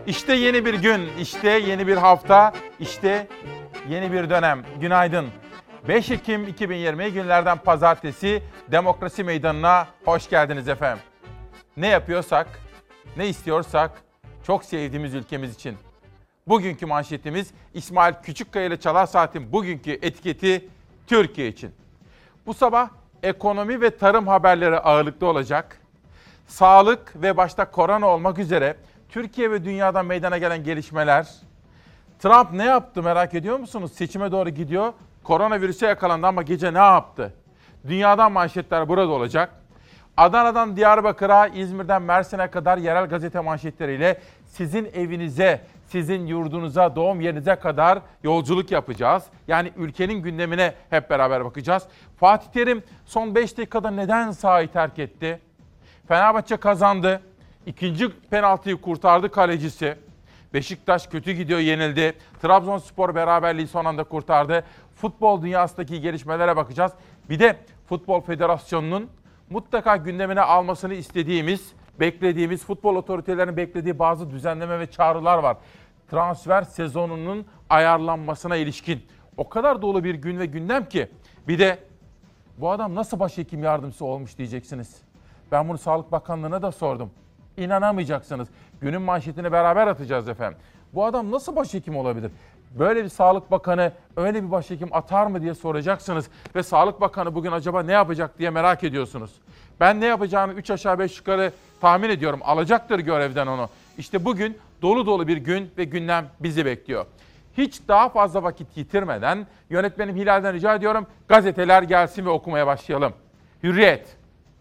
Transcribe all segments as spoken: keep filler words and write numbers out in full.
İşte yeni bir gün, işte yeni bir hafta, işte yeni bir dönem. Günaydın. beş Ekim iki bin yirmi günlerden pazartesi Demokrasi Meydanı'na hoş geldiniz efendim. Ne yapıyorsak, ne istiyorsak çok sevdiğimiz ülkemiz için. Bugünkü manşetimiz İsmail Küçükkaya ile Çalar Saat'in bugünkü etiketi Türkiye için. Bu sabah ekonomi ve tarım haberleri ağırlıklı olacak. Sağlık ve başta korona olmak üzere Türkiye ve dünyada meydana gelen gelişmeler. Trump ne yaptı merak ediyor musunuz? Seçime doğru gidiyor. Koronavirüse yakalandı ama gece ne yaptı? Dünyadan manşetler burada olacak. Adana'dan Diyarbakır'a, İzmir'den Mersin'e kadar yerel gazete manşetleriyle sizin evinize, sizin yurdunuza, doğum yerinize kadar yolculuk yapacağız. Yani ülkenin gündemine hep beraber bakacağız. Fatih Terim son beş dakikada neden sahayı terk etti? Fenerbahçe kazandı. İkinci penaltıyı kurtardı kalecisi. Beşiktaş kötü gidiyor, yenildi. Trabzonspor beraberliği son anda kurtardı. Futbol dünyasındaki gelişmelere bakacağız. Bir de Futbol Federasyonu'nun mutlaka gündemine almasını istediğimiz, beklediğimiz, futbol otoritelerinin beklediği bazı düzenleme ve çağrılar var. Transfer sezonunun ayarlanmasına ilişkin. O kadar dolu bir gün ve gündem ki. Bir de bu adam nasıl başhekim yardımcısı olmuş diyeceksiniz. Ben bunu Sağlık Bakanlığı'na da sordum. İnanamayacaksınız. Günün manşetini beraber atacağız efendim. Bu adam nasıl başhekim olabilir? Böyle bir Sağlık Bakanı öyle bir başhekim atar mı diye soracaksınız. Ve Sağlık Bakanı bugün acaba ne yapacak diye merak ediyorsunuz. Ben ne yapacağını üç aşağı beş yukarı tahmin ediyorum. Alacaktır görevden onu. İşte bugün dolu dolu bir gün ve gündem bizi bekliyor. Hiç daha fazla vakit yitirmeden yönetmenim Hilal'den rica ediyorum. Gazeteler gelsin ve okumaya başlayalım. Hürriyet.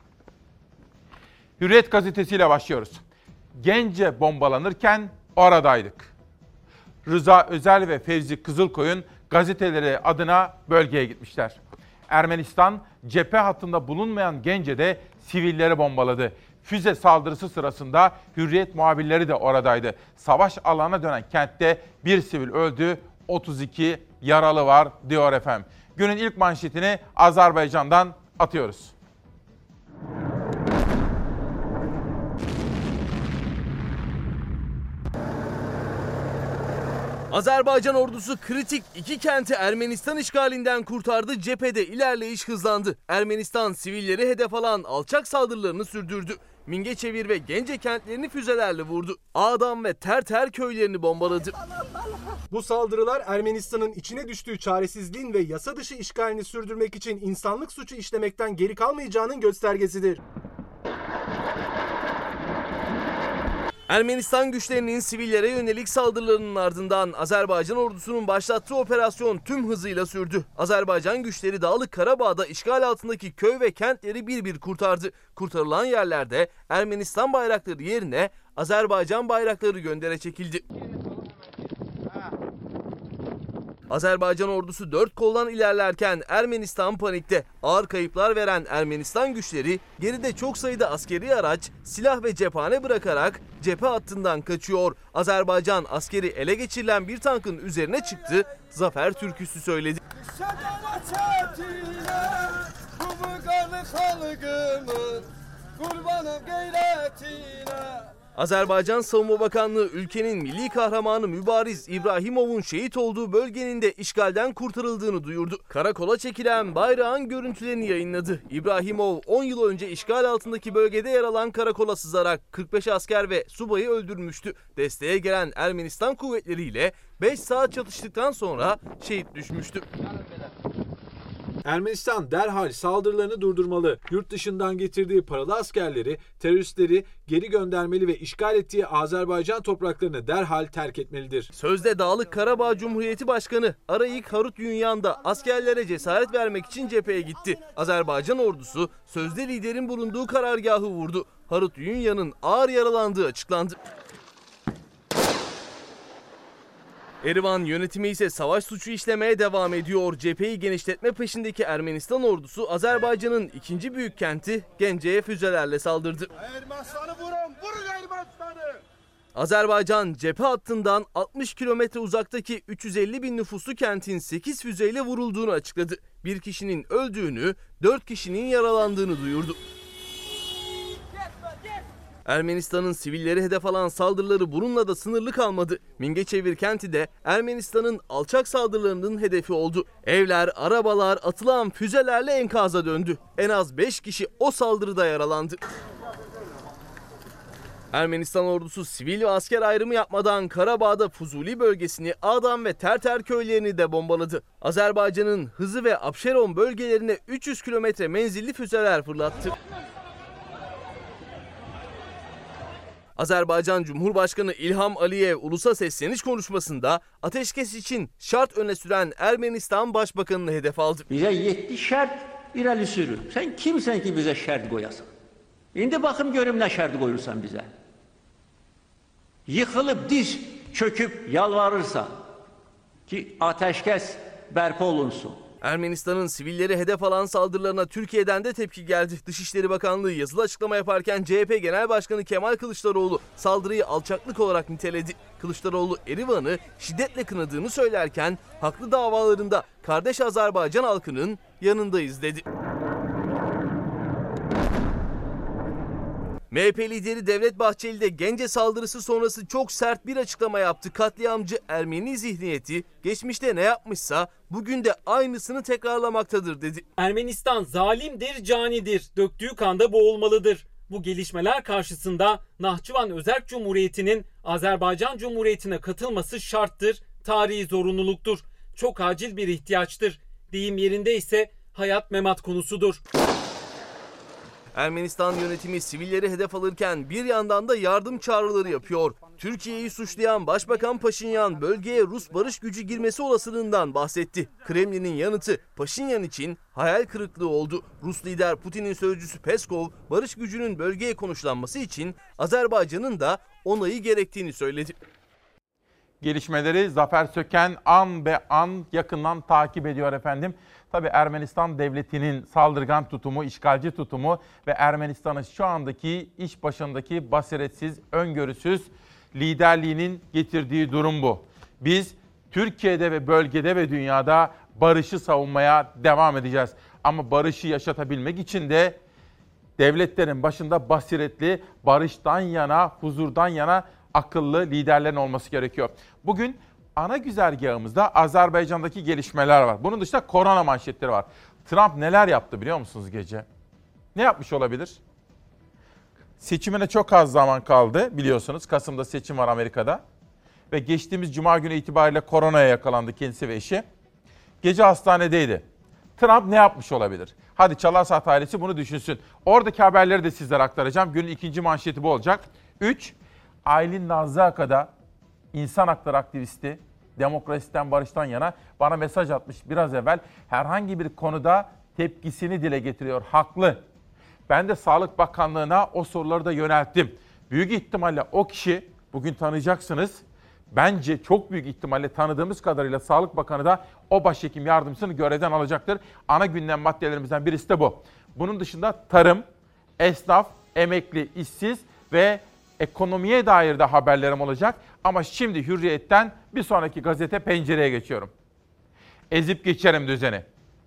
Hürriyet gazetesiyle başlıyoruz. Gence bombalanırken oradaydık. Rıza Özel ve Fevzi Kızılkoyun gazeteleri adına bölgeye gitmişler. Ermenistan cephe hattında bulunmayan Gence'de sivilleri bombaladı. Füze saldırısı sırasında Hürriyet muhabirleri de oradaydı. Savaş alanına dönen kentte bir sivil öldü, otuz iki yaralı var diyor efendim. Günün ilk manşetini Azerbaycan'dan atıyoruz. Azerbaycan ordusu kritik iki kenti Ermenistan işgalinden kurtardı, cephede ilerleyiş hızlandı. Ermenistan sivilleri hedef alan alçak saldırılarını sürdürdü. Mingeçevir ve Gence kentlerini füzelerle vurdu. Ağdam ve Terter köylerini bombaladı. Bu saldırılar Ermenistan'ın içine düştüğü çaresizliğin ve yasa dışı işgalini sürdürmek için insanlık suçu işlemekten geri kalmayacağının göstergesidir. Ermenistan güçlerinin sivillere yönelik saldırılarının ardından Azerbaycan ordusunun başlattığı operasyon tüm hızıyla sürdü. Azerbaycan güçleri Dağlık Karabağ'da işgal altındaki köy ve kentleri bir bir kurtardı. Kurtarılan yerlerde Ermenistan bayrakları yerine Azerbaycan bayrakları göndere çekildi. Azerbaycan ordusu dört koldan ilerlerken Ermenistan panikte. Ağır kayıplar veren Ermenistan güçleri geride çok sayıda askeri araç, silah ve cephane bırakarak cephe hattından kaçıyor. Azerbaycan askeri ele geçirilen bir tankın üzerine çıktı, zafer türküsü söyledi. Azerbaycan Savunma Bakanlığı ülkenin milli kahramanı Mübariz İbrahimov'un şehit olduğu bölgenin de işgalden kurtarıldığını duyurdu. Karakola çekilen bayrağın görüntülerini yayınladı. İbrahimov on yıl önce işgal altındaki bölgede yer alan karakola sızarak kırk beş asker ve subayı öldürmüştü. Desteğe gelen Ermenistan kuvvetleriyle beş saat çatıştıktan sonra şehit düşmüştü. Ermenistan derhal saldırılarını durdurmalı. Yurt dışından getirdiği paralı askerleri, teröristleri geri göndermeli ve işgal ettiği Azerbaycan topraklarını derhal terk etmelidir. Sözde Dağlık Karabağ Cumhuriyeti Başkanı Arayik Harutyunyan da askerlere cesaret vermek için cepheye gitti. Azerbaycan ordusu sözde liderin bulunduğu karargahı vurdu. Harutyunyan'ın ağır yaralandığı açıklandı. Erivan yönetimi ise savaş suçu işlemeye devam ediyor. Cepheyi genişletme peşindeki Ermenistan ordusu Azerbaycan'ın ikinci büyük kenti Gence'ye füzelerle saldırdı. Ermenistan'ı vurun, vurun Ermenistan'ı! Azerbaycan cephe hattından altmış kilometre uzaktaki üç yüz elli bin nüfuslu kentin sekiz füzeyle vurulduğunu açıkladı. Bir kişinin öldüğünü, dört kişinin yaralandığını duyurdu. Ermenistan'ın sivilleri hedef alan saldırıları bununla da sınırlı kalmadı. Mingeçevir kenti de Ermenistan'ın alçak saldırılarının hedefi oldu. Evler, arabalar atılan füzelerle enkaza döndü. En az beş kişi o saldırıda yaralandı. Ermenistan ordusu sivil ve asker ayrımı yapmadan Karabağ'da Fuzuli bölgesini, Ağdam ve Terter köylerini de bombaladı. Azerbaycan'ın Hızı ve Abşeron bölgelerine üç yüz kilometre menzilli füzeler fırlattı. Azerbaycan Cumhurbaşkanı İlham Aliyev ulusa sesleniş konuşmasında ateşkes için şart öne süren Ermenistan Başbakanı'nı hedef aldı. Bize yedi şart irəli sürür. Sen kimsen ki bize şart koyasın? İndi bakım görüm ne şart koyursan bize. Yıkılıp diz çöküp yalvarırsa ki ateşkes bərpa olunsun. Ermenistan'ın sivilleri hedef alan saldırılarına Türkiye'den de tepki geldi. Dışişleri Bakanlığı yazılı açıklama yaparken C H P Genel Başkanı Kemal Kılıçdaroğlu saldırıyı alçaklık olarak niteledi. Kılıçdaroğlu Erivan'ı şiddetle kınadığını söylerken haklı davalarında kardeş Azerbaycan halkının yanındayız dedi. M H P lideri Devlet Bahçeli de Gence saldırısı sonrası çok sert bir açıklama yaptı. Katliamcı Ermeni zihniyeti geçmişte ne yapmışsa bugün de aynısını tekrarlamaktadır dedi. Ermenistan zalimdir, canidir. Döktüğü kanda boğulmalıdır. Bu gelişmeler karşısında Nahçıvan Özerk Cumhuriyeti'nin Azerbaycan Cumhuriyeti'ne katılması şarttır, tarihi zorunluluktur. Çok acil bir ihtiyaçtır. Deyim yerinde ise hayat memat konusudur. Ermenistan yönetimi sivilleri hedef alırken bir yandan da yardım çağrıları yapıyor. Türkiye'yi suçlayan Başbakan Paşinyan bölgeye Rus barış gücü girmesi olasılığından bahsetti. Kremlin'in yanıtı Paşinyan için hayal kırıklığı oldu. Rus lider Putin'in sözcüsü Peskov, barış gücünün bölgeye konuşlanması için Azerbaycan'ın da onayı gerektiğini söyledi. Gelişmeleri Zafer Söken an be an yakından takip ediyor efendim. Tabii Ermenistan devletinin saldırgan tutumu, işgalci tutumu ve Ermenistan'ın şu andaki iş başındaki basiretsiz, öngörüsüz liderliğinin getirdiği durum bu. Biz Türkiye'de ve bölgede ve dünyada barışı savunmaya devam edeceğiz. Ama barışı yaşatabilmek için de devletlerin başında basiretli, barıştan yana, huzurdan yana akıllı liderlerin olması gerekiyor. Bugün ana güzergahımızda Azerbaycan'daki gelişmeler var. Bunun dışında korona manşetleri var. Trump neler yaptı biliyor musunuz gece? Ne yapmış olabilir? Seçimine çok az zaman kaldı biliyorsunuz. Kasım'da seçim var Amerika'da. Ve geçtiğimiz cuma günü itibariyle koronaya yakalandı kendisi ve eşi. Gece hastanedeydi. Trump ne yapmış olabilir? Hadi Çalar Saat ailesi bunu düşünsün. Oradaki haberleri de sizlere aktaracağım. Günün ikinci manşeti bu olacak. üç. Aylin Nazlı Aka'da insan hakları aktivisti, demokrasiden barıştan yana bana mesaj atmış biraz evvel. Herhangi bir konuda tepkisini dile getiriyor. Haklı. Ben de Sağlık Bakanlığı'na o soruları da yönelttim. Büyük ihtimalle o kişi bugün tanıyacaksınız. Bence çok büyük ihtimalle tanıdığımız kadarıyla Sağlık Bakanı da o başhekim yardımcısını görevden alacaktır. Ana gündem maddelerimizden birisi de bu. Bunun dışında tarım, esnaf, emekli, işsiz ve ekonomiye dair de haberlerim olacak. Ama şimdi Hürriyet'ten bir sonraki gazete Pencere'ye geçiyorum. Ezip geçerim düzeni.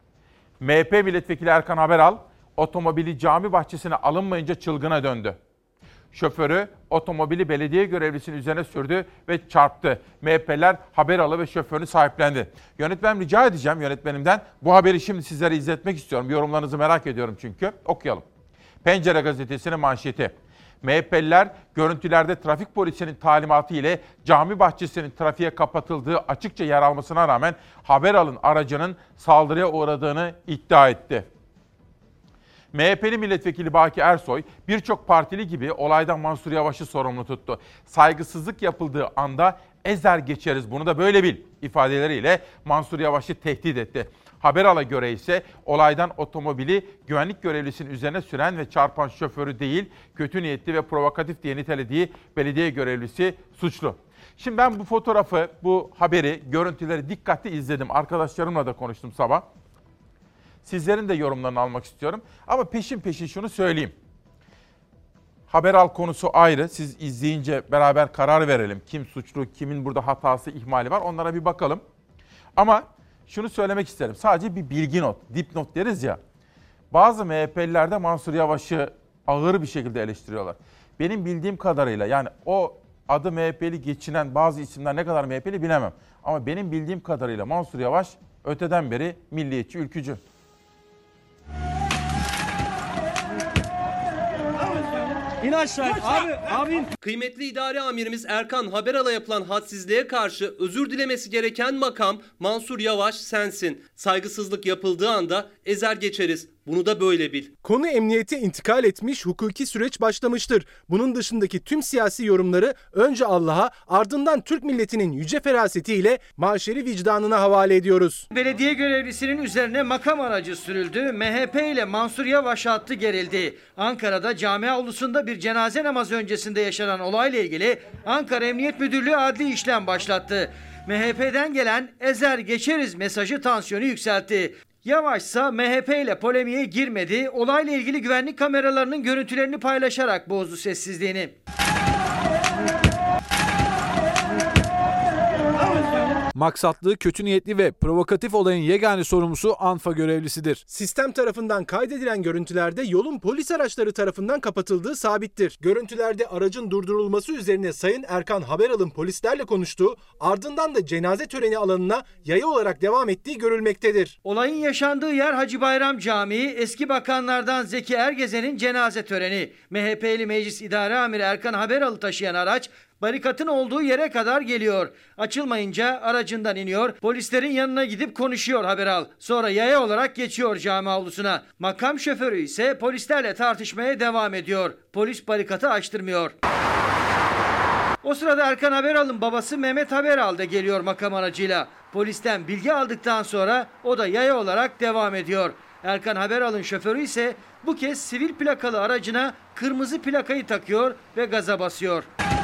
M H P milletvekili Erkan Haberal, otomobili cami bahçesine alınmayınca çılgına döndü. Şoförü otomobili belediye görevlisinin üzerine sürdü ve çarptı. M H P'ler Haberal'ı ve şoförünü sahiplendi. Yönetmenim rica edeceğim yönetmenimden. Bu haberi şimdi sizlere izletmek istiyorum. Yorumlarınızı merak ediyorum çünkü. Okuyalım. Pencere gazetesinin manşeti. M H P'liler görüntülerde trafik polisinin talimatı ile cami bahçesinin trafiğe kapatıldığı açıkça yer almasına rağmen Haberal'ın aracının saldırıya uğradığını iddia etti. M H P'li milletvekili Baki Ersoy birçok partili gibi olaydan Mansur Yavaş'ı sorumlu tuttu. Saygısızlık yapıldığı anda ezer geçeriz bunu da böyle bil ifadeleriyle Mansur Yavaş'ı tehdit etti. Haberal'a göre ise olaydan otomobili güvenlik görevlisinin üzerine süren ve çarpan şoförü değil, kötü niyetli ve provokatif diye nitelediği belediye görevlisi suçlu. Şimdi ben bu fotoğrafı, bu haberi, görüntüleri dikkatli izledim. Arkadaşlarımla da konuştum sabah. Sizlerin de yorumlarını almak istiyorum. Ama peşin peşin şunu söyleyeyim. Haberal konusu ayrı. Siz izleyince beraber karar verelim. Kim suçlu, kimin burada hatası, ihmali var onlara bir bakalım. Ama şunu söylemek isterim. Sadece bir bilgi not, dipnot deriz ya. Bazı M H P'liler de Mansur Yavaş'ı ağır bir şekilde eleştiriyorlar. benim bildiğim kadarıyla, yani o adı M H P'li geçinen bazı isimler ne kadar M H P'li bilemem. Ama benim bildiğim kadarıyla Mansur Yavaş öteden beri milliyetçi, ülkücü. İn aşağı. Abi, abim. Kıymetli idare amirimiz Erkan Haberal'a yapılan hadsizliğe karşı özür dilemesi gereken makam Mansur Yavaş sensin. Saygısızlık yapıldığı anda ezer geçeriz. Bunu da böyle bil. Konu emniyete intikal etmiş, hukuki süreç başlamıştır. Bunun dışındaki tüm siyasi yorumları önce Allah'a, ardından Türk milletinin yüce ferasetiyle maşeri vicdanına havale ediyoruz. Belediye görevlisinin üzerine makam aracı sürüldü. M H P ile Mansur Yavaş hattı gerildi. Ankara'da cami avlusunda bir cenaze namazı öncesinde yaşanan olayla ilgili Ankara Emniyet Müdürlüğü adli işlem başlattı. M H P'den gelen ezer geçeriz mesajı tansiyonu yükseltti. Yavaşsa M H P ile polemiğe girmedi, olayla ilgili güvenlik kameralarının görüntülerini paylaşarak bozdu sessizliğini. Maksatlı, kötü niyetli ve provokatif olayın yegane sorumlusu ANFA görevlisidir. Sistem tarafından kaydedilen görüntülerde yolun polis araçları tarafından kapatıldığı sabittir. Görüntülerde aracın durdurulması üzerine Sayın Erkan Haberal'ın polislerle konuştuğu, ardından da cenaze töreni alanına yaya olarak devam ettiği görülmektedir. Olayın yaşandığı yer Hacı Bayram Camii, eski bakanlardan Zeki Ergezen'in cenaze töreni. M H P'li Meclis İdare Amiri Erkan Haberal'ı taşıyan araç barikatın olduğu yere kadar geliyor. Açılmayınca aracından iniyor, polislerin yanına gidip konuşuyor Haberal. Sonra yaya olarak geçiyor cami avlusuna. Makam şoförü ise polislerle tartışmaya devam ediyor. Polis barikatı açtırmıyor. O sırada Erkan Haberal'ın babası Mehmet Haberal da geliyor makam aracıyla. Polisten bilgi aldıktan sonra o da yaya olarak devam ediyor. Erkan Haberal'ın şoförü ise bu kez sivil plakalı aracına kırmızı plakayı takıyor ve gaza basıyor.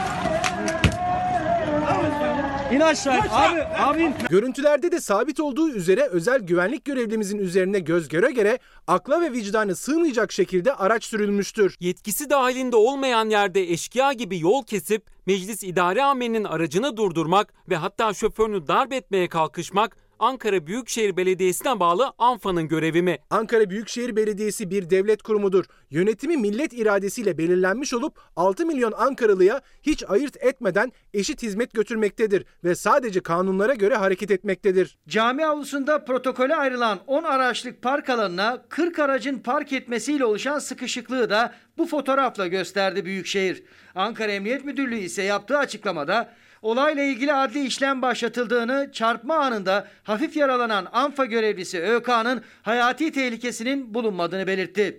İn aşağı. Abi, abim. Görüntülerde de sabit olduğu üzere özel güvenlik görevlimizin üzerine göz göre göre akla ve vicdanı sığmayacak şekilde araç sürülmüştür. Yetkisi dahilinde olmayan yerde eşkıya gibi yol kesip meclis idare amirinin aracını durdurmak ve hatta şoförünü darp etmeye kalkışmak Ankara Büyükşehir Belediyesi'ne bağlı ANFA'nın görevi mi? Ankara Büyükşehir Belediyesi bir devlet kurumudur. Yönetimi millet iradesiyle belirlenmiş olup altı milyon Ankaralıya hiç ayırt etmeden eşit hizmet götürmektedir ve sadece kanunlara göre hareket etmektedir. Cami avlusunda protokole ayrılan on araçlık park alanına kırk aracın park etmesiyle oluşan sıkışıklığı da bu fotoğrafla gösterdi Büyükşehir. Ankara Emniyet Müdürlüğü ise yaptığı açıklamada olayla ilgili adli işlem başlatıldığını, çarpma anında hafif yaralanan ANFA görevlisi ÖK'nın hayati tehlikesinin bulunmadığını belirtti.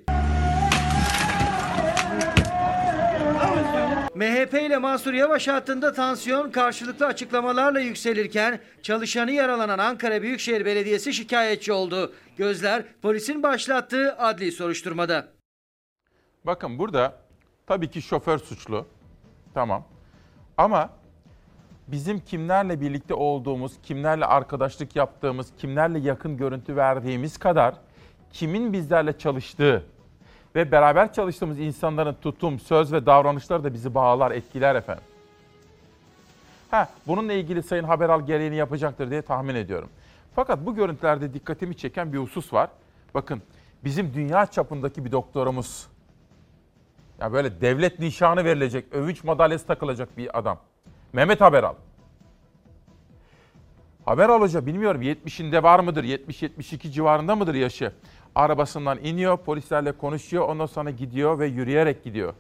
M H P ile Mansur Yavaş hattında tansiyon karşılıklı açıklamalarla yükselirken çalışanı yaralanan Ankara Büyükşehir Belediyesi şikayetçi oldu. Gözler polisin başlattığı adli soruşturmada. Bakın burada tabii ki şoför suçlu. Tamam. Ama bizim kimlerle birlikte olduğumuz, kimlerle arkadaşlık yaptığımız, kimlerle yakın görüntü verdiğimiz kadar kimin bizlerle çalıştığı ve beraber çalıştığımız insanların tutum, söz ve davranışları da bizi bağlar, etkiler efendim. Ha, bununla ilgili Sayın Haberal gereğini yapacaktır diye tahmin ediyorum. Fakat bu görüntülerde dikkatimi çeken bir husus var. Bakın, bizim dünya çapındaki bir doktorumuz, ya böyle devlet nişanı verilecek, övünç madalyası takılacak bir adam. Mehmet Haberal. Haberal Hoca bilmiyorum yetmişinde var mıdır, yetmiş yetmiş iki civarında mıdır yaşı? Arabasından iniyor, polislerle konuşuyor, ondan sonra gidiyor ve yürüyerek gidiyor.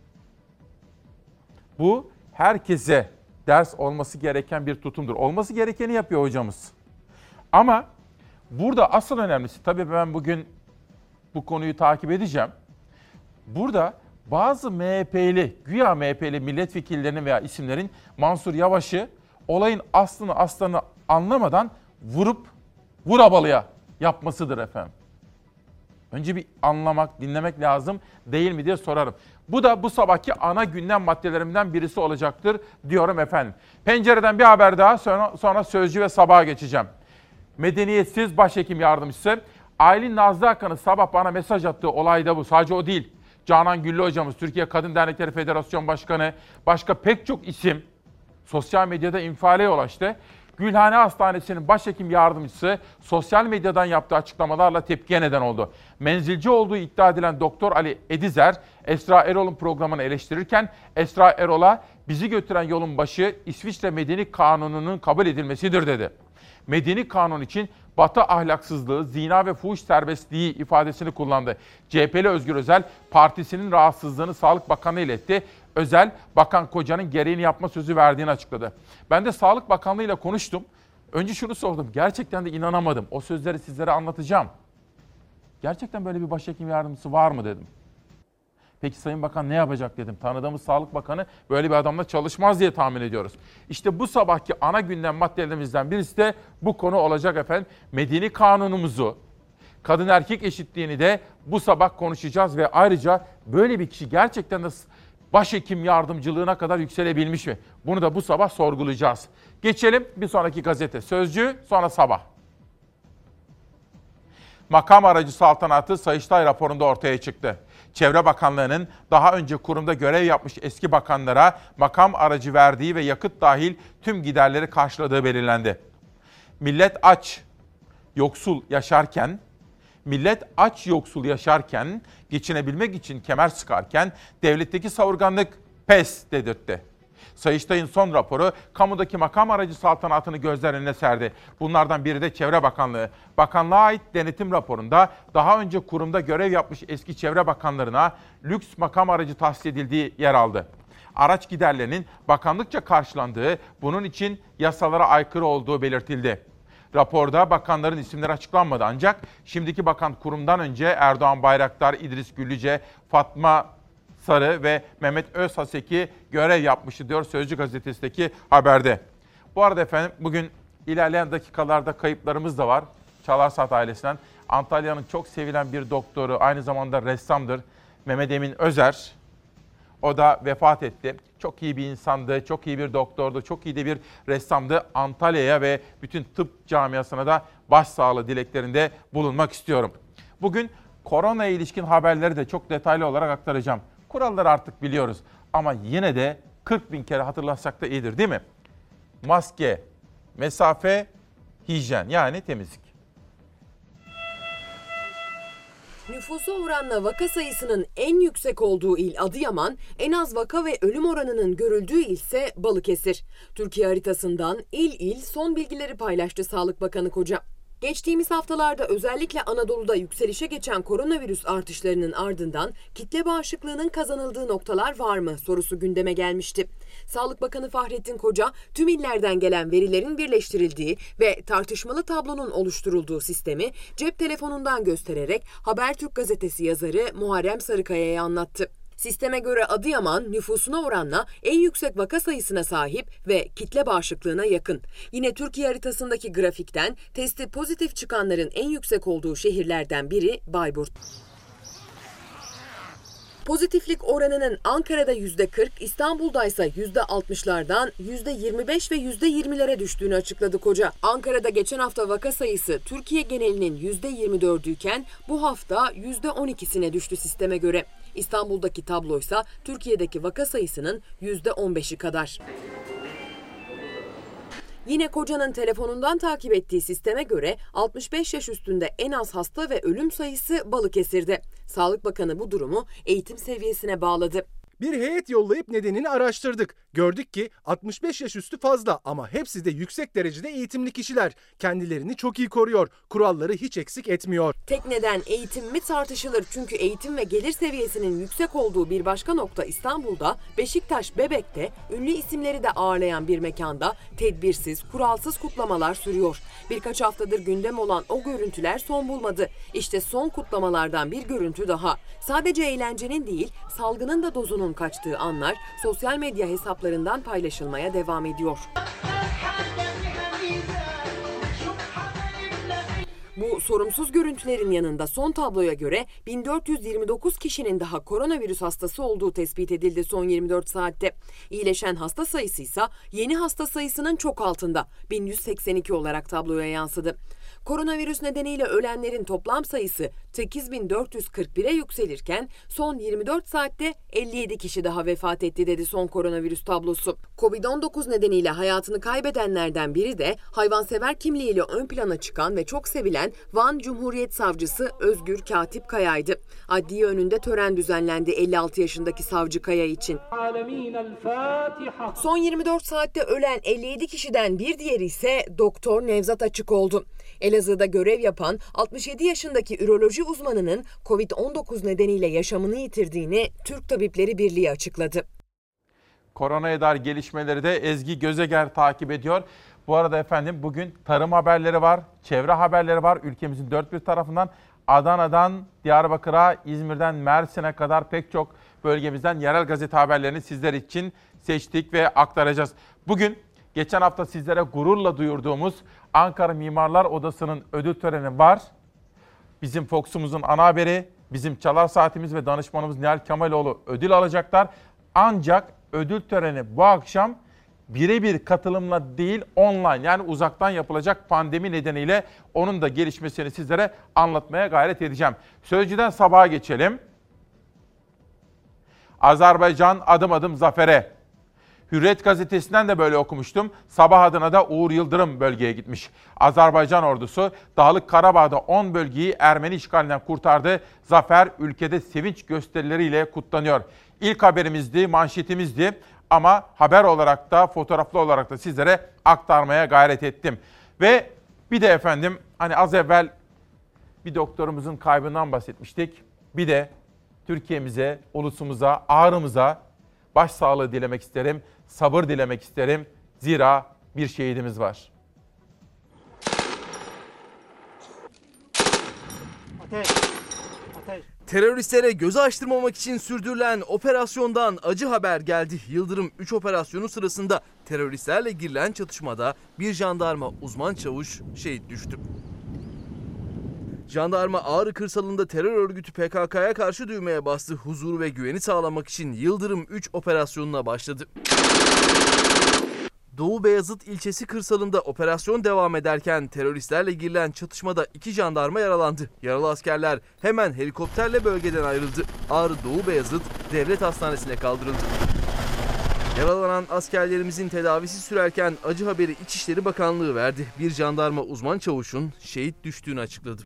Bu herkese ders olması gereken bir tutumdur. Olması gerekeni yapıyor hocamız. Ama burada asıl önemlisi, tabii ben bugün bu konuyu takip edeceğim. Burada bazı M H P'li, güya M H P'li milletvekillerinin veya isimlerin Mansur Yavaş'ı olayın aslını aslanı anlamadan vurup vurabalıya yapmasıdır efendim. Önce bir anlamak, dinlemek lazım değil mi diye sorarım. Bu da bu sabahki ana gündem maddelerimden birisi olacaktır diyorum efendim. Pencereden bir haber daha, sonra, sonra Sözcü ve Sabah'a geçeceğim. Medeniyetsiz Başhekim Yardımcısı Aylin Nazlı Akan'ın sabah bana mesaj attığı olay da bu. Sadece o değil. Canan Güllü hocamız, Türkiye Kadın Dernekleri Federasyon Başkanı, başka pek çok isim sosyal medyada infiale yol açtı. Gülhane Hastanesi'nin başhekim yardımcısı sosyal medyadan yaptığı açıklamalarla tepkiye neden oldu. Menzilci olduğu iddia edilen Doktor Ali Edizer, Esra Erol'un programını eleştirirken Esra Erol'a bizi götüren yolun başı İsviçre Medeni Kanunu'nun kabul edilmesidir dedi. Medeni Kanun için Batı ahlaksızlığı, zina ve fuhuş serbestliği ifadesini kullandı. C H P'li Özgür Özel, partisinin rahatsızlığını Sağlık Bakanı'na iletti. Özel, Bakan Koca'nın gereğini yapma sözü verdiğini açıkladı. Ben de Sağlık Bakanlığı ile konuştum. Önce şunu sordum, gerçekten de inanamadım. O sözleri sizlere anlatacağım. Gerçekten böyle bir başhekim yardımcısı var mı dedim. Peki Sayın Bakan ne yapacak dedim. Tanıdığımız Sağlık Bakanı böyle bir adamla çalışmaz diye tahmin ediyoruz. İşte bu sabahki ana gündem maddelerimizden birisi de bu konu olacak efendim. Medeni kanunumuzu, kadın erkek eşitliğini de bu sabah konuşacağız ve ayrıca böyle bir kişi gerçekten de başhekim yardımcılığına kadar yükselebilmiş mi? Bunu da bu sabah sorgulayacağız. Geçelim bir sonraki gazete. Sözcü, sonra Sabah. Makam aracı saltanatı Sayıştay raporunda ortaya çıktı. Çevre Bakanlığı'nın daha önce kurumda görev yapmış eski bakanlara makam aracı verdiği ve yakıt dahil tüm giderleri karşıladığı belirlendi. Millet aç, yoksul yaşarken, millet aç yoksul yaşarken, geçinebilmek için kemer sıkarken devletteki savurganlık pes dedirtti. Sayıştay'ın son raporu kamudaki makam aracı saltanatını gözler önüne serdi. Bunlardan biri de Çevre Bakanlığı. Bakanlığa ait denetim raporunda daha önce kurumda görev yapmış eski çevre bakanlarına lüks makam aracı tahsis edildiği yer aldı. Araç giderlerinin bakanlıkça karşılandığı, bunun için yasalara aykırı olduğu belirtildi. Raporda bakanların isimleri açıklanmadı ancak şimdiki bakan kurumdan önce Erdoğan Bayraktar, İdris Güllüce, Fatma Sarı ve Mehmet Özhaseki görev yapmıştı diyor Sözcü gazetesindeki haberde. Bu arada efendim bugün ilerleyen dakikalarda kayıplarımız da var. Çalarsat ailesinden. Antalya'nın çok sevilen bir doktoru, aynı zamanda ressamdır. Mehmet Emin Özer. O da vefat etti. Çok iyi bir insandı, çok iyi bir doktordu, çok iyi de bir ressamdı. Antalya'ya ve bütün tıp camiasına da başsağlığı dileklerinde bulunmak istiyorum. Bugün koronaya ilişkin haberleri de çok detaylı olarak aktaracağım. Kuralları artık biliyoruz ama yine de kırk bin kere hatırlatsak da iyidir değil mi? Maske, mesafe, hijyen yani temizlik. Nüfusa oranla vaka sayısının en yüksek olduğu il Adıyaman, en az vaka ve ölüm oranının görüldüğü il ise Balıkesir. Türkiye haritasından il il son bilgileri paylaştı Sağlık Bakanı Koca. Geçtiğimiz haftalarda özellikle Anadolu'da yükselişe geçen koronavirüs artışlarının ardından kitle bağışıklığının kazanıldığı noktalar var mı sorusu gündeme gelmişti. Sağlık Bakanı Fahrettin Koca, tüm illerden gelen verilerin birleştirildiği ve tartışmalı tablonun oluşturulduğu sistemi cep telefonundan göstererek Habertürk gazetesi yazarı Muharrem Sarıkaya'ya anlattı. Sisteme göre Adıyaman nüfusuna oranla en yüksek vaka sayısına sahip ve kitle bağışıklığına yakın. Yine Türkiye haritasındaki grafikten testi pozitif çıkanların en yüksek olduğu şehirlerden biri Bayburt. Pozitiflik oranının Ankara'da yüzde kırk, İstanbul'da ise yüzde altmışlardan yüzde yirmi beş ve yüzde yirmilere düştüğünü açıkladı Koca. Ankara'da geçen hafta vaka sayısı Türkiye genelinin yüzde yirmi dördüyken bu hafta yüzde on ikisine düştü sisteme göre. İstanbul'daki tabloysa Türkiye'deki vaka sayısının yüzde on beşi kadar. Yine Koca'nın telefonundan takip ettiği sisteme göre altmış beş yaş üstünde en az hasta ve ölüm sayısı Balıkesir'de. Sağlık Bakanı bu durumu eğitim seviyesine bağladı. Bir heyet yollayıp nedenini araştırdık. Gördük ki altmış beş yaş üstü fazla ama hepsi de yüksek derecede eğitimli kişiler. Kendilerini çok iyi koruyor. Kuralları hiç eksik etmiyor. Tek neden eğitim mi tartışılır çünkü eğitim ve gelir seviyesinin yüksek olduğu bir başka nokta İstanbul'da, Beşiktaş Bebek'te ünlü isimleri de ağırlayan bir mekanda tedbirsiz, kuralsız kutlamalar sürüyor. Birkaç haftadır gündem olan o görüntüler son bulmadı. İşte son kutlamalardan bir görüntü daha. Sadece eğlencenin değil, salgının da dozunun kaçtığı anlar sosyal medya hesaplarından paylaşılmaya devam ediyor. Bu sorumsuz görüntülerin yanında son tabloya göre bin dört yüz yirmi dokuz kişinin daha koronavirüs hastası olduğu tespit edildi son yirmi dört saatte. İyileşen hasta sayısı ise yeni hasta sayısının çok altında bin yüz seksen iki olarak tabloya yansıdı. Koronavirüs nedeniyle ölenlerin toplam sayısı sekiz bin dört yüz kırk bire yükselirken son yirmi dört saatte elli yedi kişi daha vefat etti dedi son koronavirüs tablosu. kovid on dokuz nedeniyle hayatını kaybedenlerden biri de hayvansever kimliğiyle ön plana çıkan ve çok sevilen Van Cumhuriyet Savcısı Özgür Katip Kaya'ydı. Adliye önünde tören düzenlendi elli altı yaşındaki savcı Kaya için. Son yirmi dört saatte ölen elli yedi kişiden bir diğeri ise Doktor Nevzat Açık oldu. Elazığ'da görev yapan altmış yedi yaşındaki üroloji uzmanının kovid on dokuz nedeniyle yaşamını yitirdiğini Türk Tabipleri Birliği açıkladı. Koronaya dair gelişmeleri de Ezgi Gözeger takip ediyor. Bu arada efendim bugün tarım haberleri var, çevre haberleri var. Ülkemizin dört bir tarafından Adana'dan Diyarbakır'a, İzmir'den Mersin'e kadar pek çok bölgemizden yerel gazete haberlerini sizler için seçtik ve aktaracağız. Bugün geçen hafta sizlere gururla duyurduğumuz Ankara Mimarlar Odası'nın ödül töreni var. Bizim Fox'umuzun ana haberi, bizim Çalar Saatimiz ve danışmanımız Nihal Kemaloğlu ödül alacaklar. Ancak ödül töreni bu akşam birebir katılımla değil online, yani uzaktan yapılacak pandemi nedeniyle onun da gelişmesini sizlere anlatmaya gayret edeceğim. Sözcüden sabaha geçelim. Azerbaycan adım adım zafere. Hürriyet gazetesinden de böyle okumuştum. Sabah adına da Uğur Yıldırım bölgeye gitmiş. Azerbaycan ordusu Dağlık Karabağ'da on bölgeyi Ermeni işgalinden kurtardı. Zafer ülkede sevinç gösterileriyle kutlanıyor. İlk haberimizdi, manşetimizdi ama haber olarak da fotoğraflı olarak da sizlere aktarmaya gayret ettim. Ve bir de efendim hani az evvel bir doktorumuzun kaybından bahsetmiştik. Bir de Türkiye'mize, ulusumuza, ağrımıza başsağlığı dilemek isterim, sabır dilemek isterim. Zira bir şehidimiz var. Ateş, ateş. Teröristlere göz açtırmamak için sürdürülen operasyondan acı haber geldi. Yıldırım üç operasyonu sırasında teröristlerle girilen çatışmada bir jandarma uzman çavuş şehit düştü. Jandarma Ağrı kırsalında terör örgütü P K K'ya karşı düğmeye bastı. Huzuru ve güveni sağlamak için Yıldırım üç operasyonuna başladı. Doğu Beyazıt ilçesi kırsalında operasyon devam ederken teröristlerle girilen çatışmada iki jandarma yaralandı. Yaralı askerler hemen helikopterle bölgeden ayrıldı. Ağrı Doğu Beyazıt Devlet Hastanesi'ne kaldırıldı. Yaralanan askerlerimizin tedavisi sürerken acı haberi İçişleri Bakanlığı verdi. Bir jandarma uzman çavuşun şehit düştüğünü açıkladı.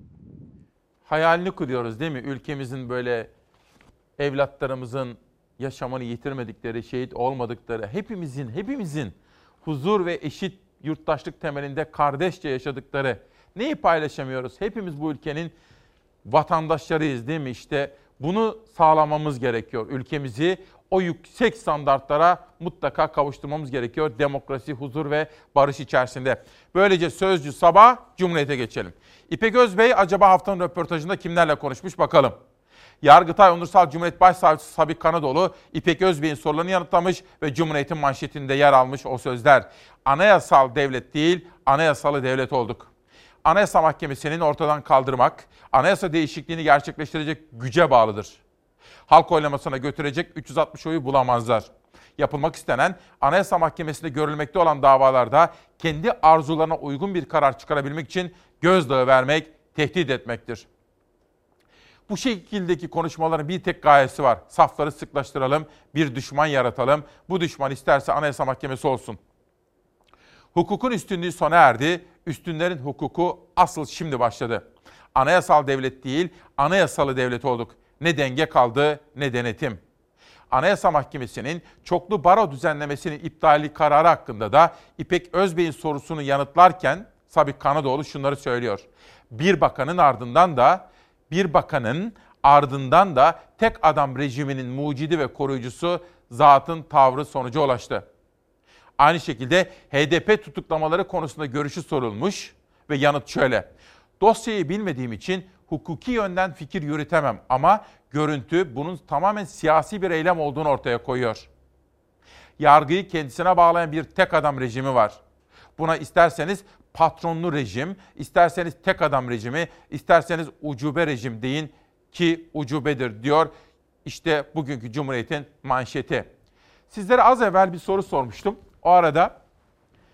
Hayalini kuruyoruz değil mi? Ülkemizin böyle evlatlarımızın yaşamını yitirmedikleri, şehit olmadıkları, hepimizin, hepimizin huzur ve eşit yurttaşlık temelinde kardeşçe yaşadıkları. Neyi paylaşamıyoruz? Hepimiz bu ülkenin vatandaşlarıyız değil mi? İşte bunu sağlamamız gerekiyor. Ülkemizi o yüksek standartlara mutlaka kavuşturmamız gerekiyor. Demokrasi, huzur ve barış içerisinde. Böylece Sözcü sabah Cumhuriyet'e geçelim. İpek Özbey acaba haftanın röportajında kimlerle konuşmuş bakalım. Yargıtay Onursal Cumhuriyet Başsavcısı Sabik Kanadoğlu, İpek Özbey'in sorularını yanıtlamış ve Cumhuriyet'in manşetinde yer almış o sözler. Anayasal devlet değil, anayasalı devlet olduk. Anayasa Mahkemesi'nin ortadan kaldırmak, anayasa değişikliğini gerçekleştirecek güce bağlıdır. Halk oylamasına götürecek üç yüz altmış oyu bulamazlar. Yapılmak istenen Anayasa Mahkemesi'nde görülmekte olan davalarda kendi arzularına uygun bir karar çıkarabilmek için gözdağı vermek, tehdit etmektir. Bu şekildeki konuşmaların bir tek gayesi var. Safları sıklaştıralım, bir düşman yaratalım. Bu düşman isterse Anayasa Mahkemesi olsun. Hukukun üstünlüğü sona erdi. Üstünlerin hukuku asıl şimdi başladı. Anayasal devlet değil, anayasalı devlet olduk. Ne denge kaldı, ne denetim. Anayasa Mahkemesi'nin çoklu baro düzenlemesinin iptali kararı hakkında da İpek Özbey'in sorusunu yanıtlarken Sabik Kanadoğlu şunları söylüyor. Bir bakanın ardından da bir bakanın ardından da tek adam rejiminin mucidi ve koruyucusu zatın tavrı sonuca ulaştı. Aynı şekilde H D P tutuklamaları konusunda görüşü sorulmuş ve yanıt şöyle. Dosyayı bilmediğim için hukuki yönden fikir yürütemem ama görüntü bunun tamamen siyasi bir eylem olduğunu ortaya koyuyor. Yargıyı kendisine bağlayan bir tek adam rejimi var. Buna isterseniz patronlu rejim, isterseniz tek adam rejimi, isterseniz ucube rejim deyin ki ucubedir diyor. İşte bugünkü Cumhuriyet'in manşeti. Sizlere az evvel bir soru sormuştum. O arada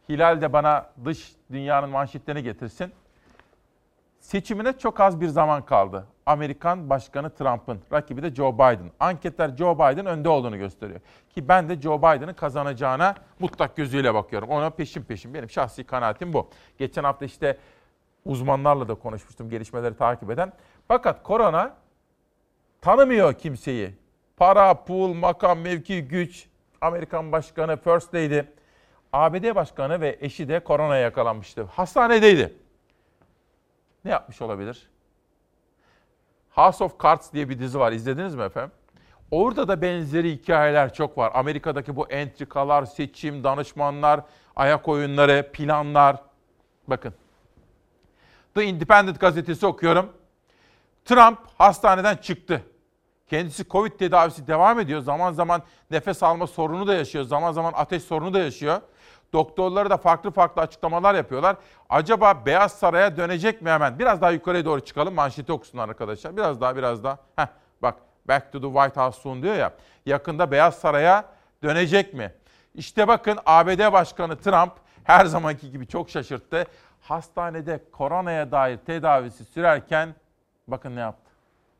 Hilal de bana dış dünyanın manşetlerini getirsin. Seçimine çok az bir zaman kaldı. Amerikan Başkanı Trump'ın, rakibi de Joe Biden. Anketler Joe Biden önde olduğunu gösteriyor. Ki ben de Joe Biden'ın kazanacağına mutlak gözüyle bakıyorum. Ona peşin peşin. Benim şahsi kanaatim bu. Geçen hafta işte uzmanlarla da konuşmuştum, gelişmeleri takip eden. Fakat korona tanımıyor kimseyi. Para, pul, makam, mevki, güç. Amerikan Başkanı, First Lady, A B D Başkanı ve eşi de koronaya yakalanmıştı. Hastanedeydi. Ne yapmış olabilir? House of Cards diye bir dizi var. İzlediniz mi efendim? Orada da benzeri hikayeler çok var. Amerika'daki bu entrikalar, seçim, danışmanlar, ayak oyunları, planlar. Bakın. The Independent gazetesi okuyorum. Trump hastaneden çıktı. Kendisi Covid tedavisi devam ediyor. Zaman zaman nefes alma sorunu da yaşıyor. Zaman zaman ateş sorunu da yaşıyor. Doktorları da farklı farklı açıklamalar yapıyorlar. Acaba Beyaz Saray'a dönecek mi hemen? Biraz daha yukarıya doğru çıkalım. Manşeti okusunlar arkadaşlar. Biraz daha, biraz daha. Heh, bak, back to the White House soon diyor ya. Yakında Beyaz Saray'a dönecek mi? İşte bakın, A B D Başkanı Trump her zamanki gibi çok şaşırttı. Hastanede koronaya dair tedavisi sürerken bakın ne yaptı.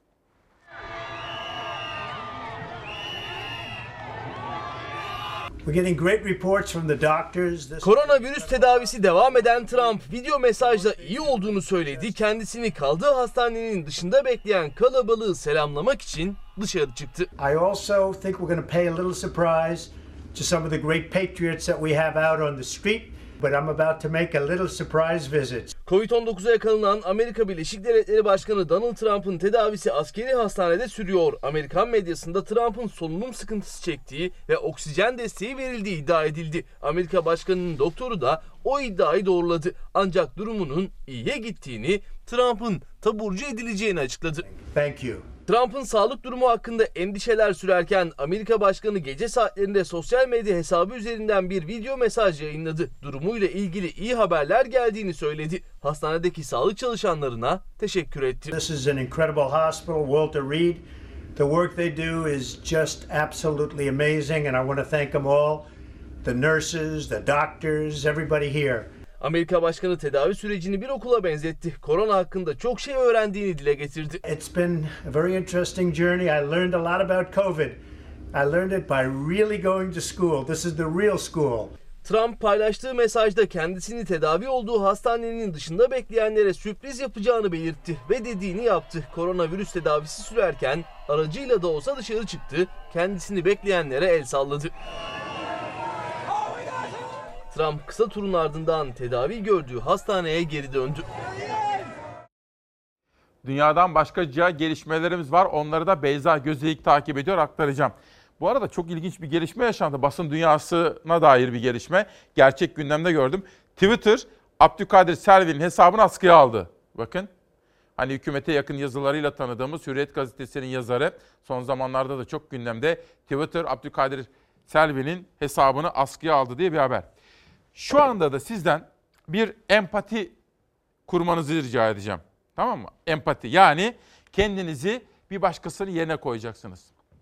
Koronavirüs tedavisi devam eden Trump video mesajla iyi olduğunu söyledi. Kendisini kaldığı hastanenin dışında bekleyen kalabalığı selamlamak için dışarı çıktı. I also think we're going to pay a little surprise to some of the great patriots that we have out on the street. But I'm about to make a little surprise visit. Covid on dokuza yakalanan Amerika Birleşik Devletleri Başkanı Donald Trump'ın tedavisi askeri hastanede sürüyor. Amerikan medyasında Trump'ın solunum sıkıntısı çektiği ve oksijen desteği verildiği iddia edildi. Amerika Başkanı'nın doktoru da o iddiayı doğruladı. Ancak durumunun iyiye gittiğini, Trump'ın taburcu edileceğini açıkladı. Thank you. Trump'ın sağlık durumu hakkında endişeler sürerken Amerika Başkanı gece saatlerinde sosyal medya hesabı üzerinden bir video mesaj yayınladı. Durumuyla ilgili iyi haberler geldiğini söyledi. Hastanedeki sağlık çalışanlarına teşekkür etti. This is an incredible hospital, Walter Reed. The work they do is just absolutely amazing and I want to thank them all. The nurses, the doctors, everybody here. Amerika Başkanı tedavi sürecini bir okula benzetti. Korona hakkında çok şey öğrendiğini dile getirdi. It's been a very interesting journey. I learned a lot about COVID. I learned it by really going to school. This is the real school. Trump paylaştığı mesajda kendisini tedavi olduğu hastanenin dışında bekleyenlere sürpriz yapacağını belirtti ve dediğini yaptı. Koronavirüs tedavisi sürerken aracıyla da olsa dışarı çıktı, kendisini bekleyenlere el salladı. Trump kısa turun ardından tedavi gördüğü hastaneye geri döndü. Dünyadan başkaca gelişmelerimiz var. Onları da Beyza Gözeyik takip ediyor, aktaracağım. Bu arada çok ilginç bir gelişme yaşandı. Basın dünyasına dair bir gelişme. Gerçek gündemde gördüm. Twitter, Abdülkadir Selvi'nin hesabını askıya aldı. Bakın. Hani hükümete yakın yazılarıyla tanıdığımız Hürriyet Gazetesi'nin yazarı. Son zamanlarda da çok gündemde. Twitter, Abdülkadir Selvi'nin hesabını askıya aldı diye bir haber. Şu anda da sizden bir empati kurmanızı rica edeceğim. Tamam mı? Empati. Yani kendinizi bir başkasının yerine koyacaksınız.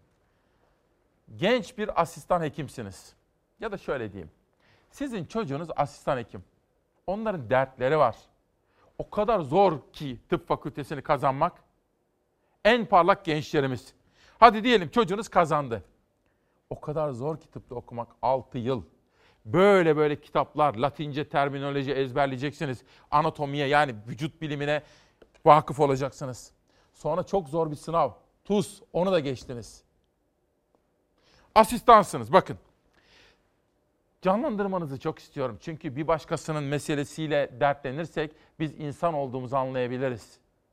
Genç bir asistan hekimsiniz. Ya da şöyle diyeyim. Sizin çocuğunuz asistan hekim. Onların dertleri var. O kadar zor ki tıp fakültesini kazanmak. En parlak gençlerimiz. Hadi diyelim çocuğunuz kazandı. O kadar zor ki tıpta okumak, altı yıl. Böyle böyle kitaplar, Latince terminoloji ezberleyeceksiniz. Anatomiye, yani vücut bilimine vakıf olacaksınız. Sonra çok zor bir sınav. T U S, onu da geçtiniz. Asistansınız, bakın. Canlandırmanızı çok istiyorum. Çünkü bir başkasının meselesiyle dertlenirsek biz insan olduğumuzu anlayabiliriz.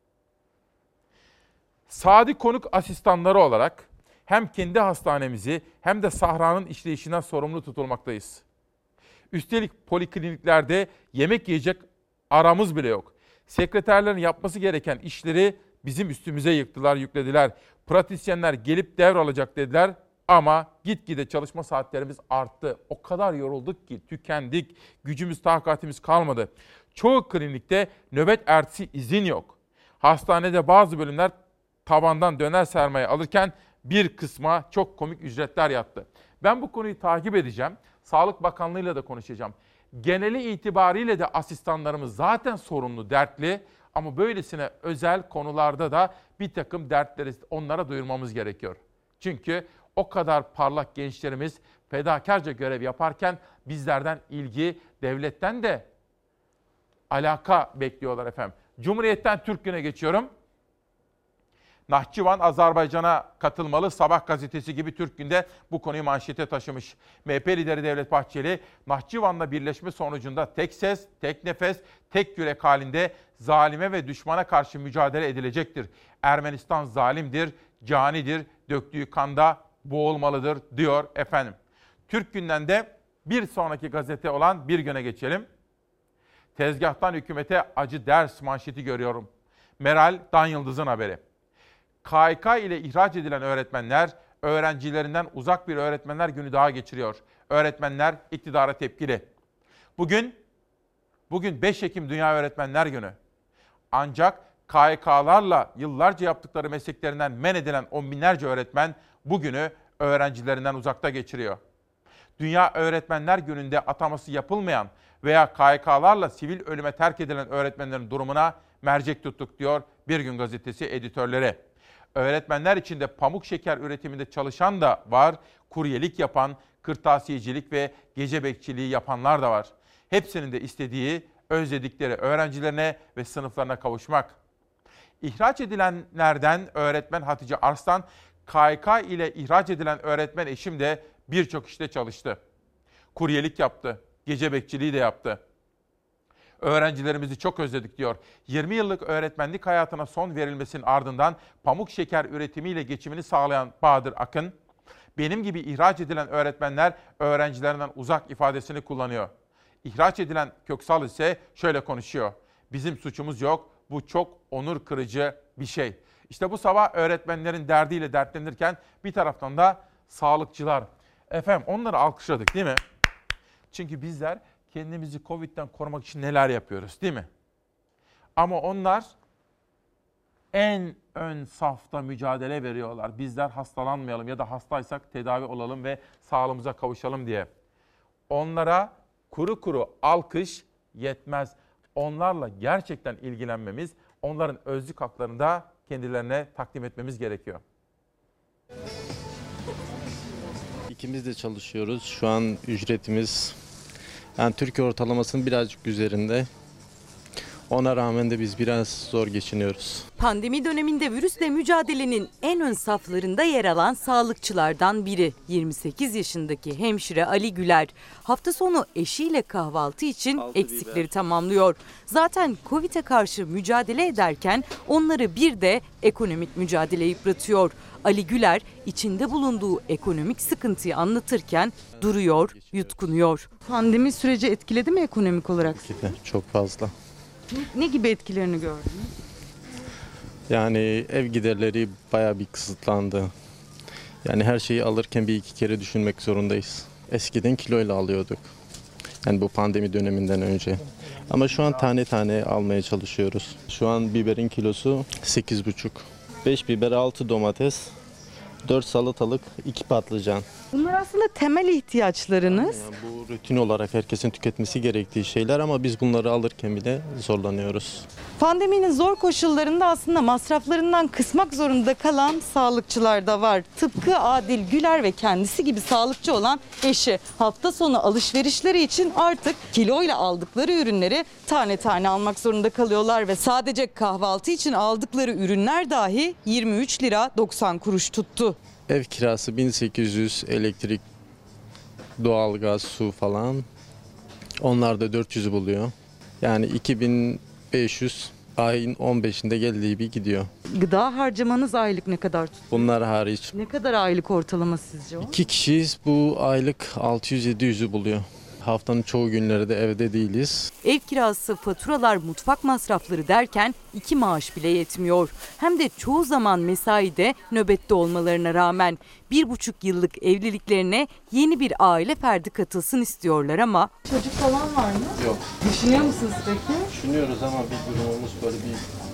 Sadi Konuk asistanları olarak hem kendi hastanemizi hem de Sahra'nın işleyişinden sorumlu tutulmaktayız. Üstelik polikliniklerde yemek yiyecek aramız bile yok. Sekreterlerin yapması gereken işleri bizim üstümüze yıktılar, yüklediler. Pratisyenler gelip devralacak dediler ama gitgide çalışma saatlerimiz arttı. O kadar yorulduk ki tükendik, gücümüz, takatimiz kalmadı. Çoğu klinikte nöbet ertesi izin yok. Hastanede bazı bölümler tavandan döner sermaye alırken bir kısma çok komik ücretler yattı. Ben bu konuyu takip edeceğim. Sağlık Bakanlığı'yla da konuşacağım. Geneli itibariyle de asistanlarımız zaten sorunlu, dertli ama böylesine özel konularda da bir takım dertleri onlara duyurmamız gerekiyor. Çünkü o kadar parlak gençlerimiz fedakarca görev yaparken bizlerden ilgi, devletten de alaka bekliyorlar efendim. Cumhuriyet'ten Türk Günü'ne geçiyorum. Nahçıvan Azerbaycan'a katılmalı. Sabah gazetesi gibi Türk Günü'nde bu konuyu manşete taşımış. M H P lideri Devlet Bahçeli, Nahçıvan'la birleşme sonucunda tek ses, tek nefes, tek yürek halinde zalime ve düşmana karşı mücadele edilecektir. Ermenistan zalimdir, canidir, döktüğü kanda boğulmalıdır diyor efendim. Türk Günü'nden de bir sonraki gazete olan Bir Gün'e geçelim. Tezgahtan hükümete acı ders manşeti görüyorum. Meral Danyıldız'ın haberi. K Y K ile ihraç edilen öğretmenler, öğrencilerinden uzak bir öğretmenler günü daha geçiriyor. Öğretmenler iktidara tepkili. Bugün, bugün beş Ekim Dünya Öğretmenler Günü. Ancak K Y K'larla yıllarca yaptıkları mesleklerinden men edilen on binlerce öğretmen bugünü öğrencilerinden uzakta geçiriyor. Dünya Öğretmenler Günü'nde ataması yapılmayan veya K Y K'larla sivil ölüme terk edilen öğretmenlerin durumuna mercek tuttuk diyor Bir Gün gazetesi editörleri. Öğretmenler içinde pamuk şeker üretiminde çalışan da var, kuryelik yapan, kırtasiyecilik ve gece bekçiliği yapanlar da var. Hepsinin de istediği, özledikleri öğrencilerine ve sınıflarına kavuşmak. İhraç edilenlerden öğretmen Hatice Arslan, K Y K ile ihraç edilen öğretmen eşim de birçok işte çalıştı. Kuryelik yaptı, gece bekçiliği de yaptı. Öğrencilerimizi çok özledik diyor. yirmi yıllık öğretmenlik hayatına son verilmesinin ardından pamuk şeker üretimiyle geçimini sağlayan Bahadır Akın, benim gibi ihraç edilen öğretmenler öğrencilerinden uzak ifadesini kullanıyor. İhraç edilen Köksal ise şöyle konuşuyor. Bizim suçumuz yok, bu çok onur kırıcı bir şey. İşte bu sabah öğretmenlerin derdiyle dertlenirken bir taraftan da sağlıkçılar. Efendim onları alkışladık değil mi? Çünkü bizler kendimizi Covid'den korumak için neler yapıyoruz değil mi? Ama onlar en ön safta mücadele veriyorlar. Bizler hastalanmayalım ya da hastaysak tedavi olalım ve sağlığımıza kavuşalım diye. Onlara kuru kuru alkış yetmez. Onlarla gerçekten ilgilenmemiz, onların özlük haklarını da kendilerine takdim etmemiz gerekiyor. İkimiz de çalışıyoruz. Şu an ücretimiz yani Türkiye ortalamasının birazcık üzerinde. Ona rağmen de biz biraz zor geçiniyoruz. Pandemi döneminde virüsle mücadelenin en ön saflarında yer alan sağlıkçılardan biri. yirmi sekiz yaşındaki hemşire Ali Güler. Hafta sonu eşiyle kahvaltı için Altı eksikleri biber. tamamlıyor. Zaten Covid'e karşı mücadele ederken onları bir de ekonomik mücadele yıpratıyor. Ali Güler içinde bulunduğu ekonomik sıkıntıyı anlatırken duruyor, yutkunuyor. Pandemi süreci etkiledi mi ekonomik olarak? Çok fazla. Ne gibi etkilerini gördünüz? Yani ev giderleri bayağı bir kısıtlandı. Yani her şeyi alırken bir iki kere düşünmek zorundayız. Eskiden kiloyla alıyorduk. Yani bu pandemi döneminden önce. Ama şu an tane tane almaya çalışıyoruz. Şu an biberin kilosu sekiz buçuk. beş biber, altı domates, dört salatalık, iki patlıcan. Bunlar aslında temel ihtiyaçlarınız. Yani bu rutin olarak herkesin tüketmesi gerektiği şeyler ama biz bunları alırken bile zorlanıyoruz. Pandeminin zor koşullarında aslında masraflarından kısmak zorunda kalan sağlıkçılar da var. Tıpkı Adil Güler ve kendisi gibi sağlıkçı olan eşi. Hafta sonu alışverişleri için artık kiloyla aldıkları ürünleri tane tane almak zorunda kalıyorlar ve sadece kahvaltı için aldıkları ürünler dahi yirmi üç lira doksan kuruş tuttu. Ev kirası bin sekiz yüz, elektrik, doğalgaz, su falan. Onlar da dört yüzü buluyor. Yani iki bin beş yüz ayın on beşinde geldiği gibi gidiyor. Gıda harcamanız aylık ne kadar tutuyor? Bunlar hariç. Ne kadar aylık ortalama sizce o? İki kişiyiz, bu aylık altı yüz yedi yüzü buluyor. Haftanın çoğu günleri de evde değiliz. Ev kirası, faturalar, mutfak masrafları derken iki maaş bile yetmiyor. Hem de çoğu zaman mesaide, nöbette olmalarına rağmen bir buçuk yıllık evliliklerine yeni bir aile ferdi katılsın istiyorlar ama... Çocuk falan var mı? Yok. Düşünüyor musunuz peki? Düşünüyoruz ama bir durumumuz böyle bir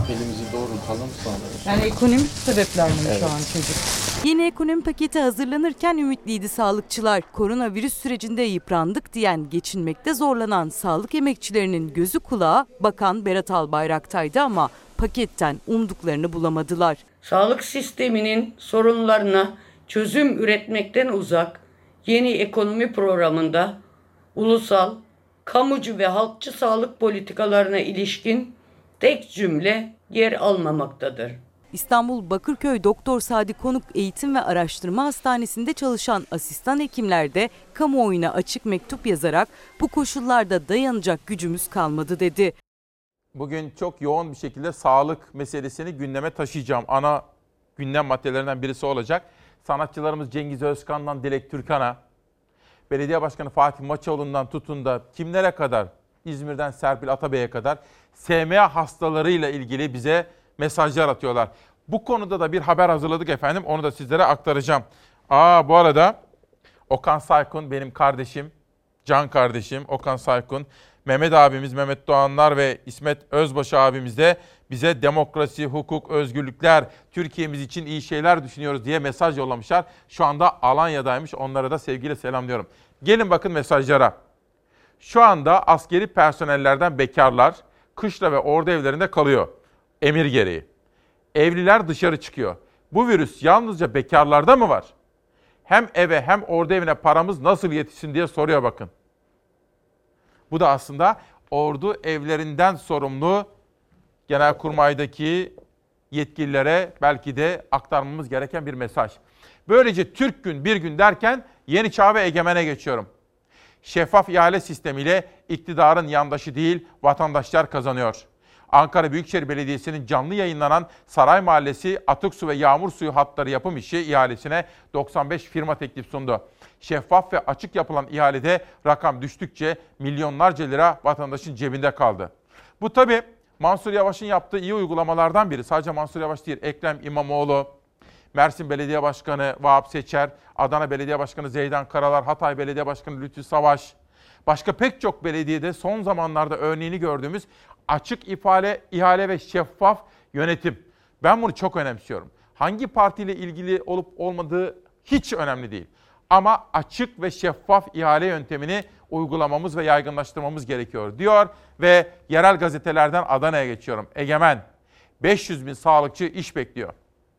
Elimizi doğrultalım sonra. Yani ekonomik sebepler mi evet. Şu an çocuk? Yeni ekonomi paketi hazırlanırken ümitliydi sağlıkçılar. Koronavirüs sürecinde yıprandık diyen, geçinmekte zorlanan sağlık emekçilerinin gözü kulağı Bakan Berat Albayrak'taydı ama paketten umduklarını bulamadılar. Sağlık sisteminin sorunlarına çözüm üretmekten uzak yeni ekonomi programında ulusal, kamucu ve halkçı sağlık politikalarına ilişkin tek cümle yer almamaktadır. İstanbul Bakırköy Doktor Sadi Konuk Eğitim ve Araştırma Hastanesi'nde çalışan asistan hekimler de kamuoyuna açık mektup yazarak bu koşullarda dayanacak gücümüz kalmadı dedi. Bugün çok yoğun bir şekilde sağlık meselesini gündeme taşıyacağım. Ana gündem maddelerinden birisi olacak. Sanatçılarımız Cengiz Özkan'dan Dilek Türkan'a, Belediye Başkanı Fatih Maçoğlu'ndan tutun da kimlere kadar, İzmir'den Serpil Atabey'e kadar S M A hastalarıyla ilgili bize mesajlar atıyorlar. Bu konuda da bir haber hazırladık efendim. Onu da sizlere aktaracağım. Aa bu arada Okan Saykun benim kardeşim, can kardeşim Okan Saykun. Mehmet abimiz, Mehmet Doğanlar ve İsmet Özbaşı abimiz de bize demokrasi, hukuk, özgürlükler, Türkiye'miz için iyi şeyler düşünüyoruz diye mesaj yollamışlar. Şu anda Alanya'daymış. Onlara da sevgiyle selamlıyorum. Gelin bakın mesajlara. Şu anda askeri personellerden bekarlar kışla ve ordu evlerinde kalıyor. Emir gereği. Evliler dışarı çıkıyor. Bu virüs yalnızca bekarlarda mı var? Hem eve hem ordu evine paramız nasıl yetişsin diye soruyor bakın. Bu da aslında ordu evlerinden sorumlu Genelkurmay'daki yetkililere belki de aktarmamız gereken bir mesaj. Böylece Türk gün bir gün derken Yeni Çağ ve Egemen'e geçiyorum. Şeffaf ihale sistemiyle iktidarın yandaşı değil vatandaşlar kazanıyor. Ankara Büyükşehir Belediyesi'nin canlı yayınlanan Saray Mahallesi atık su ve yağmur suyu hatları yapım işi ihalesine doksan beş firma teklif sundu. Şeffaf ve açık yapılan ihalede rakam düştükçe milyonlarca lira vatandaşın cebinde kaldı. Bu tabii Mansur Yavaş'ın yaptığı iyi uygulamalardan biri. Sadece Mansur Yavaş değil, Ekrem İmamoğlu, Mersin Belediye Başkanı Vahap Seçer, Adana Belediye Başkanı Zeydan Karalar, Hatay Belediye Başkanı Lütfü Savaş, başka pek çok belediyede son zamanlarda örneğini gördüğümüz açık ihale, ihale ve şeffaf yönetim. Ben bunu çok önemsiyorum. Hangi partiyle ilgili olup olmadığı hiç önemli değil. Ama açık ve şeffaf ihale yöntemini uygulamamız ve yaygınlaştırmamız gerekiyor diyor ve yerel gazetelerden Adana'ya geçiyorum. Egemen, beş yüz bin sağlıkçı iş bekliyor.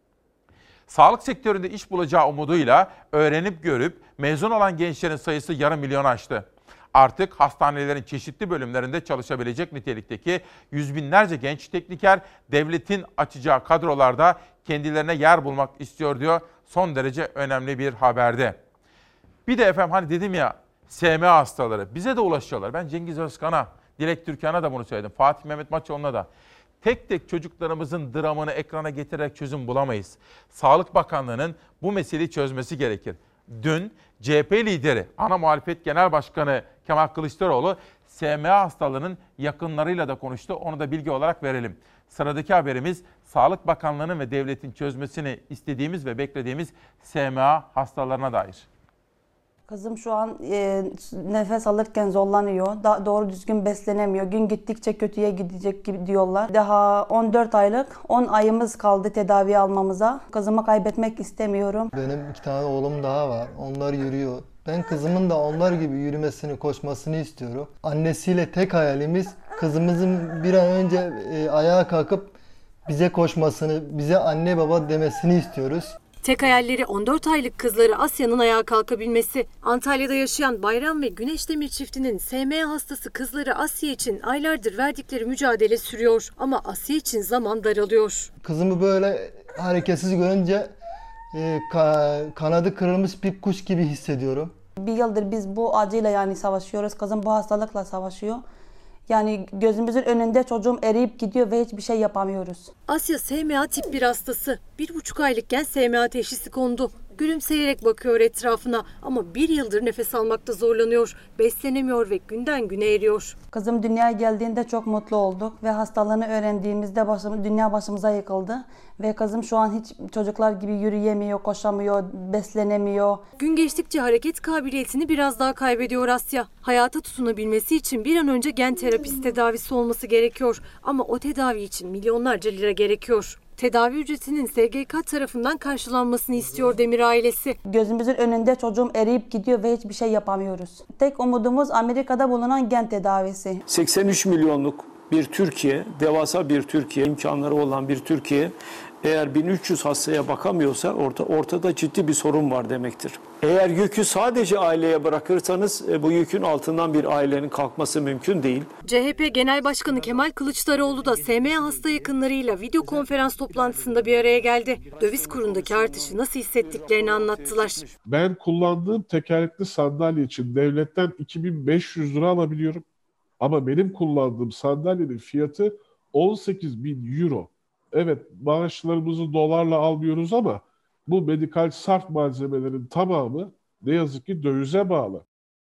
Sağlık sektöründe iş bulacağı umuduyla öğrenip görüp mezun olan gençlerin sayısı yarım milyonu aştı. Artık hastanelerin çeşitli bölümlerinde çalışabilecek nitelikteki yüz binlerce genç tekniker devletin açacağı kadrolarda kendilerine yer bulmak istiyor diyor. Son derece önemli bir haberde. Bir de efendim hani dedim ya S M A hastaları bize de ulaşıyorlar. Ben Cengiz Özkan'a, Dilek Türkan'a da bunu söyledim. Fatih Mehmet Maçoğlu'na da. Tek tek çocuklarımızın dramını ekrana getirerek çözüm bulamayız. Sağlık Bakanlığı'nın bu meseleyi çözmesi gerekir. Dün C H P lideri, ana muhalefet genel başkanı Kemal Kılıçdaroğlu S M A hastalığının yakınlarıyla da konuştu. Onu da bilgi olarak verelim. Sıradaki haberimiz Sağlık Bakanlığı'nın ve devletin çözmesini istediğimiz ve beklediğimiz S M A hastalarına dair. Kızım şu an e, nefes alırken zorlanıyor. Da, doğru düzgün beslenemiyor. Gün gittikçe kötüye gidecek gibi diyorlar. Daha on dört aylık, on ayımız kaldı tedavi almamıza. Kızımı kaybetmek istemiyorum. Benim iki tane oğlum daha var. Onlar yürüyor. Ben kızımın da onlar gibi yürümesini, koşmasını istiyorum. Annesiyle tek hayalimiz kızımızın bir an önce e, ayağa kalkıp bize koşmasını, bize anne baba demesini istiyoruz. Tek hayalleri on dört aylık kızları Asya'nın ayağa kalkabilmesi. Antalya'da yaşayan Bayram ve Güneş Demir çiftinin S M A hastası kızları Asya için aylardır verdikleri mücadele sürüyor. Ama Asya için zaman daralıyor. Kızımı böyle hareketsiz görünce e, ka- kanadı kırılmış bir kuş gibi hissediyorum. Bir yıldır biz bu acıyla yani savaşıyoruz. Kızım bu hastalıkla savaşıyor. Yani gözümüzün önünde çocuğum eriyip gidiyor ve hiçbir şey yapamıyoruz. Asya S M A tip bir hastası. Bir buçuk aylıkken S M A teşhisi kondu. Gülümseyerek bakıyor etrafına ama bir yıldır nefes almakta zorlanıyor, beslenemiyor ve günden güne eriyor. Kızım dünyaya geldiğinde çok mutlu olduk ve hastalığını öğrendiğimizde başım, dünya başımıza yıkıldı. Ve kızım şu an hiç çocuklar gibi yürüyemiyor, koşamıyor, beslenemiyor. Gün geçtikçe hareket kabiliyetini biraz daha kaybediyor Asya. Hayata tutunabilmesi için bir an önce gen terapisi tedavisi olması gerekiyor. Ama o tedavi için milyonlarca lira gerekiyor. Tedavi ücretinin S G K tarafından karşılanmasını istiyor Demir ailesi. Gözümüzün önünde çocuğum eriyip gidiyor ve hiçbir şey yapamıyoruz. Tek umudumuz Amerika'da bulunan gen tedavisi. seksen üç milyonluk bir Türkiye, devasa bir Türkiye, imkanları olan bir Türkiye eğer bin üç yüz hastaya bakamıyorsa orta, ortada ciddi bir sorun var demektir. Eğer yükü sadece aileye bırakırsanız bu yükün altından bir ailenin kalkması mümkün değil. C H P Genel Başkanı Kemal Kılıçdaroğlu da S M A hasta yakınlarıyla video konferans toplantısında bir araya geldi. Döviz kurundaki artışı nasıl hissettiklerini anlattılar. Ben kullandığım tekerlekli sandalye için devletten iki bin beş yüz lira alabiliyorum. Ama benim kullandığım sandalyenin fiyatı on sekiz bin euro. Evet, maaşlarımızı dolarla almıyoruz ama bu medikal sarf malzemelerin tamamı ne yazık ki dövize bağlı.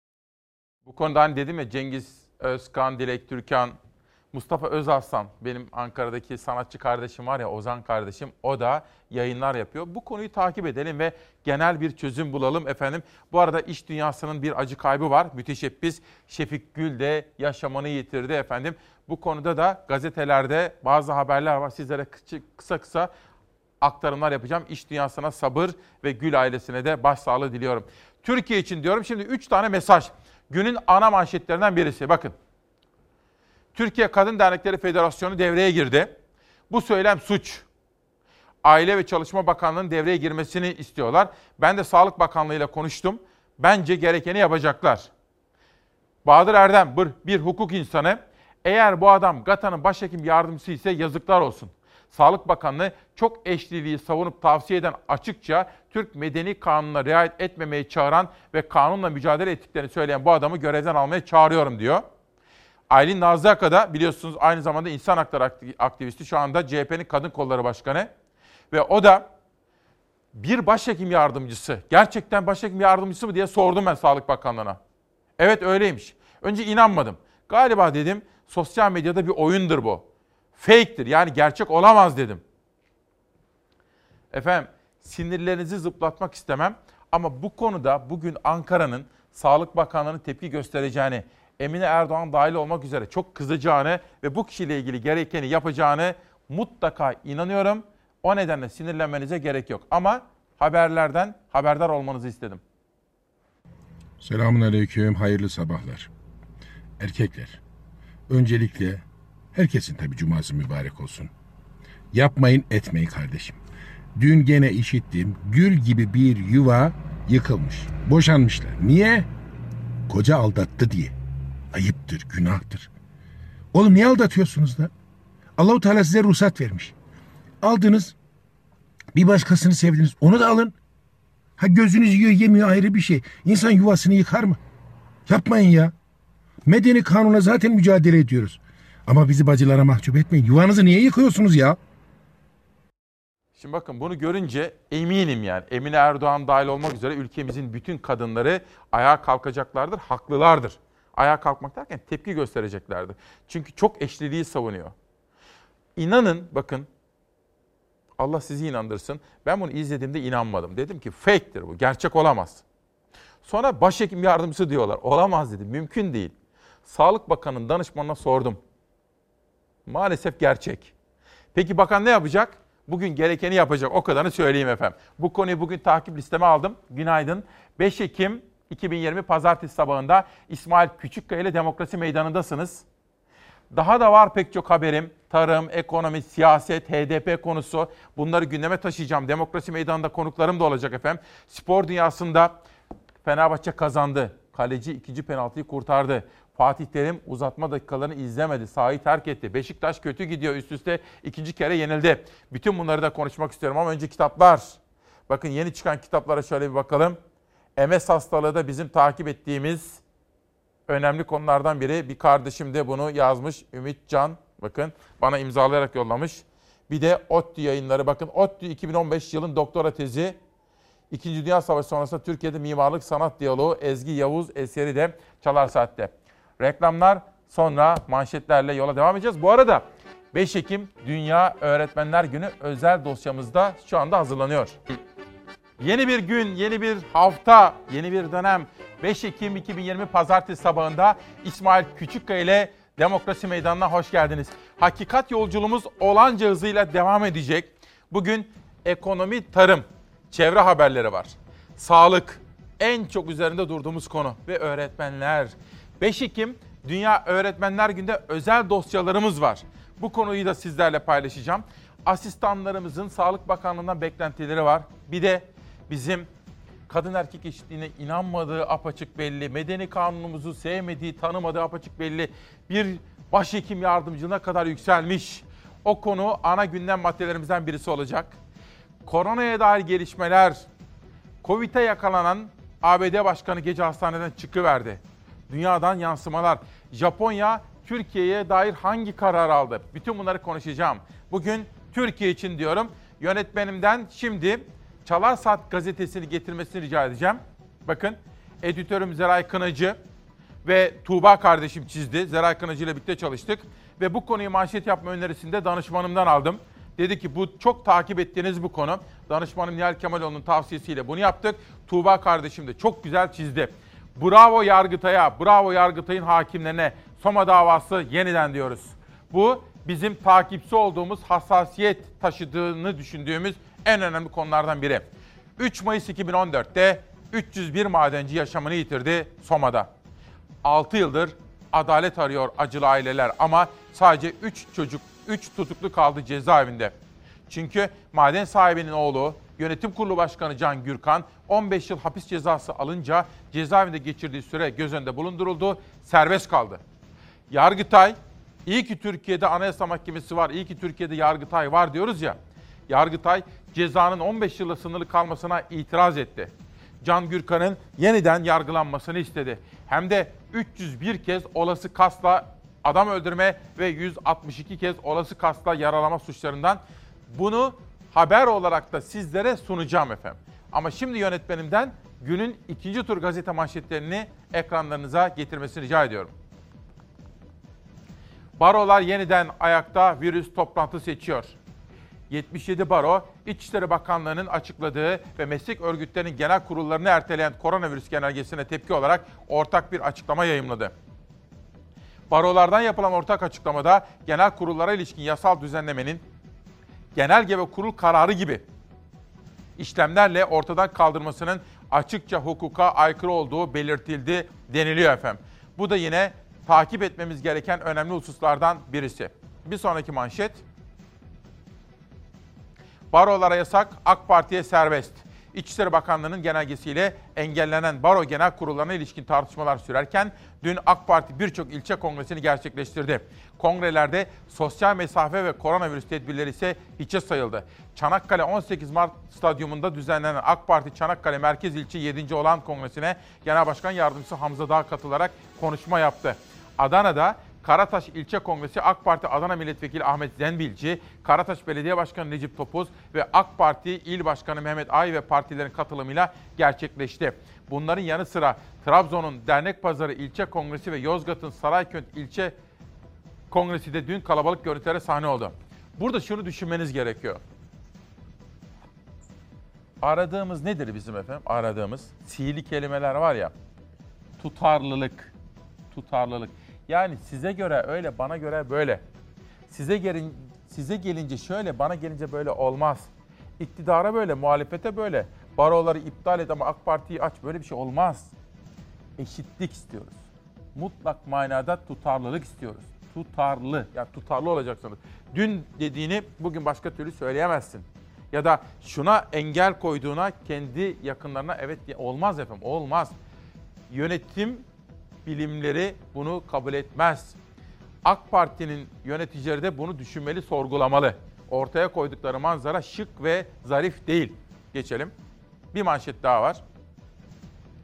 Bu konuda hani dedim ya, Cengiz Özkan, Dilek Türkan, Mustafa Özaslan, benim Ankara'daki sanatçı kardeşim var ya, Ozan kardeşim, o da yayınlar yapıyor. Bu konuyu takip edelim ve genel bir çözüm bulalım efendim. Bu arada iş dünyasının bir acı kaybı var. Müteşebbis Şefik Gül de yaşamını yitirdi efendim. Bu konuda da gazetelerde bazı haberler var. Sizlere kısa kısa aktarımlar yapacağım. İş dünyasına sabır ve Gül ailesine de başsağlığı diliyorum. Türkiye için diyorum. Şimdi üç tane mesaj. Günün ana manşetlerinden birisi. Bakın. Türkiye Kadın Dernekleri Federasyonu devreye girdi. Bu söylem suç. Aile ve Çalışma Bakanlığı'nın devreye girmesini istiyorlar. Ben de Sağlık Bakanlığı ile konuştum. Bence gerekeni yapacaklar. Bahadır Erdem bir, bir hukuk insanı. Eğer bu adam GATA'nın başhekim yardımcısı ise yazıklar olsun. Sağlık Bakanlığı çok eşliliği savunup tavsiye eden, açıkça Türk Medeni Kanunu'na riayet etmemeye çağıran ve kanunla mücadele ettiklerini söyleyen bu adamı görevden almaya çağırıyorum diyor. Aylin Nazlı Aka da biliyorsunuz aynı zamanda insan hakları aktivisti, şu anda C H P'nin Kadın Kolları Başkanı. Ve o da bir başhekim yardımcısı, gerçekten başhekim yardımcısı mı diye sordum ben Sağlık Bakanlığı'na. Evet öyleymiş. Önce inanmadım. Galiba dedim sosyal medyada bir oyundur bu. Fake'tir, yani gerçek olamaz dedim. Efendim sinirlerinizi zıplatmak istemem ama bu konuda bugün Ankara'nın Sağlık Bakanlığı'nın tepki göstereceğini, Emine Erdoğan dahil olmak üzere çok kızacağını ve bu kişiyle ilgili gerekeni yapacağını mutlaka inanıyorum. O nedenle sinirlenmenize gerek yok. Ama haberlerden haberdar olmanızı istedim. Selamünaleyküm, hayırlı sabahlar. Erkekler, öncelikle herkesin tabii cuması mübarek olsun. Yapmayın etmeyin kardeşim. Dün gene işittim, gül gibi bir yuva yıkılmış. Boşanmışlar. Niye? Koca aldattı diye. Ayıptır, günahtır. Oğlum niye aldatıyorsunuz da? Allah-u Teala size ruhsat vermiş. Aldınız, bir başkasını sevdiniz, onu da alın. Ha gözünüz yiyor yemiyor ayrı bir şey. İnsan yuvasını yıkar mı? Yapmayın ya. Medeni kanuna zaten mücadele ediyoruz. Ama bizi bacılara mahcup etmeyin. Yuvanızı niye yıkıyorsunuz ya? Şimdi bakın bunu görünce eminim yani Emine Erdoğan dahil olmak üzere ülkemizin bütün kadınları ayağa kalkacaklardır, haklılardır. Ayağa kalkmak derken tepki göstereceklerdir. Çünkü çok eşliliği savunuyor. İnanın bakın, Allah sizi inandırsın. Ben bunu izlediğimde inanmadım. Dedim ki fake'tir bu, gerçek olamaz. Sonra başhekim yardımcısı diyorlar. Olamaz dedim, mümkün değil. Sağlık Bakanı'nın danışmanına sordum. Maalesef gerçek. Peki bakan ne yapacak? Bugün gerekeni yapacak, o kadarını söyleyeyim efendim. Bu konuyu bugün takip listeme aldım. Günaydın. beş Ekim iki bin yirmi Pazartesi sabahında İsmail Küçükkaya ile Demokrasi Meydanı'ndasınız. Daha da var pek çok haberim. Tarım, ekonomi, siyaset, H D P konusu. Bunları gündeme taşıyacağım. Demokrasi Meydanı'nda konuklarım da olacak efendim. Spor dünyasında Fenerbahçe kazandı. Kaleci ikinci penaltıyı kurtardı. Fatih Terim uzatma dakikalarını izlemedi. Sahayı terk etti. Beşiktaş kötü gidiyor. Üst üste ikinci kere yenildi. Bütün bunları da konuşmak istiyorum ama önce kitaplar. Bakın yeni çıkan kitaplara şöyle bir bakalım. M S hastalığı da bizim takip ettiğimiz önemli konulardan biri. Bir kardeşim de bunu yazmış. Ümit Can. Bakın bana imzalayarak yollamış. Bir de ODTÜ yayınları. Bakın ODTÜ iki bin on beş yılın doktora tezi. İkinci Dünya Savaşı sonrasında Türkiye'de mimarlık sanat diyaloğu Ezgi Yavuz eseri de Çalar Saat'te. Reklamlar, sonra manşetlerle yola devam edeceğiz. Bu arada beş Ekim Dünya Öğretmenler Günü özel dosyamızda şu anda hazırlanıyor. Yeni bir gün, yeni bir hafta, yeni bir dönem. beş Ekim iki bin yirmi Pazartesi sabahında İsmail Küçükkaya ile Demokrasi Meydanı'na hoş geldiniz. Hakikat yolculuğumuz olanca hızıyla devam edecek. Bugün ekonomi, tarım, çevre haberleri var. Sağlık, en çok üzerinde durduğumuz konu ve öğretmenler. beş Ekim Dünya Öğretmenler Günü'nde özel dosyalarımız var. Bu konuyu da sizlerle paylaşacağım. Asistanlarımızın Sağlık Bakanlığı'ndan beklentileri var. Bir de bizim kadın erkek eşitliğine inanmadığı apaçık belli, medeni kanunumuzu sevmediği, tanımadığı apaçık belli, bir başhekim yardımcılığına kadar yükselmiş. O konu ana gündem maddelerimizden birisi olacak. Koronaya dair gelişmeler, Covid'e yakalanan A B D Başkanı gece hastaneden çıkıverdi. Dünyadan yansımalar, Japonya Türkiye'ye dair hangi karar aldı? Bütün bunları konuşacağım. Bugün Türkiye için diyorum. Yönetmenimden şimdi Çalar Saat gazetesini getirmesini rica edeceğim. Bakın, editörüm Zeray Kınacı ve Tuğba kardeşim çizdi. Zeray Kınacı ile birlikte çalıştık. Ve bu konuyu manşet yapma önerisini de danışmanımdan aldım. Dedi ki bu çok takip ettiğiniz bu konu. Danışmanım Nihal Kemaloğlu'nun tavsiyesiyle bunu yaptık. Tuğba kardeşim de çok güzel çizdi. Bravo Yargıtay'a, bravo Yargıtay'ın hakimlerine. Soma davası yeniden diyoruz. Bu bizim takipçi olduğumuz, hassasiyet taşıdığını düşündüğümüz en önemli konulardan biri. üç Mayıs iki bin on dört'te üç yüz bir madenci yaşamını yitirdi Soma'da. altı yıldır adalet arıyor acılı aileler ama sadece üç çocuk, üç tutuklu kaldı cezaevinde. Çünkü maden sahibinin oğlu, Yönetim Kurulu Başkanı Can Gürkan on beş yıl hapis cezası alınca cezaevinde geçirdiği süre göz önünde bulunduruldu, serbest kaldı. Yargıtay, iyi ki Türkiye'de Anayasa Mahkemesi var, iyi ki Türkiye'de Yargıtay var diyoruz ya. Yargıtay cezanın on beş yıla sınırlı kalmasına itiraz etti. Can Gürkan'ın yeniden yargılanmasını istedi. Hem de üç yüz bir kez olası kasla adam öldürme ve yüz altmış iki kez olası kasla yaralama suçlarından. Bunu haber olarak da sizlere sunacağım efendim. Ama şimdi yönetmenimden günün ikinci tur gazete manşetlerini ekranlarınıza getirmesini rica ediyorum. Barolar yeniden ayakta, virüs toplantı seçiyor. yetmiş yedi baro, İçişleri Bakanlığı'nın açıkladığı ve meslek örgütlerinin genel kurullarını erteleyen koronavirüs genelgesine tepki olarak ortak bir açıklama yayımladı. Barolardan yapılan ortak açıklamada genel kurullara ilişkin yasal düzenlemenin genelge ve kurul kararı gibi işlemlerle ortadan kaldırmasının açıkça hukuka aykırı olduğu belirtildi deniliyor efendim. Bu da yine takip etmemiz gereken önemli hususlardan birisi. Bir sonraki manşet. Barolara yasak, AK Parti'ye serbest. İçişleri Bakanlığı'nın genelgesiyle engellenen baro genel kurullarına ilişkin tartışmalar sürerken dün AK Parti birçok ilçe kongresini gerçekleştirdi. Kongrelerde sosyal mesafe ve koronavirüs tedbirleri ise hiçe sayıldı. Çanakkale on sekiz Mart Stadyumunda düzenlenen AK Parti Çanakkale Merkez İlçe yedinci Olağan Kongresi'ne Genel Başkan Yardımcısı Hamza Dağ katılarak konuşma yaptı. Adana'da Karataş İlçe Kongresi AK Parti Adana Milletvekili Ahmet Zenbilci, Karataş Belediye Başkanı Necip Topuz ve AK Parti İl Başkanı Mehmet Ay ve partilerin katılımıyla gerçekleşti. Bunların yanı sıra Trabzon'un Dernekpazarı İlçe Kongresi ve Yozgat'ın Sarayköy İlçe Kongresi de dün kalabalık görüntülere sahne oldu. Burada şunu düşünmeniz gerekiyor. Aradığımız nedir bizim efendim? Aradığımız sihirli kelimeler var ya. Tutarlılık. Tutarlılık. Yani size göre öyle, bana göre böyle. Size gelin, size gelince şöyle, bana gelince böyle olmaz. İktidara böyle, muhalefete böyle. Baroları iptal et ama AK Parti'yi aç. Böyle bir şey olmaz. Eşitlik istiyoruz. Mutlak manada tutarlılık istiyoruz. Tutarlı. Yani tutarlı olacaksınız. Dün dediğini bugün başka türlü söyleyemezsin. Ya da şuna engel koyduğuna kendi yakınlarına evet diye olmaz efendim. Olmaz. Yönetim bilimleri bunu kabul etmez. AK Parti'nin yöneticileri de bunu düşünmeli, sorgulamalı. Ortaya koydukları manzara şık ve zarif değil. Geçelim. Bir manşet daha var.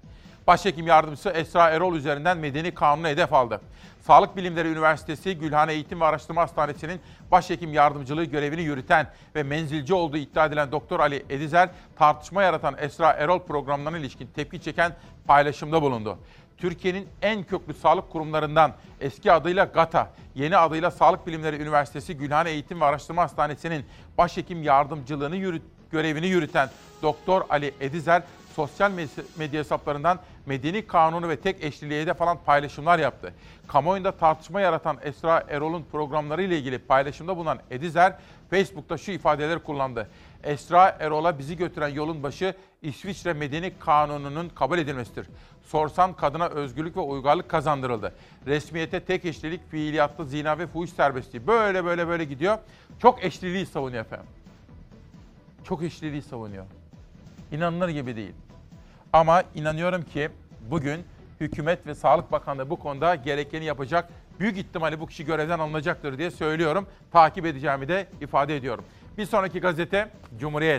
Başhekim Yardımcısı Esra Erol üzerinden medeni kanunu hedef aldı. Sağlık Bilimleri Üniversitesi Gülhane Eğitim ve Araştırma Hastanesi'nin başhekim yardımcılığı görevini yürüten ve menzilci olduğu iddia edilen Doktor Ali Edizer, tartışma yaratan Esra Erol programlarına ilişkin tepki çeken paylaşımda bulundu. Türkiye'nin en köklü sağlık kurumlarından eski adıyla GATA, yeni adıyla Sağlık Bilimleri Üniversitesi Gülhane Eğitim ve Araştırma Hastanesi'nin başhekim yardımcılığını yürüt, görevini yürüten Doktor Ali Edizer, sosyal medya hesaplarından medeni kanunu ve tek eşliliğe hedef alan paylaşımlar yaptı. Kamuoyunda tartışma yaratan Esra Erol'un programları ile ilgili paylaşımda bulunan Edizer, Facebook'ta şu ifadeleri kullandı. Esra Erol'a bizi götüren yolun başı İsviçre Medeni Kanunu'nun kabul edilmesidir. Sorsan kadına özgürlük ve uygarlık kazandırıldı. Resmiyete tek eşlilik, fiiliyatta zina ve fuhuş serbestliği. Böyle böyle böyle gidiyor. Çok eşliliği savunuyor efendim. Çok eşliliği savunuyor. İnanılır gibi değil. Ama inanıyorum ki bugün hükümet ve Sağlık Bakanlığı bu konuda gerekeni yapacak. Büyük ihtimalle bu kişi görevden alınacaktır diye söylüyorum. Takip edeceğimi de ifade ediyorum. Bir sonraki gazete Cumhuriyet.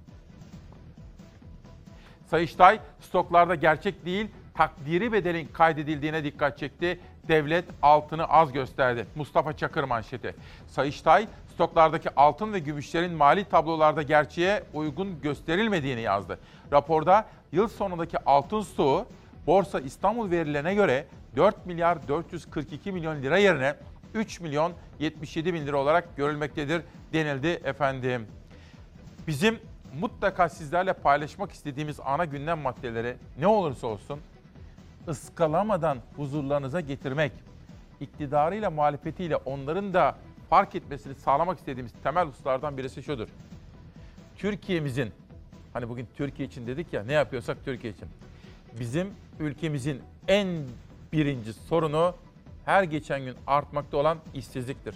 Sayıştay stoklarda gerçek değil, takdiri bedelin kaydedildiğine dikkat çekti. Devlet altını az gösterdi. Mustafa Çakır manşeti. Sayıştay stoklardaki altın ve gümüşlerin mali tablolarda gerçeğe uygun gösterilmediğini yazdı. Raporda yıl sonundaki altın stoğu Borsa İstanbul verilerine göre dört milyar dört yüz kırk iki milyon lira yerine üç milyon yetmiş yedi bin lira olarak görülmektedir denildi efendim. Bizim mutlaka sizlerle paylaşmak istediğimiz ana gündem maddeleri ne olursa olsun ıskalamadan huzurlarınıza getirmek, iktidarıyla muhalefetiyle onların da fark etmesini sağlamak istediğimiz temel hususlardan birisi şudur. Türkiye'mizin, hani bugün Türkiye için dedik ya, ne yapıyorsak Türkiye için. Bizim ülkemizin en birinci sorunu her geçen gün artmakta olan işsizliktir.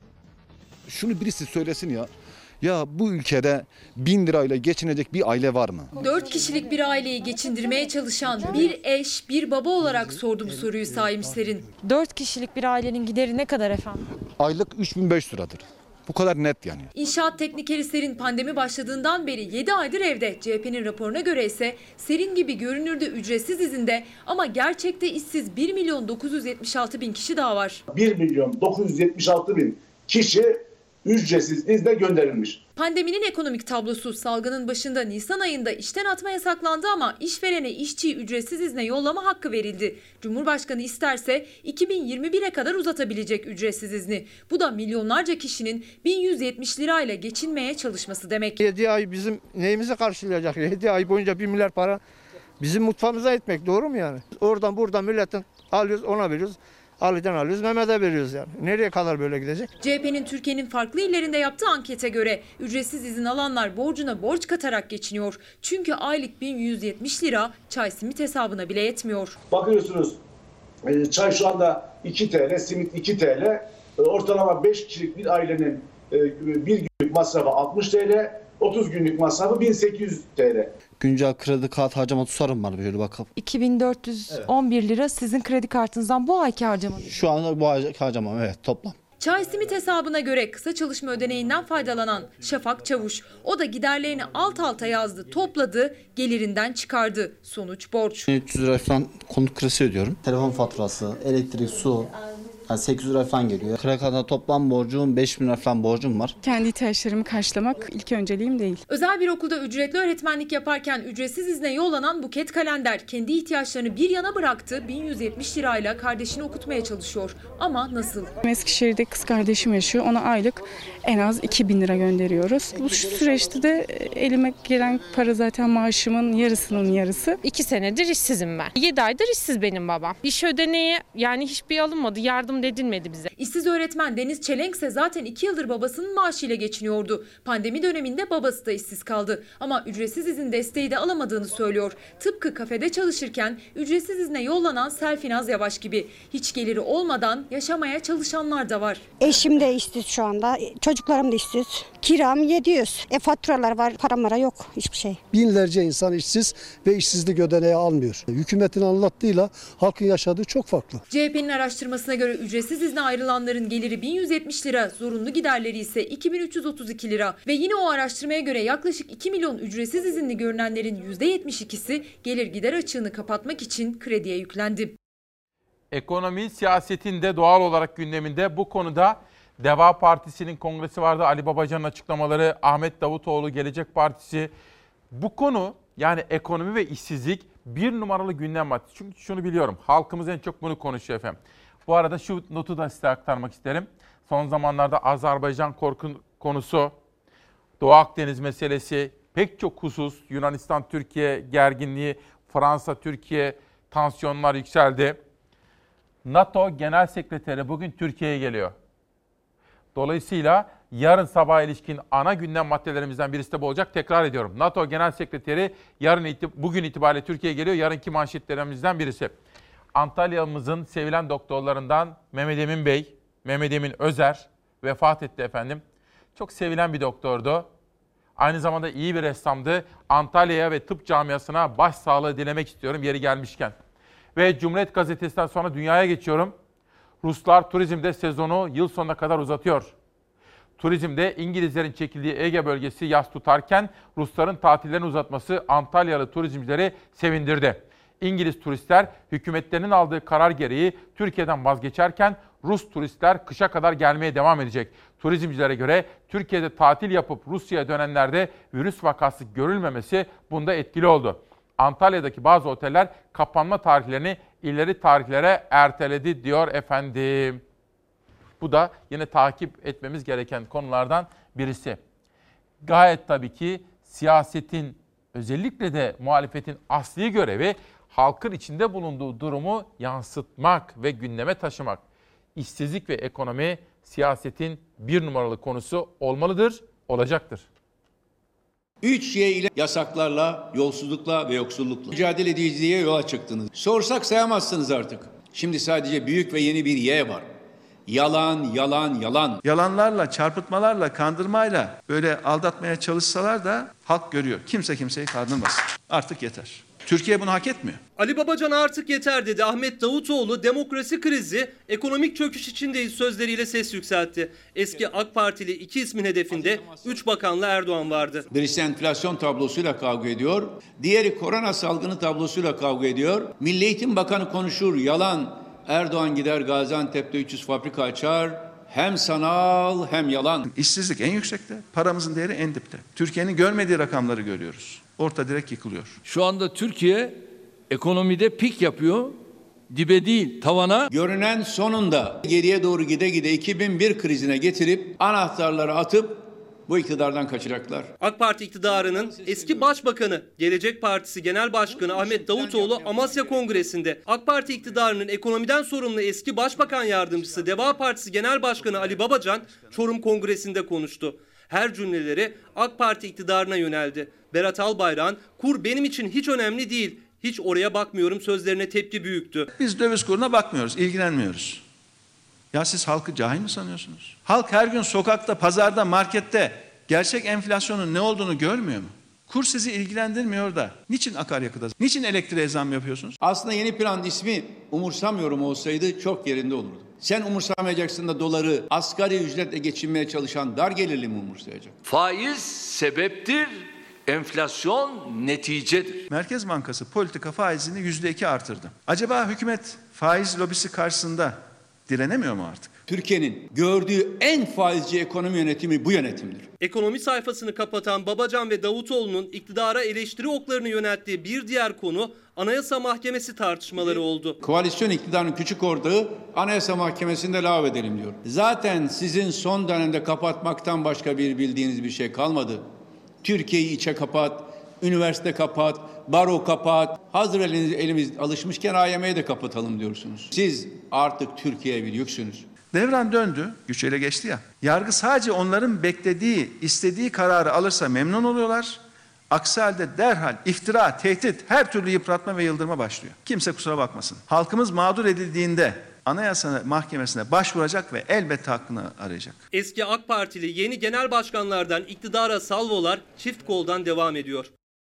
Şunu birisi söylesin ya. Ya bu ülkede bin lirayla geçinecek bir aile var mı? Dört kişilik bir aileyi geçindirmeye çalışan bir eş, bir baba olarak sordu bu soruyu Saim Serin. Dört kişilik bir ailenin gideri ne kadar efendim? Aylık üç bin beş yüz liradır. Bu kadar net yani. İnşaat teknikeri Serin pandemi başladığından beri yedi aydır evde. C H P'nin raporuna göre ise Serin gibi görünürde ücretsiz izinde ama gerçekte işsiz bir milyon dokuz yüz yetmiş altı bin kişi daha var. bir milyon dokuz yüz yetmiş altı bin kişi ücretsiz izne gönderilmiş. Pandeminin ekonomik tablosu salgının başında Nisan ayında işten atma yasaklandı ama işverene işçiyi ücretsiz izne yollama hakkı verildi. Cumhurbaşkanı isterse iki bin yirmi bire kadar uzatabilecek ücretsiz izni. Bu da milyonlarca kişinin bin yüz yetmiş lirayla geçinmeye çalışması demek. yedi ay bizim neyimizi karşılayacak? yedi ay boyunca bir milyar para bizim mutfağımıza etmek doğru mu yani? Oradan buradan milletten alıyoruz, ona veriyoruz. Ali'den alıyoruz, Mehmet'e veriyoruz yani. Nereye kadar böyle gidecek? C H P'nin Türkiye'nin farklı illerinde yaptığı ankete göre ücretsiz izin alanlar borcuna borç katarak geçiniyor. Çünkü aylık bin yüz yetmiş lira çay simit hesabına bile yetmiyor. Bakıyorsunuz çay şu anda iki TL, simit iki TL. Ortalama beş kişilik bir ailenin bir günlük masrafı altmış TL, otuz günlük masrafı bin sekiz yüz TL. Güncel kredi kart harcama tutarım var böyle bakalım. iki bin dört yüz on bir lira sizin kredi kartınızdan bu ayki harcamanız. Şu anda bu ayki harcamam evet toplam. Çay simit hesabına göre kısa çalışma ödeneğinden faydalanan Şafak Çavuş, o da giderlerini alt alta yazdı, topladı, gelirinden çıkardı. Sonuç borç. üç yüz lira falan konut kredisi ödüyorum. Telefon faturası, elektrik, su. Yani sekiz yüz lira falan geliyor. Kredi kartına toplam borcum beş bin lira falan borcum var. Kendi ihtiyaçlarımı karşılamak ilk önceliğim değil. Özel bir okulda ücretli öğretmenlik yaparken ücretsiz izne yollanan Buket Kalender kendi ihtiyaçlarını bir yana bıraktı. bin yüz yetmiş lirayla kardeşini okutmaya çalışıyor. Ama nasıl? Eskişehir'de kız kardeşim yaşıyor. Ona aylık en az iki bin lira gönderiyoruz. Bu süreçte de elime gelen para zaten maaşımın yarısının yarısı. İki senedir işsizim ben. Yedi aydır işsiz benim babam. İş ödeneği yani hiçbir alınmadı. Yardım edilmedi bize. İşsiz öğretmen Deniz Çelenk ise zaten iki yıldır babasının maaşıyla geçiniyordu. Pandemi döneminde babası da işsiz kaldı. Ama ücretsiz izin desteği de alamadığını söylüyor. Tıpkı kafede çalışırken ücretsiz izne yollanan Selfinaz Yavaş gibi. Hiç geliri olmadan yaşamaya çalışanlar da var. Eşim de işsiz şu anda. Çocuklarım da işsiz. Kiram yedi yüz. E faturalar var, param var, yok hiçbir şey. Binlerce insan işsiz ve işsizlik ödeneği almıyor. Hükümetin anlattığıyla halkın yaşadığı çok farklı. C H P'nin araştırmasına göre ücretsiz izne ayrılanların geliri bin yüz yetmiş lira, zorunlu giderleri ise iki bin üç yüz otuz iki lira. Ve yine o araştırmaya göre yaklaşık iki milyon ücretsiz izinli görünenlerin yüzde yetmiş ikisi gelir gider açığını kapatmak için krediye yüklendi. Ekonomi siyasetin de doğal olarak gündeminde. Bu konuda Deva Partisi'nin kongresi vardı. Ali Babacan'ın açıklamaları, Ahmet Davutoğlu Gelecek Partisi. Bu konu, yani ekonomi ve işsizlik bir numaralı gündem maddesi. Çünkü şunu biliyorum, halkımız en çok bunu konuşuyor efendim. Bu arada şu notu da size aktarmak isterim. Son zamanlarda Azerbaycan korku konusu, Doğu Akdeniz meselesi, pek çok husus, Yunanistan-Türkiye gerginliği, Fransa-Türkiye tansiyonlar yükseldi. NATO Genel Sekreteri bugün Türkiye'ye geliyor. Dolayısıyla yarın sabah ilişkin ana gündem maddelerimizden birisi de bu olacak. Tekrar ediyorum. NATO Genel Sekreteri yarın itib- bugün itibariyle Türkiye'ye geliyor. Yarınki manşetlerimizden birisi. Antalya'mızın sevilen doktorlarından Mehmet Emin Bey, Mehmet Emin Özer vefat etti efendim. Çok sevilen bir doktordu. Aynı zamanda iyi bir ressamdı. Antalya'ya ve tıp camiasına başsağlığı dilemek istiyorum yeri gelmişken. Ve Cumhuriyet Gazetesi'nden sonra dünyaya geçiyorum. Ruslar turizmde sezonu yıl sonuna kadar uzatıyor. Turizmde İngilizlerin çekildiği Ege bölgesi yas tutarken Rusların tatillerini uzatması Antalyalı turizmcileri sevindirdi. İngiliz turistler hükümetlerinin aldığı karar gereği Türkiye'den vazgeçerken Rus turistler kışa kadar gelmeye devam edecek. Turizmcilere göre Türkiye'de tatil yapıp Rusya'ya dönenlerde virüs vakası görülmemesi bunda etkili oldu. Antalya'daki bazı oteller kapanma tarihlerini ileri tarihlere erteledi diyor efendim. Bu da yine takip etmemiz gereken konulardan birisi. Gayet tabii ki siyasetin, özellikle de muhalefetin asli görevi halkın içinde bulunduğu durumu yansıtmak ve gündeme taşımak. İşsizlik ve ekonomi siyasetin bir numaralı konusu olmalıdır, olacaktır. üç Y ile yasaklarla, yolsuzlukla ve yoksullukla mücadele ediciliğe yola çıktınız. Sorsak sayamazsınız artık. Şimdi sadece büyük ve yeni bir Y var. Yalan, yalan, yalan. Yalanlarla, çarpıtmalarla, kandırmayla böyle aldatmaya çalışsalar da halk görüyor. Kimse kimseyi kandırmasın. Artık yeter. Türkiye bunu hak etmiyor. Ali Babacan artık yeter dedi. Ahmet Davutoğlu demokrasi krizi, ekonomik çöküş içindeyiz sözleriyle ses yükseltti. Eski AK Partili iki ismin hedefinde üç bakanla Erdoğan vardı. Birisi enflasyon tablosuyla kavga ediyor. Diğeri korona salgını tablosuyla kavga ediyor. Milli Eğitim Bakanı konuşur, yalan. Erdoğan gider Gaziantep'te üç yüz fabrika açar. Hem sanal hem yalan. İşsizlik en yüksekte, paramızın değeri en dipte. Türkiye'nin görmediği rakamları görüyoruz. Orta direk yıkılıyor. Şu anda Türkiye ekonomide pik yapıyor. Dibe değil, tavana. Görünen sonunda geriye doğru gide gide iki bin bir krizine getirip anahtarları atıp bu iktidardan kaçacaklar. AK Parti iktidarının eski başbakanı, Gelecek Partisi Genel Başkanı Ahmet Davutoğlu Amasya Kongresi'nde, AK Parti iktidarının ekonomiden sorumlu eski Başbakan Yardımcısı Deva Partisi Genel Başkanı Ali Babacan Çorum Kongresi'nde konuştu. Her cümleleri AK Parti iktidarına yöneldi. Berat Albayrak'ın kur benim için hiç önemli değil, hiç oraya bakmıyorum sözlerine tepki büyüktü. Biz döviz kuruna bakmıyoruz, ilgilenmiyoruz. Ya siz halkı cahil mi sanıyorsunuz? Halk her gün sokakta, pazarda, markette gerçek enflasyonun ne olduğunu görmüyor mu? Kur sizi ilgilendirmiyor da niçin akaryakıda, niçin elektriğe zam yapıyorsunuz? Aslında yeni plan ismi umursamıyorum olsaydı çok yerinde olurdu. Sen umursamayacaksın da doları asgari ücretle geçinmeye çalışan dar gelirli mi umursayacak? Faiz sebeptir, enflasyon neticedir. Merkez Bankası politika faizini yüzde iki artırdı. Acaba hükümet faiz lobisi karşısında direnemiyor mu artık? Türkiye'nin gördüğü en faizci ekonomi yönetimi bu yönetimdir. Ekonomi sayfasını kapatan Babacan ve Davutoğlu'nun iktidara eleştiri oklarını yönelttiği bir diğer konu Anayasa Mahkemesi tartışmaları oldu. Koalisyon iktidarının küçük ortağı Anayasa Mahkemesi'nde lağvedelim diyor. Zaten sizin son dönemde kapatmaktan başka bir bildiğiniz bir şey kalmadı. Türkiye'yi içe kapat, üniversite kapat, baro kapat. Hazır eliniz, elimiz alışmışken A Y M'yi de kapatalım diyorsunuz. Siz artık Türkiye'ye bir yüksünüz. Devran döndü, güç ele geçti ya. Yargı sadece onların beklediği, istediği kararı alırsa memnun oluyorlar. Aksi halde derhal iftira, tehdit, her türlü yıpratma ve yıldırma başlıyor. Kimse kusura bakmasın. Halkımız mağdur edildiğinde Anayasa Mahkemesi'ne başvuracak ve elbette hakkını arayacak. Eski AK Partili yeni genel başkanlardan iktidara salvolar çift koldan devam ediyor.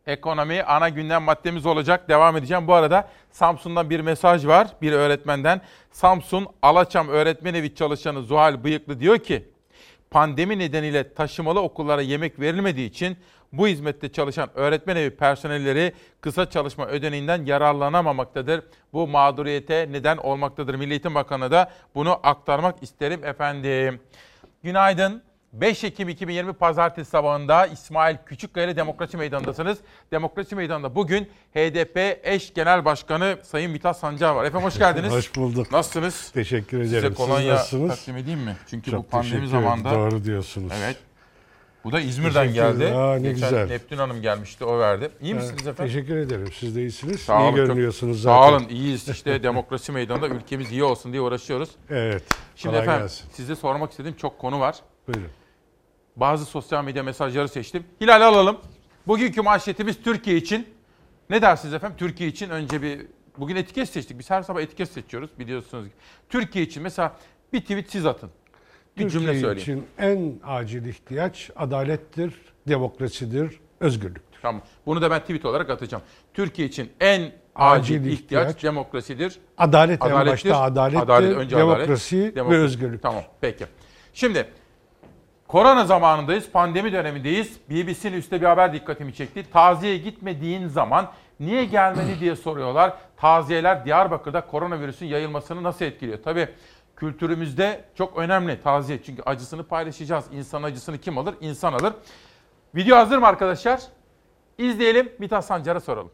Ekonomi ana gündem maddemiz olacak. Devam edeceğim. Bu arada Samsun'dan bir mesaj var bir öğretmenden. Samsun Alaçam Öğretmenevi çalışanı Zuhal Bıyıklı diyor ki, pandemi nedeniyle taşımalı okullara yemek verilmediği için bu hizmette çalışan öğretmenevi personelleri kısa çalışma ödeneğinden yararlanamamaktadır. Bu mağduriyete neden olmaktadır. Milli Eğitim Bakanı da bunu aktarmak isterim efendim. Günaydın. beş Ekim iki bin yirmi Pazartesi sabahında İsmail Küçükkaya ile Demokrasi Meydanı'ndasınız. Demokrasi Meydanı'nda bugün H D P eş genel başkanı Sayın Mithat Sancar var. Efendim hoş geldiniz. Hoş bulduk. Nasılsınız? Teşekkür ederim. Size kolonya Siz nasılsınız? takdim edeyim mi? Çünkü Çok bu pandemi zamanında. Doğru diyorsunuz. Evet. Bu da İzmir'den geldi. Aa, ne Geçen güzel. Neptün Hanım gelmişti, o verdi. İyi misiniz Ha, efendim? Teşekkür ederim. Siz de iyisiniz. Sağ İyi olun, görünüyorsunuz çok, zaten. Sağ olun, iyiyiz. İşte Demokrasi Meydanı'nda ülkemiz iyi olsun diye uğraşıyoruz. Evet. Şimdi kolay efendim gelsin. size sormak istediğim çok konu var. Buyurun. Bazı sosyal medya mesajları seçtim. Hilal alalım. Bugünkü manşetimiz Türkiye için. Ne dersiniz efendim? Türkiye için önce bir... Bugün etiket seçtik. Biz her sabah etiket seçiyoruz biliyorsunuz. Türkiye için mesela bir tweet siz atın. Bir Türkiye cümle söyleyin. için en acil ihtiyaç adalettir, demokrasidir, özgürlüktür. Tamam. Bunu da ben tweet olarak atacağım. Türkiye için en acil, Acil ihtiyaç, ihtiyaç, demokrasidir. Adalet en Adalettir. başta adalettir, Adalet, önce demokrasi adalet, ve demokrasi. özgürlük. Tamam, peki. Şimdi korona zamanındayız, pandemi dönemindeyiz. B B C'nin üstte bir haber dikkatimi çekti. Taziyeye gitmediğin zaman niye gelmedi diye soruyorlar. Taziyeler Diyarbakır'da koronavirüsün yayılmasını nasıl etkiliyor? Tabii kültürümüzde çok önemli taziye. Çünkü acısını paylaşacağız. İnsan acısını kim alır? İnsan alır. Video hazır mı arkadaşlar? İzleyelim, Mithat Sancar'a soralım.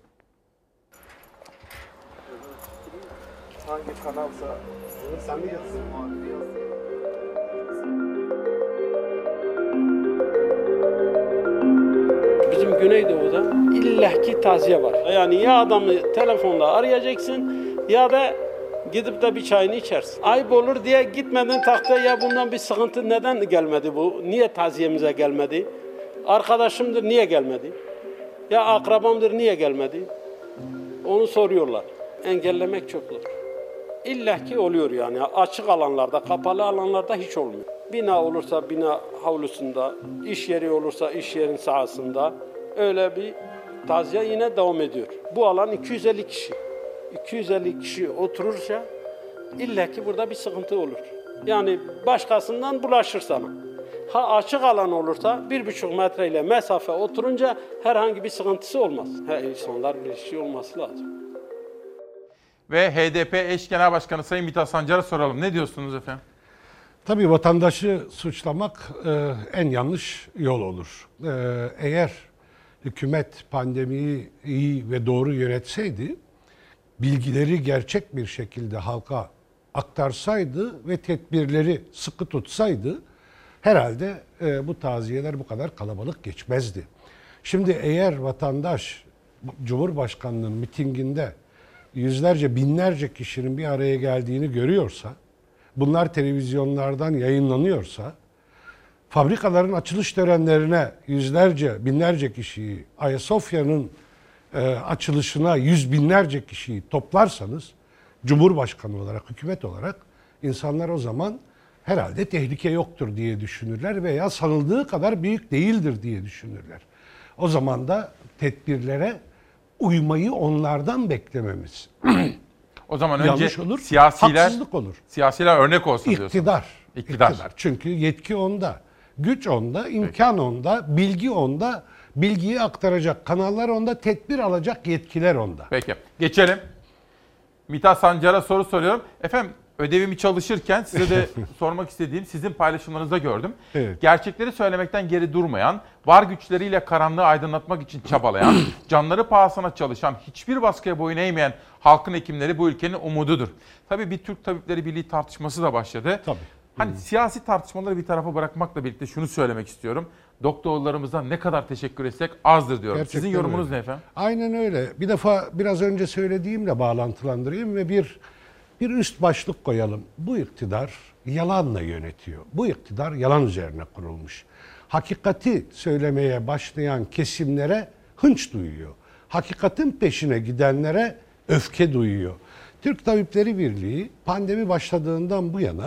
Hangi kanalsa sen mi yazsın? Bizim Güneydoğu'da illaki taziye var. Yani ya adamı telefonla arayacaksın ya da gidip de bir çayını içersin. Ayıp olur diye gitmeden takta ya bundan bir sıkıntı neden gelmedi bu? Niye taziyemize gelmedi? Arkadaşımdır niye gelmedi? Ya akrabamdır niye gelmedi? Onu soruyorlar. Engellemek çok zor. İlla ki oluyor yani. Açık alanlarda, kapalı alanlarda hiç olmuyor. Bina olursa bina havlusunda, iş yeri olursa iş yerin sahasında öyle bir taziye yine devam ediyor. Bu alan iki yüz elli kişi. iki yüz elli kişi oturursa illa ki burada bir sıkıntı olur. Yani başkasından bulaşır sana. Ha açık alan olursa bir buçuk metreyle mesafe oturunca herhangi bir sıkıntısı olmaz. Ha, insanlar bir şey olması lazım. Ve H D P eş genel başkanı Sayın Mithat Sancar'a soralım. Ne diyorsunuz efendim? Tabii vatandaşı suçlamak e, en yanlış yol olur. E, eğer hükümet pandemiyi iyi ve doğru yönetseydi, bilgileri gerçek bir şekilde halka aktarsaydı ve tedbirleri sıkı tutsaydı, herhalde e, bu taziyeler bu kadar kalabalık geçmezdi. Şimdi eğer vatandaş Cumhurbaşkanlığı'nın mitinginde yüzlerce, binlerce kişinin bir araya geldiğini görüyorsa, bunlar televizyonlardan yayınlanıyorsa, fabrikaların açılış törenlerine yüzlerce, binlerce kişiyi, Ayasofya'nın e, açılışına yüz binlerce kişiyi toplarsanız, Cumhurbaşkanı olarak, hükümet olarak insanlar o zaman herhalde tehlike yoktur diye düşünürler veya sanıldığı kadar büyük değildir diye düşünürler. O zaman da tedbirlere uymayı onlardan beklememiz. O zaman önce yanlış olur, siyasiler, haksızlık olur. Siyasiler örnek olsun diyorsun. İktidar, İktidar. iktidar. Çünkü yetki onda, güç onda, imkan onda, bilgi onda, bilgiyi aktaracak kanallar onda, tedbir alacak yetkiler onda. Peki, geçelim. Mithat Sancar'a soru soruyorum. Efendim, ödevimi çalışırken size de sormak istediğim, sizin paylaşımlarınızda gördüm. Evet. Gerçekleri söylemekten geri durmayan, var güçleriyle karanlığı aydınlatmak için çabalayan, canları pahasına çalışan, hiçbir baskıya boyun eğmeyen halkın hekimleri bu ülkenin umududur. Tabii bir Türk Tabipleri Birliği tartışması da başladı. Tabii. Hani siyasi tartışmaları bir tarafa bırakmakla birlikte şunu söylemek istiyorum. Doktorlarımıza ne kadar teşekkür etsek azdır diyorum. Gerçekten Sizin yorumunuz öyle. ne efendim? Aynen öyle. Bir defa biraz önce söylediğimle bağlantılandırayım ve bir bir üst başlık koyalım. Bu iktidar yalanla yönetiyor. Bu iktidar yalan üzerine kurulmuş. Hakikati söylemeye başlayan kesimlere hınç duyuyor. Hakikatin peşine gidenlere öfke duyuyor. Türk Tabipleri Birliği pandemi başladığından bu yana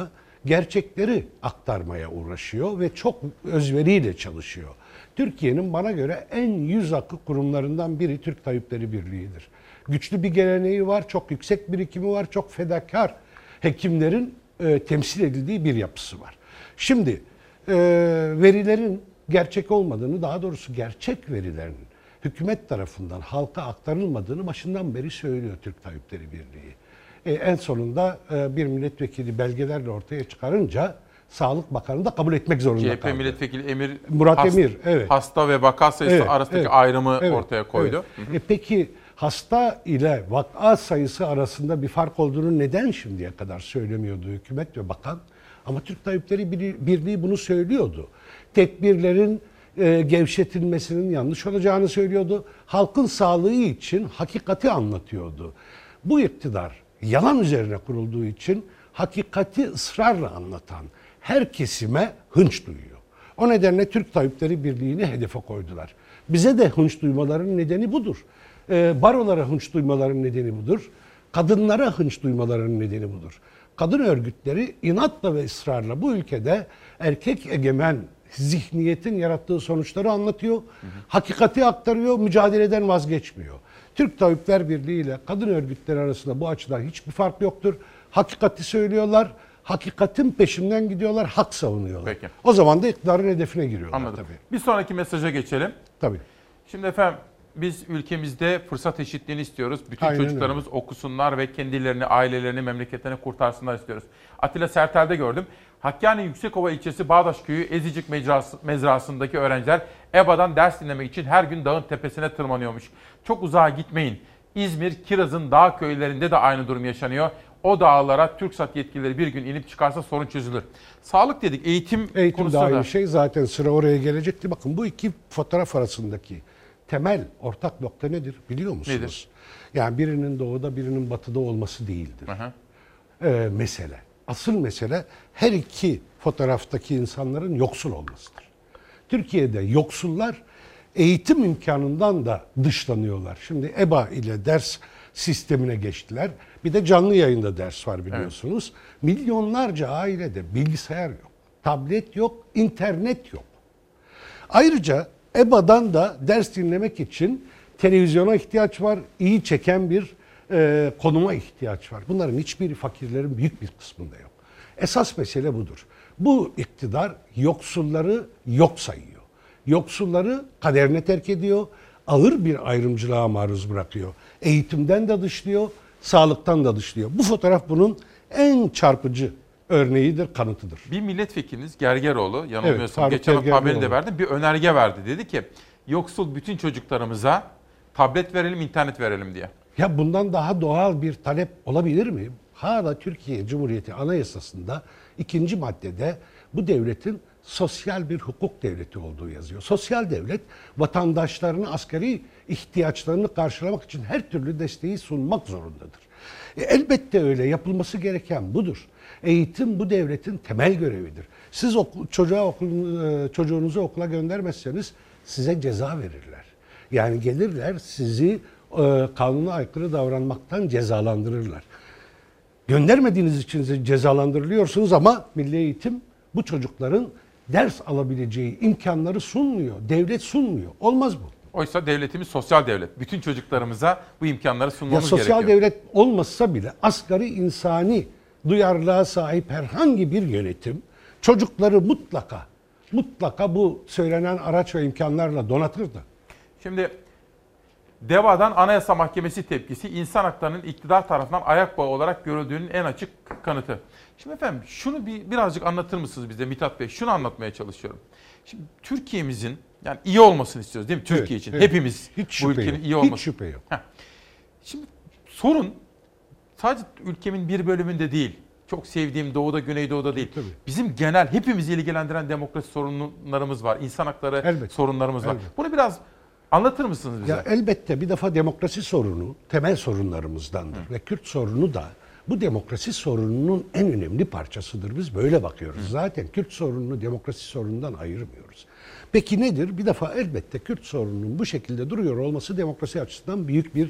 gerçekleri aktarmaya uğraşıyor ve çok özveriyle çalışıyor. Türkiye'nin bana göre en yüz akı kurumlarından biri Türk Tabipleri Birliği'dir. Güçlü bir geleneği var, çok yüksek birikimi var, çok fedakar hekimlerin e, temsil edildiği bir yapısı var. Şimdi e, verilerin gerçek olmadığını, daha doğrusu gerçek verilerin hükümet tarafından halka aktarılmadığını başından beri söylüyor Türk Tabipleri Birliği. E, en sonunda e, bir milletvekili belgelerle ortaya çıkarınca Sağlık Bakanı da kabul etmek zorunda C H P kaldı. milletvekili Emir Murat hast, Emir, evet. hasta ve vaka sayısı Evet, arasındaki evet, ayrımı evet, ortaya koydu. evet. Hı hı. E peki hasta ile vaka sayısı arasında bir fark olduğunu neden şimdiye kadar söylemiyordu hükümet ve bakan? Ama Türk Tabipleri Birliği bunu söylüyordu. Tedbirlerin e, gevşetilmesinin yanlış olacağını söylüyordu. Halkın sağlığı için hakikati anlatıyordu. Bu iktidar yalan üzerine kurulduğu için hakikati ısrarla anlatan her kesime hınç duyuyor. O nedenle Türk Tabipleri Birliği'ni hedefe koydular. Bize de hınç duymaların nedeni budur. Ee, barolara hınç duymaların nedeni budur. Kadınlara hınç duymaların nedeni budur. Kadın örgütleri inatla ve ısrarla bu ülkede erkek egemen zihniyetin yarattığı sonuçları anlatıyor. Hı hı. Hakikati aktarıyor, mücadeleden vazgeçmiyor. Türk Tabipler Birliği ile kadın örgütleri arasında bu açıdan hiçbir fark yoktur. Hakikati söylüyorlar, hakikatin peşinden gidiyorlar, hak savunuyorlar. Peki. O zaman da iktidarın hedefine giriyorlar. Anladım. Tabii. Bir sonraki mesaja geçelim. Tabii. Şimdi efendim biz ülkemizde fırsat eşitliğini istiyoruz. Bütün Aynen çocuklarımız öyle. Okusunlar ve kendilerini, ailelerini, memleketlerini kurtarsınlar istiyoruz. Atilla Sertel'de gördüm. Hakkari Yüksekova ilçesi Bağdaş Köyü Ezicik mecrası, mezrasındaki öğrenciler E B A'dan ders dinlemek için her gün dağın tepesine tırmanıyormuş. Çok uzağa gitmeyin. İzmir, Kiraz'ın dağ köylerinde de aynı durum yaşanıyor. O dağlara TürkSat yetkilileri bir gün inip çıkarsa sorun çözülür. Sağlık dedik, eğitim, eğitim konusunda da aynı da. şey. Zaten sıra oraya gelecekti. Bakın bu iki fotoğraf arasındaki temel ortak nokta nedir biliyor musunuz? Nedir? Yani birinin doğuda birinin batıda olması değildir. Aha. Ee, mesele. Asıl mesele her iki fotoğraftaki insanların yoksul olmasıdır. Türkiye'de yoksullar eğitim imkanından da dışlanıyorlar. Şimdi E B A ile ders sistemine geçtiler. Bir de canlı yayında ders var biliyorsunuz. Evet. Milyonlarca ailede bilgisayar yok, tablet yok, internet yok. Ayrıca E B A'dan da ders dinlemek için televizyona ihtiyaç var, iyi çeken bir e, konuma ihtiyaç var. Bunların hiçbiri fakirlerin büyük bir kısmında yok. Esas mesele budur. Bu iktidar yoksulları yok sayıyor. Yoksulları kaderine terk ediyor, ağır bir ayrımcılığa maruz bırakıyor. Eğitimden de dışlıyor, sağlıktan da dışlıyor. Bu fotoğraf bunun en çarpıcı örneğidir, kanıtıdır. Bir milletvekiliniz Gergeroğlu, yanılmıyorsam Evet, geçen hafta haberini de verdim, bir önerge verdi. Dedi ki yoksul bütün çocuklarımıza tablet verelim, internet verelim diye. Ya bundan daha doğal bir talep olabilir mi? Hala Türkiye Cumhuriyeti Anayasası'nda ikinci maddede bu devletin sosyal bir hukuk devleti olduğu yazıyor. Sosyal devlet vatandaşlarının asgari ihtiyaçlarını karşılamak için her türlü desteği sunmak zorundadır. E, elbette öyle, yapılması gereken budur. Eğitim bu devletin temel görevidir. Siz oku, çocuğa okul, çocuğunuzu okula göndermezseniz size ceza verirler. Yani gelirler sizi e, kanuna aykırı davranmaktan cezalandırırlar. Göndermediğiniz için cezalandırılıyorsunuz ama Milli Eğitim bu çocukların ders alabileceği imkanları sunmuyor. Devlet sunmuyor. Olmaz bu. Oysa devletimiz sosyal devlet. Bütün çocuklarımıza bu imkanları sunmamız ya gerekiyor. sosyal devlet olmasa bile asgari insani duyarlılığa sahip herhangi bir yönetim çocukları mutlaka mutlaka bu söylenen araç ve imkanlarla donatırdı. Şimdi DEVA'dan Anayasa Mahkemesi tepkisi insan haklarının iktidar tarafından ayak bağı olarak görüldüğünün en açık kanıtı. Şimdi efendim şunu bir birazcık anlatır mısınız bize Mithat Bey? Şunu anlatmaya çalışıyorum. Şimdi Türkiye'mizin yani iyi olmasını istiyoruz değil mi? Türkiye evet, için. Evet. Hepimiz hiç bu ülkenin yok. iyi olmasını. Hiç şüphe yok. Heh. Şimdi sorun sadece ülkemin bir bölümünde değil. Çok sevdiğim Doğu'da, Güneydoğu'da değil. Tabii. Bizim genel hepimizi ilgilendiren demokrasi sorunlarımız var. İnsan hakları elbette, sorunlarımız var. Elbette. Bunu biraz anlatır mısınız bize? Ya elbette bir defa demokrasi sorunu temel sorunlarımızdandır. Hı. Ve Kürt sorunu da bu demokrasi sorununun en önemli parçasıdır. Biz böyle bakıyoruz. Hı. Zaten Kürt sorununu demokrasi sorunundan ayırmıyoruz. Peki nedir? Bir defa elbette Kürt sorununun bu şekilde duruyor olması demokrasi açısından büyük bir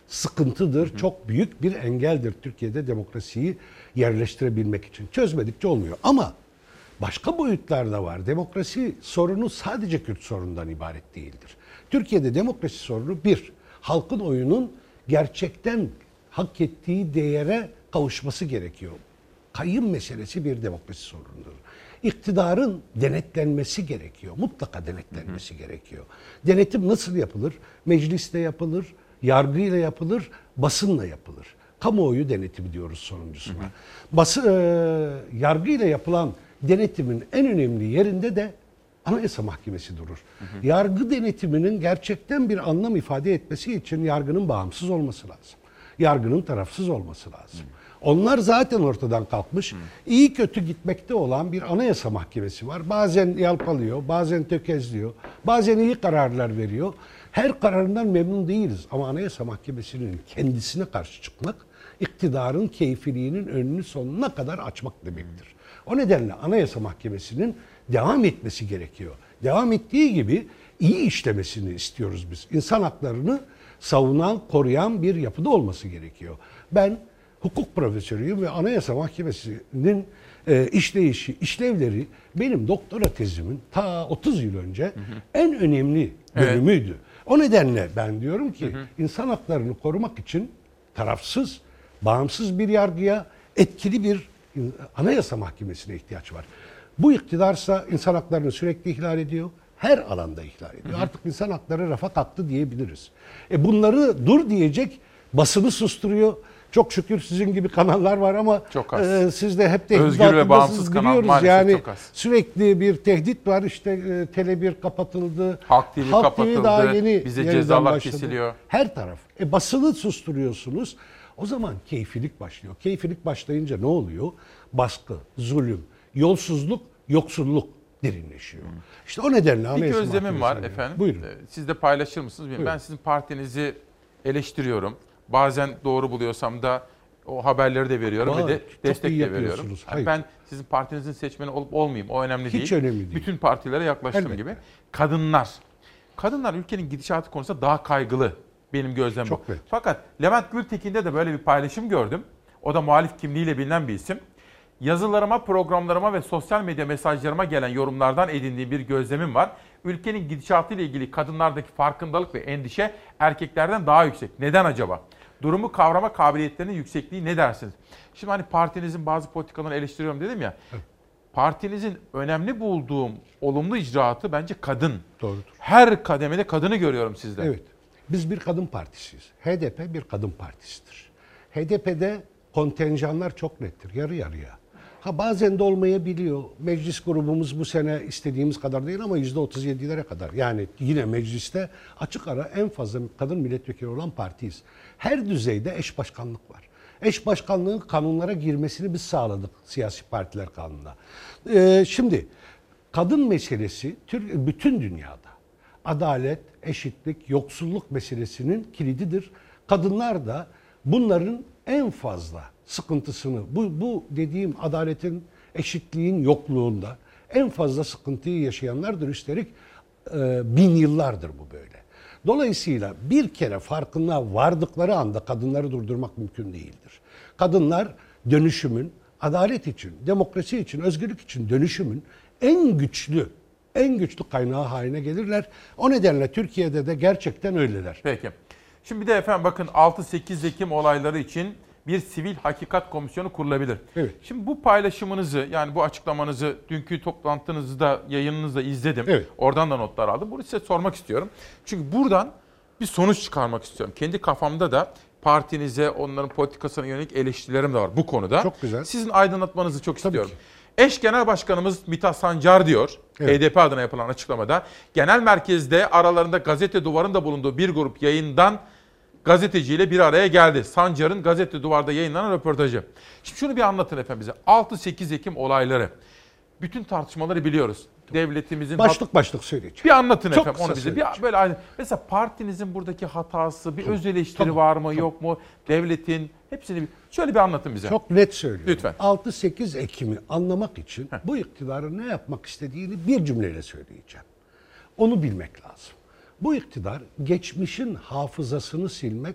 sıkıntıdır, çok büyük bir engeldir Türkiye'de demokrasiyi yerleştirebilmek için. Çözmedikçe olmuyor ama başka boyutlar da var. Demokrasi sorunu sadece Kürt sorunundan ibaret değildir. Türkiye'de demokrasi sorunu bir, halkın oyunun gerçekten hak ettiği değere kavuşması gerekiyor. Kayyım meselesi bir demokrasi sorunudur. İktidarın denetlenmesi gerekiyor. Mutlaka denetlenmesi hı hı. gerekiyor. Denetim nasıl yapılır? Mecliste yapılır, yargıyla yapılır, basınla yapılır. Kamuoyu denetimi diyoruz sonuncusuna. Hı hı. Bası, e, yargıyla yapılan denetimin en önemli yerinde de Anayasa Mahkemesi durur. Hı hı. Yargı denetiminin gerçekten bir anlam ifade etmesi için yargının bağımsız olması lazım. Yargının tarafsız olması lazım. Hı. Onlar zaten ortadan kalkmış. Hı. İyi kötü gitmekte olan bir Anayasa Mahkemesi var. Bazen yalpalıyor, bazen tökezliyor, bazen iyi kararlar veriyor. Her kararından memnun değiliz ama Anayasa Mahkemesi'nin kendisine karşı çıkmak, iktidarın keyfiliğinin önünü sonuna kadar açmak demektir. O nedenle Anayasa Mahkemesi'nin devam etmesi gerekiyor. Devam ettiği gibi iyi işlemesini istiyoruz biz. İnsan haklarını savunan, koruyan bir yapıda olması gerekiyor. Ben hukuk profesörüyüm ve Anayasa Mahkemesi'nin e, işleyişi, işlevleri benim doktora tezimin ta otuz yıl önce hı hı. en önemli bölümüydü. Evet. O nedenle ben diyorum ki hı hı. insan haklarını korumak için tarafsız, bağımsız bir yargıya, etkili bir Anayasa Mahkemesi'ne ihtiyaç var. Bu iktidarsa insan haklarını sürekli ihlal ediyor. Her alanda ihlal ediyor. Hı hı. Artık insan hakları rafa kalktı diyebiliriz. E bunları dur diyecek basını susturuyor. Çok şükür sizin gibi kanallar var ama e, siz de hep tehdit altındasınız biliyoruz. Yani sürekli bir tehdit var. İşte e, Tele bir kapatıldı. Halk T V Halk kapatıldı. T V daha yeni bize cezalar başladı. Kesiliyor. Her taraf. E basını susturuyorsunuz. O zaman keyfilik başlıyor. Keyfilik başlayınca ne oluyor? Baskı, zulüm, yolsuzluk, yoksulluk derinleşiyor. Hmm. İşte o nedenle bir gözlemim var efendim. Buyurun. Siz de paylaşır mısınız bilmiyorum. Ben sizin partinizi eleştiriyorum. Bazen doğru buluyorsam da o haberleri de veriyorum Aa, ve de destek de veriyorum. Yani ben sizin partinizin seçmeni olup olmayayım o önemli Hiç değil. Hiç önemli değil. Bütün partilere yaklaştığım Elbette. gibi. Kadınlar. Kadınlar ülkenin gidişatı konusunda daha kaygılı. Benim gözlemim bu. Net. Fakat Levent Gültekin'de de böyle bir paylaşım gördüm. O da muhalif kimliğiyle bilinen bir isim. Yazılarıma, programlarıma ve sosyal medya mesajlarıma gelen yorumlardan edindiğim bir gözlemim var. Ülkenin gidişatıyla ilgili kadınlardaki farkındalık ve endişe erkeklerden daha yüksek. Neden acaba? Durumu kavrama kabiliyetlerinin yüksekliği ne dersiniz? Şimdi hani partinizin bazı politikalarını eleştiriyorum dedim ya. Evet. Partinizin önemli bulduğum olumlu icraatı bence kadın. Doğrudur. Her kademede kadını görüyorum sizde. Evet. Biz bir kadın partisiyiz. H D P bir kadın partisidir. H D P'de kontenjanlar çok nettir. Yarı yarıya. Ha bazen de olmayabiliyor. Meclis grubumuz bu sene istediğimiz kadar değil ama yüzde otuz yedilere kadar. Yani yine mecliste açık ara en fazla kadın milletvekili olan partiyiz. Her düzeyde eş başkanlık var. Eş başkanlığın kanunlara girmesini biz sağladık siyasi partiler kanununa. Ee, şimdi kadın meselesi bütün dünyada adalet, eşitlik, yoksulluk meselesinin kilididir. Kadınlar da bunların en fazla sıkıntısını, bu, bu dediğim adaletin, eşitliğin yokluğunda en fazla sıkıntıyı yaşayanlardır. Üstelik e, bin yıllardır bu böyle. Dolayısıyla bir kere farkına vardıkları anda kadınları durdurmak mümkün değildir. Kadınlar dönüşümün, adalet için, demokrasi için, özgürlük için dönüşümün en güçlü, en güçlü kaynağı haline gelirler. O nedenle Türkiye'de de gerçekten öyleler. Peki. Şimdi bir de efendim bakın altı sekiz Ekim olayları için bir sivil hakikat komisyonu kurulabilir. Evet. Şimdi bu paylaşımınızı yani bu açıklamanızı dünkü toplantınızda yayınınızda izledim. Evet. Oradan da notlar aldım. Bunu size sormak istiyorum. Çünkü buradan bir sonuç çıkarmak istiyorum. Kendi kafamda da partinize, onların politikasına yönelik eleştirilerim de var bu konuda. Çok güzel. Sizin aydınlatmanızı çok istiyorum. Eş Genel Başkanımız Mithat Sancar diyor, evet. H D P adına yapılan açıklamada, genel merkezde aralarında gazete duvarında bulunduğu bir grup yayından gazeteciyle bir araya geldi. Sancar'ın Gazete Duvar'da yayınlanan röportajı. Şimdi şunu bir anlatın efendim bize. altı sekiz Ekim olayları. Bütün tartışmaları biliyoruz. Devletimizin... Başlık başlık söyleyeceğim. Bir anlatın Çok efendim onu bize. Bir böyle mesela partinizin buradaki hatası, bir öz eleştiri tamam, var mı, tamam. yok mu? Devletin hepsini bir, şöyle bir anlatın bize. Çok net söylüyorum. Lütfen. altı sekiz Ekim'i anlamak için Heh. bu iktidarın ne yapmak istediğini bir cümleyle söyleyeceğim. Onu bilmek lazım. Bu iktidar geçmişin hafızasını silmek,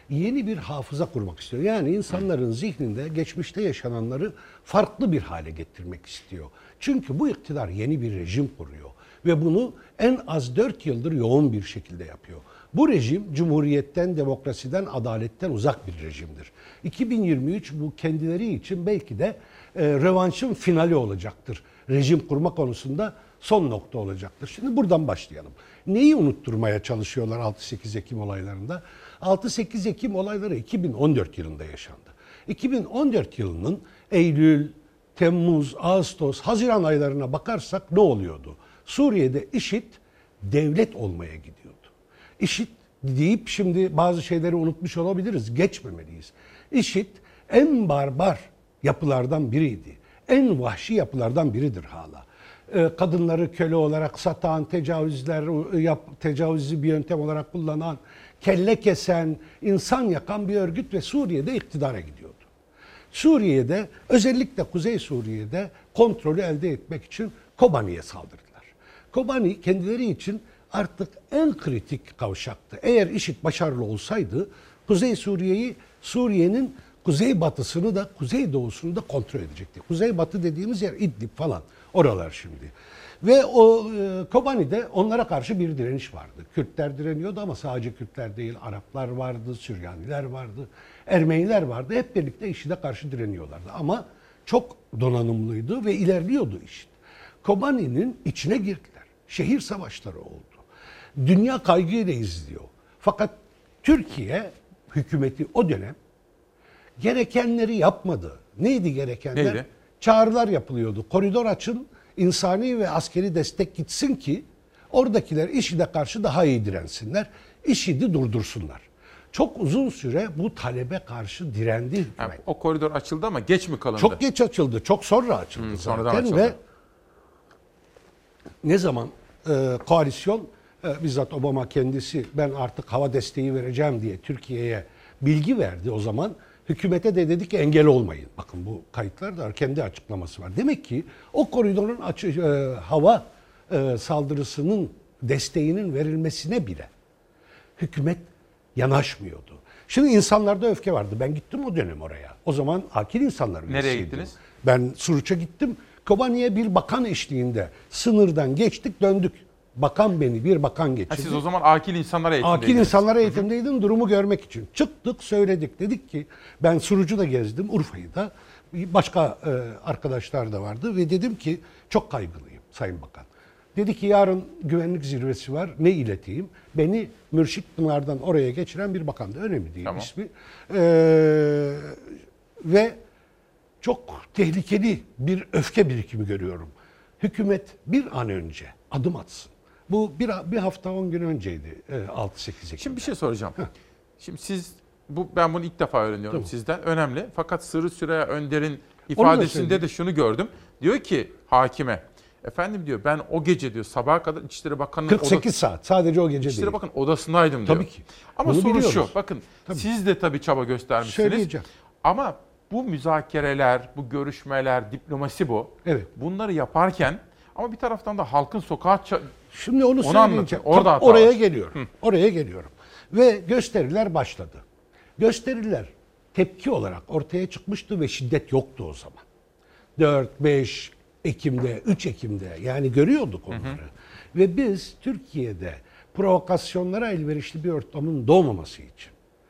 yeni bir hafıza kurmak istiyor. Yani insanların zihninde geçmişte yaşananları farklı bir hale getirmek istiyor. Çünkü bu iktidar yeni bir rejim kuruyor ve bunu en az dört yıldır yoğun bir şekilde yapıyor. Bu rejim cumhuriyetten, demokrasiden, adaletten uzak bir rejimdir. iki bin yirmi üç bu kendileri için belki de e, rövanşın finali olacaktır. Rejim kurma konusunda son nokta olacaktır. Şimdi buradan başlayalım. Neyi unutturmaya çalışıyorlar altı sekiz Ekim olaylarında? altı sekiz Ekim olayları iki bin on dört yılında yaşandı. iki bin on dört yılının Eylül, Temmuz, Ağustos, Haziran aylarına bakarsak ne oluyordu? Suriye'de IŞİD devlet olmaya gidiyordu. IŞİD deyip şimdi bazı şeyleri unutmuş olabiliriz, geçmemeliyiz. IŞİD en barbar yapılardan biriydi. En vahşi yapılardan biridir hala. Kadınları köle olarak satan, tecavüzler yap, tecavüzü bir yöntem olarak kullanan, kelle kesen, insan yakan bir örgüt ve Suriye'de iktidara gidiyordu. Suriye'de, özellikle Kuzey Suriye'de kontrolü elde etmek için Kobani'ye saldırdılar. Kobani kendileri için artık en kritik kavşaktı. Eğer IŞİD başarılı olsaydı Kuzey Suriye'yi, Suriye'nin kuzeybatısını da kuzeydoğusunu da kontrol edecekti. Kuzeybatı dediğimiz yer İdlib falan, oralar şimdi. Ve o e, Kobani'de onlara karşı bir direniş vardı. Kürtler direniyordu ama sadece Kürtler değil, Araplar vardı, Süryaniler vardı, Ermeniler vardı. Hep birlikte IŞİD'e karşı direniyorlardı. Ama çok donanımlıydı ve ilerliyordu IŞİD. Kobani'nin içine girdiler. Şehir savaşları oldu. Dünya kaygıyla izliyor. Fakat Türkiye hükümeti o dönem gerekenleri yapmadı. Neydi gerekenler? Neydi? Çağrılar yapılıyordu. Koridor açın, insani ve askeri destek gitsin ki oradakiler IŞİD'e karşı daha iyi dirensinler. IŞİD'i durdursunlar. Çok uzun süre bu talebe karşı direndi hükümet. Yani o koridor açıldı ama geç mi kalındı? Çok geç açıldı. Çok sonra açıldı hmm, zaten açıldı. ve ne zaman e, koalisyon e, bizzat Obama kendisi ben artık hava desteği vereceğim diye Türkiye'ye bilgi verdi o zaman. Hükümete de dedi ki engel olmayın. Bakın bu kayıtlar da kendi açıklaması var. Demek ki o koridorun açı, e, hava e, saldırısının desteğinin verilmesine bile hükümet yanaşmıyordu. Şimdi insanlarda öfke vardı. Ben gittim o dönem oraya. O zaman akil insanlar üyesiydim. Nereye gittiniz? Ben Suruç'a gittim. Kobani'ye bir bakan eşliğinde sınırdan geçtik döndük. Bakan beni, bir bakan geçirdi. Ha, siz o zaman akil insanlara eğitimdeydiniz. Akil insanlara eğitimdeydim durumu görmek için. Çıktık söyledik dedik ki ben Suruç'u da gezdim Urfa'yı da. Başka e, arkadaşlar da vardı ve dedim ki çok kaygılıyım Sayın Bakan. Dedi ki yarın güvenlik zirvesi var ne ileteyim? Beni Mürşit Pınar'dan oraya geçiren bir bakandı. Önemli değil tamam. ismi. Ee, ve çok tehlikeli bir öfke birikimi görüyorum. Hükümet bir an önce adım atsın. Bu bir, bir hafta on gün önceydi altı sekiz Ekim'de. Şimdi bir şey soracağım. Heh. Şimdi siz, bu ben bunu ilk defa öğreniyorum tamam. sizden. Önemli. Fakat Sırrı Süreyya Önder'in ifadesinde de şunu gördüm. Diyor ki hakime, efendim diyor ben o gece diyor sabaha kadar İçişleri Bakanı'nın kırk sekiz odası, saat sadece o gece İçişleri değil. Bakanı odasındaydım diyor. Tabii ki. Ama Bunu soru biliyoruz. şu. Bakın tabii. Siz de tabii çaba göstermişsiniz. Söyleyeceğim. Ama bu müzakereler, bu görüşmeler, diplomasi bu. Evet. Bunları yaparken ama bir taraftan da halkın sokağa ça- Şimdi onu, onu söyleyeceğim. Orada oraya var. geliyorum. Hı. Oraya geliyorum. Ve gösteriler başladı. Gösteriler tepki olarak ortaya çıkmıştı ve şiddet yoktu o zaman. dört, beş Ekim'de, üç Ekim'de yani görüyorduk onları. Hı hı. Ve biz Türkiye'de provokasyonlara elverişli bir ortamın doğmaması için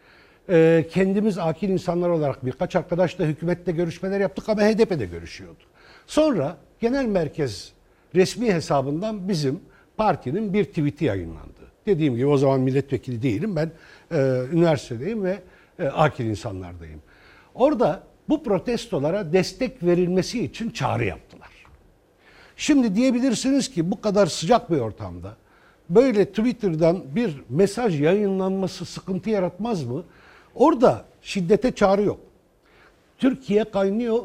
e, kendimiz akil insanlar olarak birkaç arkadaşla hükümette görüşmeler yaptık ama H D P'de görüşüyorduk. Sonra genel merkez resmi hesabından bizim partinin bir tweet'i yayınlandı. Dediğim gibi o zaman milletvekili değilim. Ben e, üniversitedeyim ve e, akil insanlardayım. Orada bu protestolara destek verilmesi için çağrı yaptılar. Şimdi diyebilirsiniz ki bu kadar sıcak bir ortamda böyle Twitter'dan bir mesaj yayınlanması sıkıntı yaratmaz mı? Orada şiddete çağrı yok. Türkiye kaynıyor,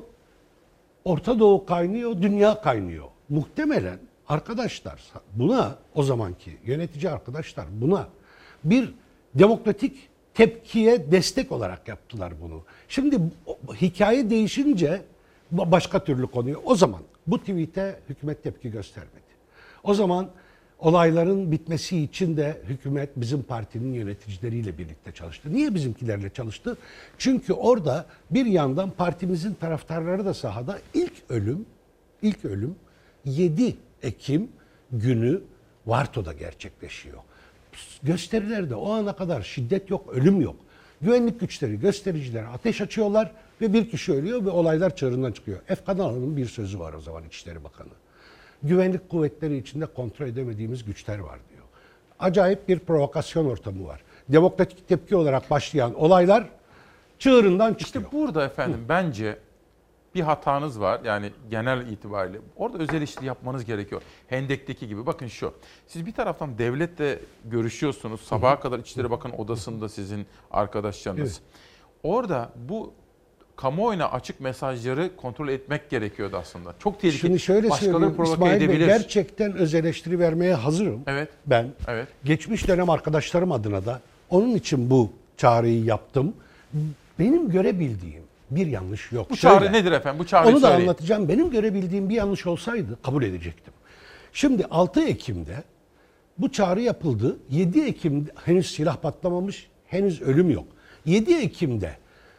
Orta Doğu kaynıyor, dünya kaynıyor. Muhtemelen arkadaşlar buna o zamanki yönetici arkadaşlar buna bir demokratik tepkiye destek olarak yaptılar bunu. Şimdi hikaye değişince başka türlü konuyor. O zaman bu tweet'e hükümet tepki göstermedi. O zaman Olayların bitmesi için de hükümet bizim partinin yöneticileriyle birlikte çalıştı. Niye bizimkilerle çalıştı? Çünkü orada bir yandan partimizin taraftarları da sahada. İlk ölüm, ilk ölüm yedi Ekim günü Varto'da gerçekleşiyor. Gösterilerde o ana kadar şiddet yok, ölüm yok. Güvenlik güçleri göstericilere ateş açıyorlar ve bir kişi ölüyor ve olaylar çığırından çıkıyor. Efkan Alan'ın bir sözü var o zaman İçişleri Bakanı. Güvenlik kuvvetleri içinde kontrol edemediğimiz güçler var diyor. Acayip bir provokasyon ortamı var. Demokratik tepki olarak başlayan olaylar çığırından çıkıyor. İşte burada efendim Hı. bence bir hatanız var. Yani genel itibariyle. Orada öz eleştiri yapmanız gerekiyor. Hendek'teki gibi. Bakın şu. Siz bir taraftan devletle görüşüyorsunuz. Sabaha Hı. kadar İçişleri Bakanı odasında sizin arkadaşlarınız. Evet. Orada bu kamuoyuna açık mesajları kontrol etmek gerekiyordu aslında. Çok tehlikeli. Şimdi şöyle söyleyeyim İsmail Bey, gerçekten öz eleştiri vermeye hazırım. Evet. Ben evet. geçmiş dönem arkadaşlarım adına da onun için bu çağrıyı yaptım. Benim görebildiğim bir yanlış yok. Bu çağrı Şöyle, nedir efendim? Bu çağrıyı Onu da söyleyin. anlatacağım. Benim görebildiğim bir yanlış olsaydı kabul edecektim. Şimdi altı Ekim'de bu çağrı yapıldı. yedi Ekim'de henüz silah patlamamış, henüz ölüm yok. yedi Ekim'de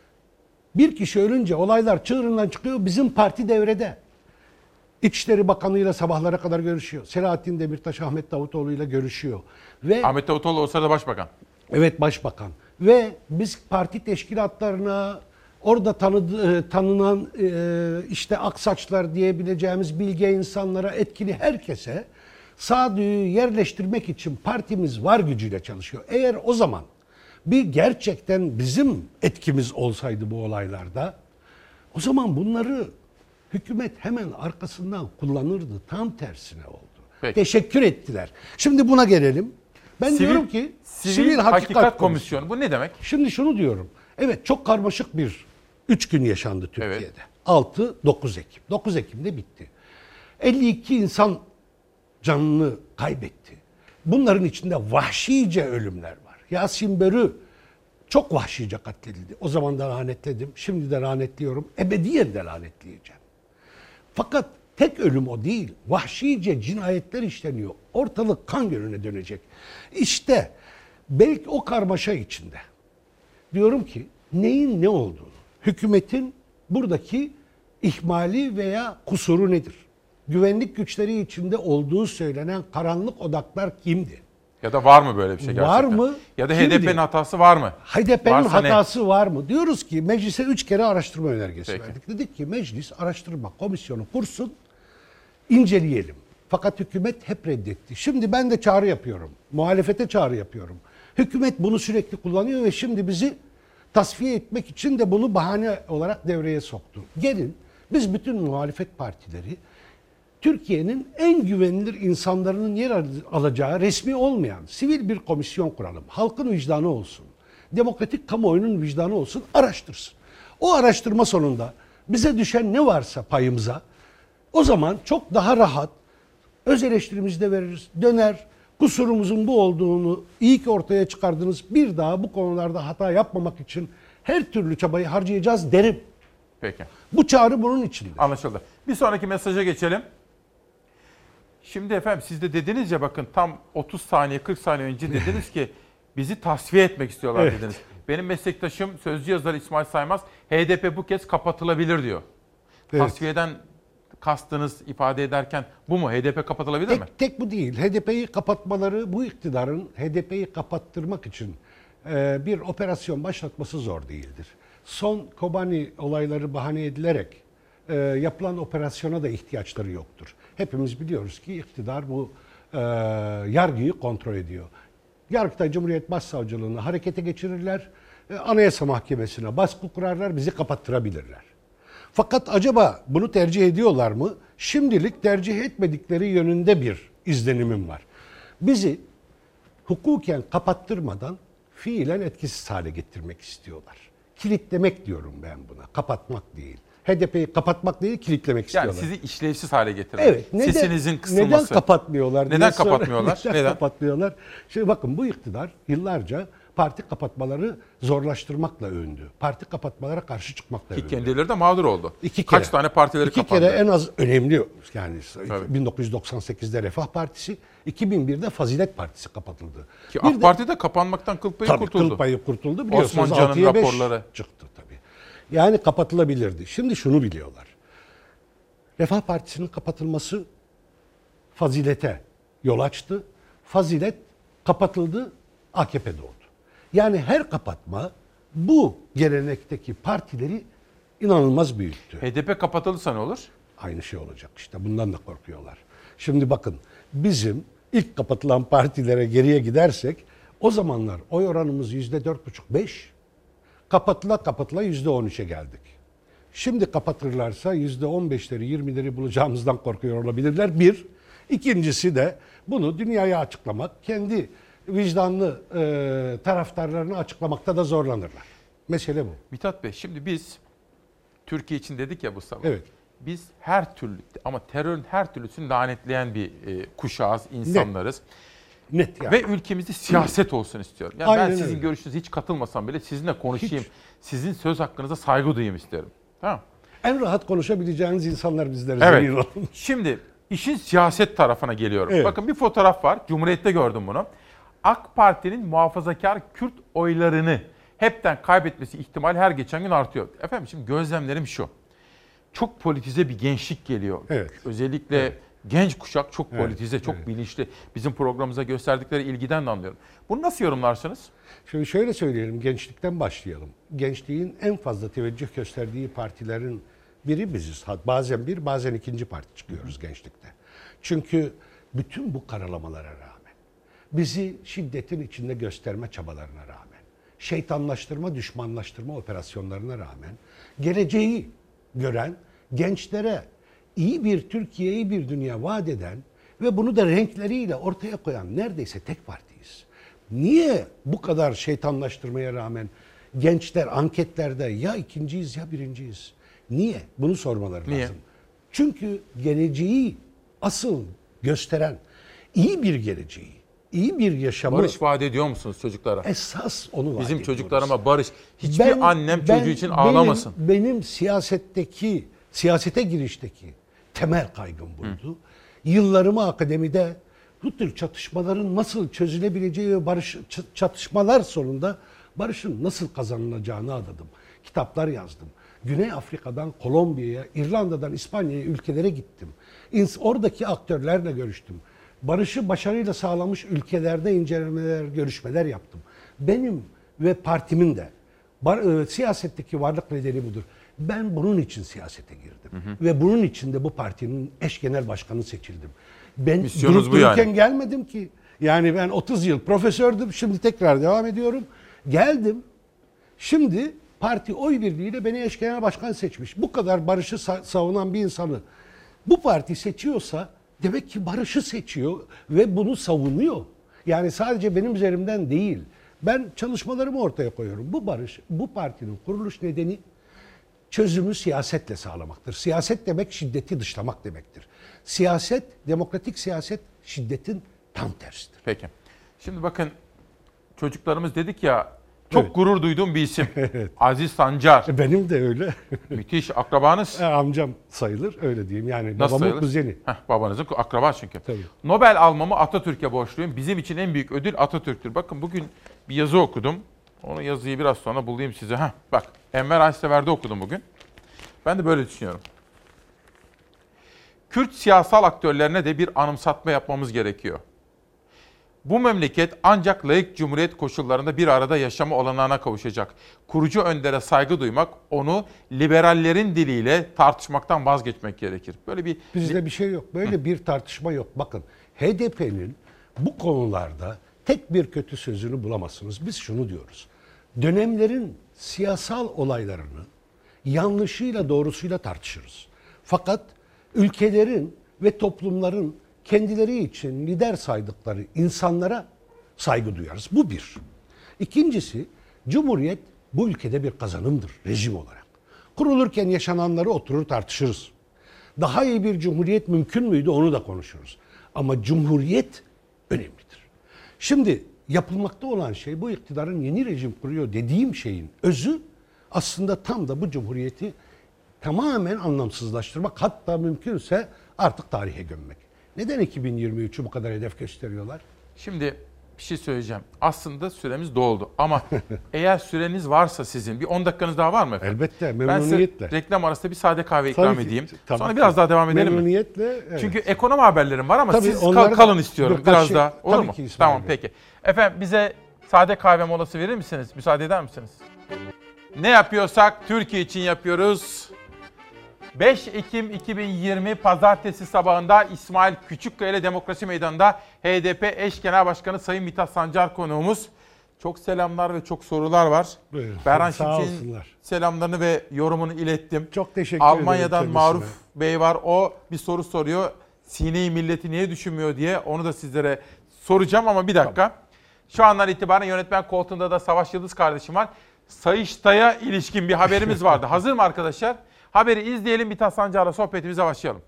bir kişi ölünce olaylar çığırından çıkıyor. Bizim parti devrede. İçişleri Bakanı'yla sabahlara kadar görüşüyor. Selahattin Demirtaş, Ahmet Davutoğlu ile görüşüyor. Ve Ahmet Davutoğlu o sırada başbakan. Evet, başbakan. Ve biz parti teşkilatlarına, orada tanı, tanınan işte aksaçlar diyebileceğimiz bilge insanlara, etkili herkese sağduyu yerleştirmek için partimiz var gücüyle çalışıyor. Eğer o zaman bir gerçekten bizim etkimiz olsaydı bu olaylarda, o zaman bunları hükümet hemen arkasından kullanırdı. Tam tersine oldu. Peki. Teşekkür ettiler. Şimdi buna gelelim. Ben sivil, diyorum ki Sivil, sivil Hakikat, Hakikat Komisyonu. Komisyonu. Bu ne demek? Şimdi şunu diyorum. Evet, çok karmaşık bir üç gün yaşandı Türkiye'de. Evet. altı dokuz Ekim. dokuz Ekim'de bitti. elli iki insan canını kaybetti. Bunların içinde vahşice ölümler var. Yasin Börü çok vahşice katledildi. O zaman da lanetledim. Şimdi de lanetliyorum. Ebediyen de lanetleyeceğim. Fakat tek ölüm o değil. Vahşice cinayetler işleniyor. Ortalık kan gölüne dönecek. İşte belki o karmaşa içinde diyorum ki neyin ne olduğunu, hükümetin buradaki ihmali veya kusuru nedir? Güvenlik güçleri içinde olduğu söylenen karanlık odaklar kimdi? Ya da var mı böyle bir şey gerçekten? Var mı? Ya da H D P'nin hatası var mı? H D P'nin hatası ne? var mı? Diyoruz ki meclise üç kere araştırma önergesi Peki. verdik. Dedik ki meclis araştırma komisyonu kursun, inceleyelim. Fakat hükümet hep reddetti. Şimdi ben de çağrı yapıyorum. Muhalefete çağrı yapıyorum. Hükümet bunu sürekli kullanıyor ve şimdi bizi tasfiye etmek için de bunu bahane olarak devreye soktu. Gelin biz bütün muhalefet partileri Türkiye'nin en güvenilir insanların yer alacağı resmi olmayan sivil bir komisyon kuralım. Halkın vicdanı olsun. Demokratik kamuoyunun vicdanı olsun. Araştırsın. O araştırma sonunda bize düşen ne varsa payımıza o zaman çok daha rahat öz eleştirimizi de veririz. Döner. Kusurumuzun bu olduğunu iyi ki ortaya çıkardınız. Bir daha bu konularda hata yapmamak için her türlü çabayı harcayacağız derim. Peki. Bu çağrı bunun içindir. Anlaşıldı. Bir sonraki mesaja geçelim. Şimdi efendim siz de dediniz ya bakın tam otuz saniye kırk saniye önce dediniz ki bizi tasfiye etmek istiyorlar evet. dediniz. Benim meslektaşım sözcü yazarı İsmail Saymaz H D P bu kez kapatılabilir diyor. Evet. Tasfiyeden kastınız ifade ederken bu mu? H D P kapatılabilir tek, mi? Tek bu değil. H D P'yi kapatmaları bu iktidarın H D P'yi kapattırmak için e, bir operasyon başlatması zor değildir. Son Kobani olayları bahane edilerek e, yapılan operasyona da ihtiyaçları yoktur. Hepimiz biliyoruz ki iktidar bu e, yargıyı kontrol ediyor. Yargıtay Cumhuriyet Başsavcılığını harekete geçirirler, e, Anayasa Mahkemesi'ne baskı kurarlar, bizi kapattırabilirler. Fakat acaba bunu tercih ediyorlar mı? Şimdilik tercih etmedikleri yönünde bir izlenimim var. Bizi hukuken kapattırmadan fiilen etkisiz hale getirmek istiyorlar. Kilitlemek diyorum ben buna, kapatmak değil. H D P'yi kapatmak değil, kilitlemek yani istiyorlar. Yani sizi işlevsiz hale getiren, evet, neden, sesinizin kısılması. Neden kapatmıyorlar? Neden kapatmıyorlar? Neden, neden kapatmıyorlar? Şimdi bakın bu iktidar yıllarca parti kapatmaları zorlaştırmakla övündü. Parti kapatmalara karşı çıkmakla Ki övündü. kendileri de mağdur oldu. İki Kaç kere. tane partileri İki kapandı? kere en az önemli yani Tabii. bin dokuz yüz doksan sekizde Refah Partisi, iki bin birde Fazilet Partisi kapatıldı. Ki Bir AK de- Parti de kapanmaktan kıl payı Tabii kurtuldu. kıl payı kurtuldu. Biliyorsunuz Osman Can'ın altıya beş raporları. çıktı tabii. Yani kapatılabilirdi. Şimdi şunu biliyorlar. Refah Partisi'nin kapatılması Fazilet'e yol açtı. Fazilet kapatıldı, A K P doğdu. Yani her kapatma bu gelenekteki partileri inanılmaz büyüttü. H D P kapatılırsa ne olur? Aynı şey olacak işte. Bundan da korkuyorlar. Şimdi bakın bizim ilk kapatılan partilere geriye gidersek o zamanlar oy oranımız yüzde dört buçuk beş, kapatıla kapatıla yüzde on üçe geldik. Şimdi kapatırlarsa yüzde on beşleri yirmileri bulacağımızdan korkuyor olabilirler. Bir. İkincisi de bunu dünyaya açıklamak, kendi vicdanlı e, taraftarlarını açıklamakta da zorlanırlar. Mesele bu. Mithat Bey, şimdi biz Türkiye için dedik ya bu sabah. Evet. Biz her türlü ama terörün her türlüsünü lanetleyen bir e, kuşağız, insanlarız. Net yani. Ve ülkemizde siyaset olsun istiyorum. Yani Aynen ben sizin öyle. görüşünüze hiç katılmasam bile sizinle konuşayım. Hiç. Sizin söz hakkınıza saygı duyayım istiyorum. Tamam. En rahat konuşabileceğiniz insanlar bizleriz. Evet. emin olun. Şimdi işin siyaset tarafına geliyorum. Evet. Bakın bir fotoğraf var. Cumhuriyet'te gördüm bunu. AK Parti'nin muhafazakar Kürt oylarını hepten kaybetmesi ihtimali her geçen gün artıyor. Efendim şimdi gözlemlerim şu. Çok politize bir gençlik geliyor. Evet. Özellikle evet. genç kuşak çok Evet, politize, çok evet. bilinçli. Bizim programımıza gösterdikleri ilgiden de anlıyorum. Bunu nasıl yorumlarsınız? Şimdi şöyle söyleyelim, gençlikten başlayalım. Gençliğin en fazla teveccüh gösterdiği partilerin biri biziz. Bazen bir, bazen ikinci parti çıkıyoruz gençlikte. Çünkü bütün bu karalamalara rağmen, bizi şiddetin içinde gösterme çabalarına rağmen, şeytanlaştırma, düşmanlaştırma operasyonlarına rağmen, geleceği gören, gençlere iyi bir Türkiye, iyi bir dünya vaat eden ve bunu da renkleriyle ortaya koyan neredeyse tek partiyiz. Niye bu kadar şeytanlaştırmaya rağmen gençler anketlerde ya ikinciyiz ya birinciyiz? Niye? Bunu sormaları Niye? lazım. Çünkü geleceği asıl gösteren, iyi bir geleceği, iyi bir yaşamı... Barış vaat ediyor musunuz çocuklara? Esas onu vaat Bizim ediyoruz. çocuklarıma barış. Hiçbir Ben- annem ben- çocuğu için benim- ağlamasın. Benim siyasetteki, siyasete girişteki temel kaygım buydu. Yıllarımı akademide bu tür çatışmaların nasıl çözülebileceği ve barış ç- çatışmalar sonunda barışın nasıl kazanılacağını adadım. Kitaplar yazdım. Güney Afrika'dan Kolombiya'ya, İrlanda'dan İspanya'ya ülkelere gittim. İns- Oradaki aktörlerle görüştüm. Barışı başarıyla sağlamış ülkelerde incelemeler, görüşmeler yaptım. Benim ve partimin de bar- e, siyasetteki varlık nedeni budur. Ben bunun için siyasete girdim. Hı hı. Ve bunun için de bu partinin eş genel başkanı seçildim. Ben Misyonunuz durup bu yani. dururken gelmedim ki. Yani ben otuz yıl profesördüm, şimdi tekrar devam ediyorum. Geldim. Şimdi parti oy birliğiyle beni eş genel başkan seçmiş. Bu kadar barışı sa- savunan bir insanı bu parti seçiyorsa demek ki barışı seçiyor ve bunu savunuyor. Yani sadece benim üzerimden değil. Ben çalışmalarımı ortaya koyuyorum. Bu barış, bu partinin kuruluş nedeni çözümü siyasetle sağlamaktır. Siyaset demek şiddeti dışlamak demektir. Siyaset, demokratik siyaset şiddetin tam tersidir. Peki. Şimdi bakın çocuklarımız dedik ya çok Evet. gurur duyduğum bir isim. Aziz Sancar. Benim de öyle. Müthiş akrabanız. E, amcam sayılır öyle diyeyim. Yani Nasıl babamın sayılır? kuzeni. Heh, babanızın akraba çünkü. Tabii. Nobel almamı Atatürk'e borçluyum. Bizim için en büyük ödül Atatürk'tür. Bakın bugün bir yazı okudum. Onu yazıyı biraz sonra bulayım size. Heh, bak Enver Aysever'de okudum bugün. Ben de böyle düşünüyorum. Kürt siyasal aktörlerine de bir anımsatma yapmamız gerekiyor. Bu memleket ancak layık cumhuriyet koşullarında bir arada yaşama olanağına kavuşacak. Kurucu öndere saygı duymak, onu liberallerin diliyle tartışmaktan vazgeçmek gerekir. Böyle bir Bizde bir şey yok. Böyle bir tartışma yok. Bakın H D P'nin bu konularda tek bir kötü sözünü bulamazsınız. Biz şunu diyoruz. Dönemlerin siyasal olaylarını yanlışıyla doğrusuyla tartışırız. Fakat ülkelerin ve toplumların kendileri için lider saydıkları insanlara saygı duyarız. Bu bir. İkincisi, Cumhuriyet bu ülkede bir kazanımdır rejim olarak. Kurulurken yaşananları oturur tartışırız. Daha iyi bir cumhuriyet mümkün müydü onu da konuşuruz. Ama cumhuriyet önemlidir. Şimdi yapılmakta olan şey, bu iktidarın yeni rejim kuruyor dediğim şeyin özü aslında tam da bu cumhuriyeti tamamen anlamsızlaştırmak, hatta mümkünse artık tarihe gömmek. Neden iki bin yirmi üçü bu kadar hedef gösteriyorlar? Şimdi bir şey söyleyeceğim. Aslında süremiz doldu ama eğer süreniz varsa sizin bir on dakikanız daha var mı efendim? Elbette, memnuniyetle. Ben size reklam arasında bir sade kahve ikram Tabii ki, edeyim. tabii Sonra ki. biraz daha devam edelim mi? Memnuniyetle. Evet. Çünkü ekonomi haberlerim var ama Tabii, siz kal- onları da- kalın istiyorum Dur, biraz şey- daha. Olur tabii mu? ki İsmail Tamam Bey. peki. Efendim bize sade kahve molası verir misiniz? Müsaade eder misiniz? Ne yapıyorsak Türkiye için yapıyoruz. beş Ekim iki bin yirmi Pazartesi sabahında İsmail Küçükkaya ile Demokrasi Meydanı'nda H D P eş genel başkanı Sayın Mithat Sancar konuğumuz. Çok selamlar ve çok sorular var. Buyurun. Berhan Sağ Şimşek'in olsunlar. selamlarını ve yorumunu ilettim. Çok teşekkür Almanya'dan ederim Maruf kendisine. Bey var. O bir soru soruyor. Sine-i milleti niye düşünmüyor diye. Onu da sizlere soracağım ama bir dakika. Tamam. Şu andan itibaren yönetmen koltuğunda da Savaş Yıldız kardeşim var. Sayıştay'a ilişkin bir haberimiz vardı. Hazır mı arkadaşlar? Haberi izleyelim, Mithat Sancar'la sohbetimize başlayalım.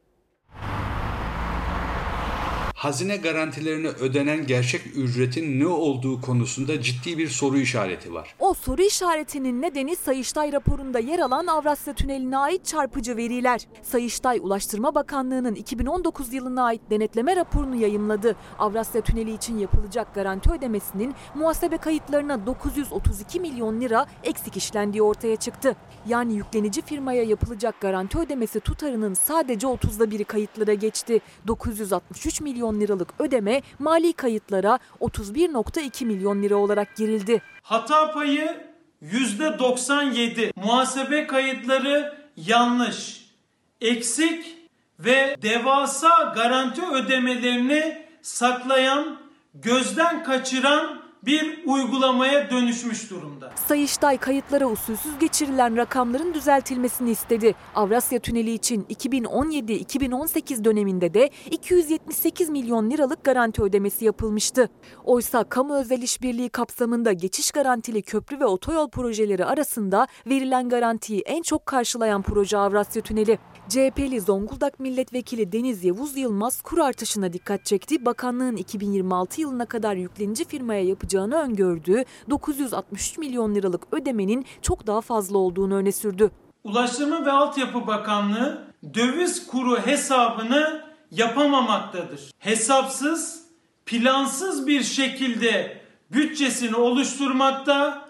Hazine garantilerine ödenen gerçek ücretin ne olduğu konusunda ciddi bir soru işareti var. O soru işaretinin nedeni Sayıştay raporunda yer alan Avrasya Tüneli'ne ait çarpıcı veriler. Sayıştay, Ulaştırma Bakanlığı'nın iki bin on dokuz yılına ait denetleme raporunu yayımladı. Avrasya Tüneli için yapılacak garanti ödemesinin muhasebe kayıtlarına dokuz yüz otuz iki milyon lira eksik işlendiği ortaya çıktı. Yani yüklenici firmaya yapılacak garanti ödemesi tutarının sadece otuzda biri kayıtlara geçti. dokuz yüz altmış üç milyon liralık ödeme mali kayıtlara otuz bir virgül iki milyon lira olarak girildi. Hata payı yüzde doksan yedi. Muhasebe kayıtları yanlış, eksik ve devasa garanti ödemelerini saklayan, gözden kaçıran bir uygulamaya dönüşmüş durumda. Sayıştay kayıtlara usulsüz geçirilen rakamların düzeltilmesini istedi. Avrasya Tüneli için iki bin on yedi iki bin on sekiz döneminde de iki yüz yetmiş sekiz milyon liralık garanti ödemesi yapılmıştı. Oysa kamu özel işbirliği kapsamında geçiş garantili köprü ve otoyol projeleri arasında verilen garantiyi en çok karşılayan proje Avrasya Tüneli. C H P'li Zonguldak Milletvekili Deniz Yavuz Yılmaz kur artışına dikkat çekti. Bakanlığın iki bin yirmi altı yılına kadar yüklenici firmaya yapacağını öngördüğü dokuz yüz altmış üç milyon liralık ödemenin çok daha fazla olduğunu öne sürdü. Ulaştırma ve Altyapı Bakanlığı döviz kuru hesabını yapamamaktadır. Hesapsız, plansız bir şekilde bütçesini oluşturmakta,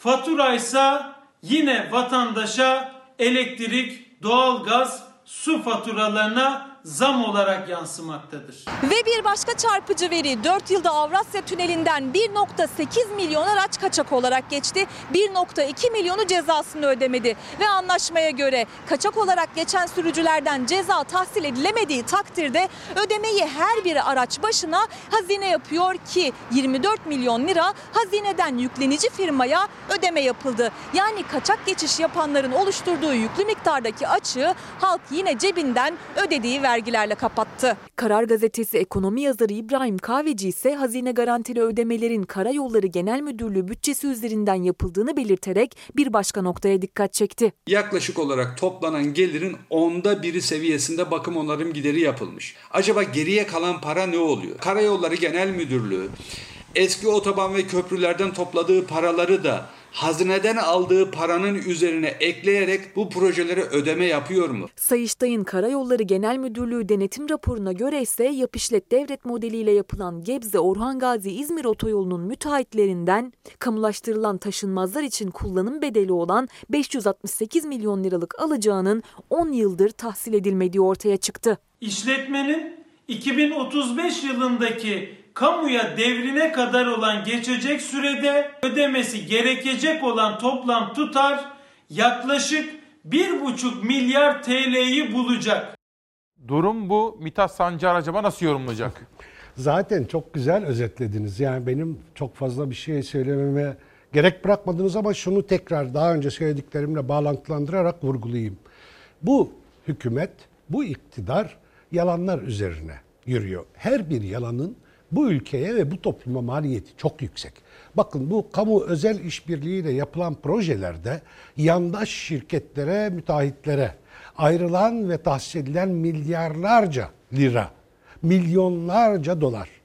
faturaysa yine vatandaşa elektrik, doğalgaz, su faturalarına zam olarak yansımaktadır. Ve bir başka çarpıcı veri, dört yılda Avrasya Tüneli'nden bir virgül sekiz milyon araç kaçak olarak geçti. bir virgül iki milyonu cezasını ödemedi. Ve anlaşmaya göre kaçak olarak geçen sürücülerden ceza tahsil edilemediği takdirde ödemeyi her bir araç başına hazine yapıyor ki yirmi dört milyon lira hazineden yüklenici firmaya ödeme yapıldı. Yani kaçak geçiş yapanların oluşturduğu yüklü miktardaki açığı halk yine cebinden ödediği vergilerle kapattı. Karar Gazetesi ekonomi yazarı İbrahim Kahveci ise hazine garantili ödemelerin Karayolları Genel Müdürlüğü bütçesi üzerinden yapıldığını belirterek bir başka noktaya dikkat çekti. Yaklaşık olarak toplanan gelirin onda biri seviyesinde bakım onarım gideri yapılmış. Acaba geriye kalan para ne oluyor? Karayolları Genel Müdürlüğü eski otoban ve köprülerden topladığı paraları da hazineden aldığı paranın üzerine ekleyerek bu projelere ödeme yapıyor mu? Sayıştay'ın Karayolları Genel Müdürlüğü denetim raporuna göre ise yap işlet devret modeliyle yapılan Gebze Orhan Gazi İzmir otoyolunun müteahhitlerinden kamulaştırılan taşınmazlar için kullanım bedeli olan beş yüz altmış sekiz milyon liralık alacağının on yıldır tahsil edilmediği ortaya çıktı. İşletmenin iki bin otuz beş yılındaki kamuya devrine kadar olan geçecek sürede ödemesi gerekecek olan toplam tutar yaklaşık bir buçuk milyar T L'yi bulacak. Durum bu. Mithat Sancar acaba nasıl yorumlayacak? Zaten çok güzel özetlediniz. Yani benim çok fazla bir şey söylememe gerek bırakmadınız ama şunu tekrar daha önce söylediklerimle bağlantılandırarak vurgulayayım. Bu hükümet, bu iktidar yalanlar üzerine yürüyor. Her bir yalanın bu ülkeye ve bu topluma maliyeti çok yüksek. Bakın bu kamu özel işbirliğiyle yapılan projelerde yandaş şirketlere, müteahhitlere ayrılan ve tahsis edilen milyarlarca lira, milyonlarca dolar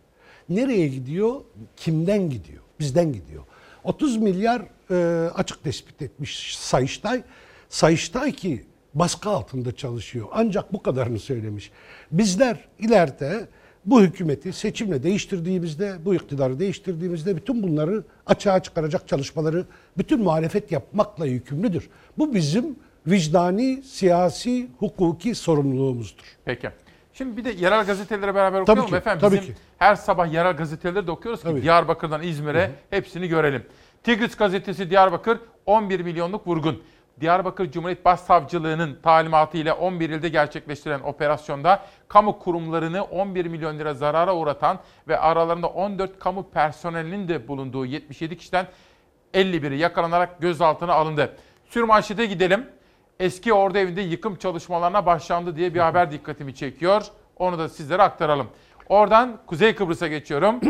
Nereye gidiyor? Kimden gidiyor? Bizden gidiyor. otuz milyar e, açık tespit etmiş Sayıştay. Sayıştay ki baskı altında çalışıyor. Ancak bu kadarını söylemiş. Bizler ileride bu hükümeti seçimle değiştirdiğimizde, bu iktidarı değiştirdiğimizde bütün bunları açığa çıkaracak çalışmaları bütün muhalefet yapmakla yükümlüdür. Bu bizim vicdani, siyasi, hukuki sorumluluğumuzdur. Peki. Şimdi bir de yerel gazetelere beraber okuyalım Tabii ki, efendim. tabii Bizim ki. her sabah yerel gazeteleri de okuyoruz ki Tabii. Diyarbakır'dan İzmir'e Hı hı. hepsini görelim. Tigris gazetesi Diyarbakır on bir milyonluk vurgun. Diyarbakır Cumhuriyet Başsavcılığı'nın talimatı ile on bir ilde gerçekleştirilen operasyonda kamu kurumlarını on bir milyon lira zarara uğratan ve aralarında on dört kamu personelinin de bulunduğu yetmiş yedi kişiden elli biri yakalanarak gözaltına alındı. Sürmanşete gidelim. Eski ordu evinde yıkım çalışmalarına başlandı diye bir haber dikkatimi çekiyor. Onu da sizlere aktaralım. Oradan Kuzey Kıbrıs'a geçiyorum.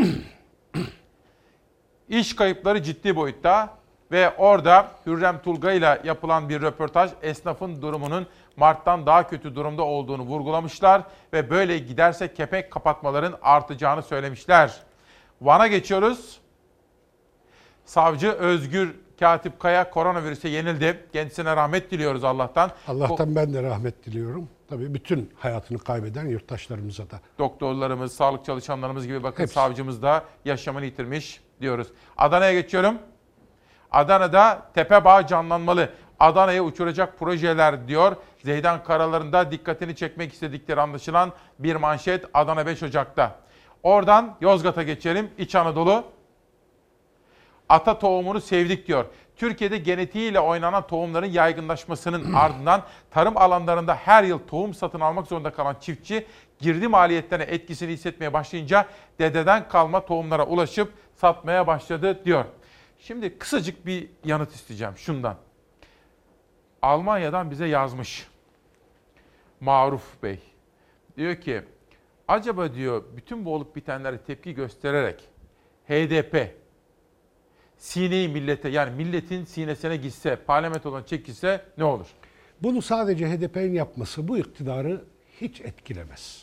İş kayıpları ciddi boyutta ve orada Hürrem Tulga ile yapılan bir röportaj esnafın durumunun Mart'tan daha kötü durumda olduğunu vurgulamışlar ve böyle giderse kepenk kapatmaların artacağını söylemişler. Van'a geçiyoruz. Savcı Özgür Katip Kaya koronavirüse yenildi. Kendisine rahmet diliyoruz Allah'tan. Allah'tan ben de rahmet diliyorum. Tabii bütün hayatını kaybeden yurttaşlarımıza da. Doktorlarımız, sağlık çalışanlarımız gibi bakın Hepsi. savcımız da yaşamını yitirmiş diyoruz. Adana'ya geçiyorum. Adana'da Tepebağ canlanmalı. Adana'ya uçuracak projeler diyor. Zeydan Karaları'nda dikkatini çekmek istedikleri anlaşılan bir manşet Adana beş Ocak'ta. Oradan Yozgat'a geçelim. İç Anadolu. Ata tohumunu sevdik diyor. Türkiye'de genetiğiyle oynanan tohumların yaygınlaşmasının ardından tarım alanlarında her yıl tohum satın almak zorunda kalan çiftçi girdi maliyetlerine etkisini hissetmeye başlayınca dededen kalma tohumlara ulaşıp satmaya başladı diyor. Şimdi kısacık bir yanıt isteyeceğim şundan. Almanya'dan bize yazmış Maruf Bey. Diyor ki acaba diyor bütün bu olup bitenlere tepki göstererek H D P sineyi millete yani milletin sinesine gitse, parlamentodan çekilse ne olur? Bunu sadece H D P'nin yapması bu iktidarı hiç etkilemez.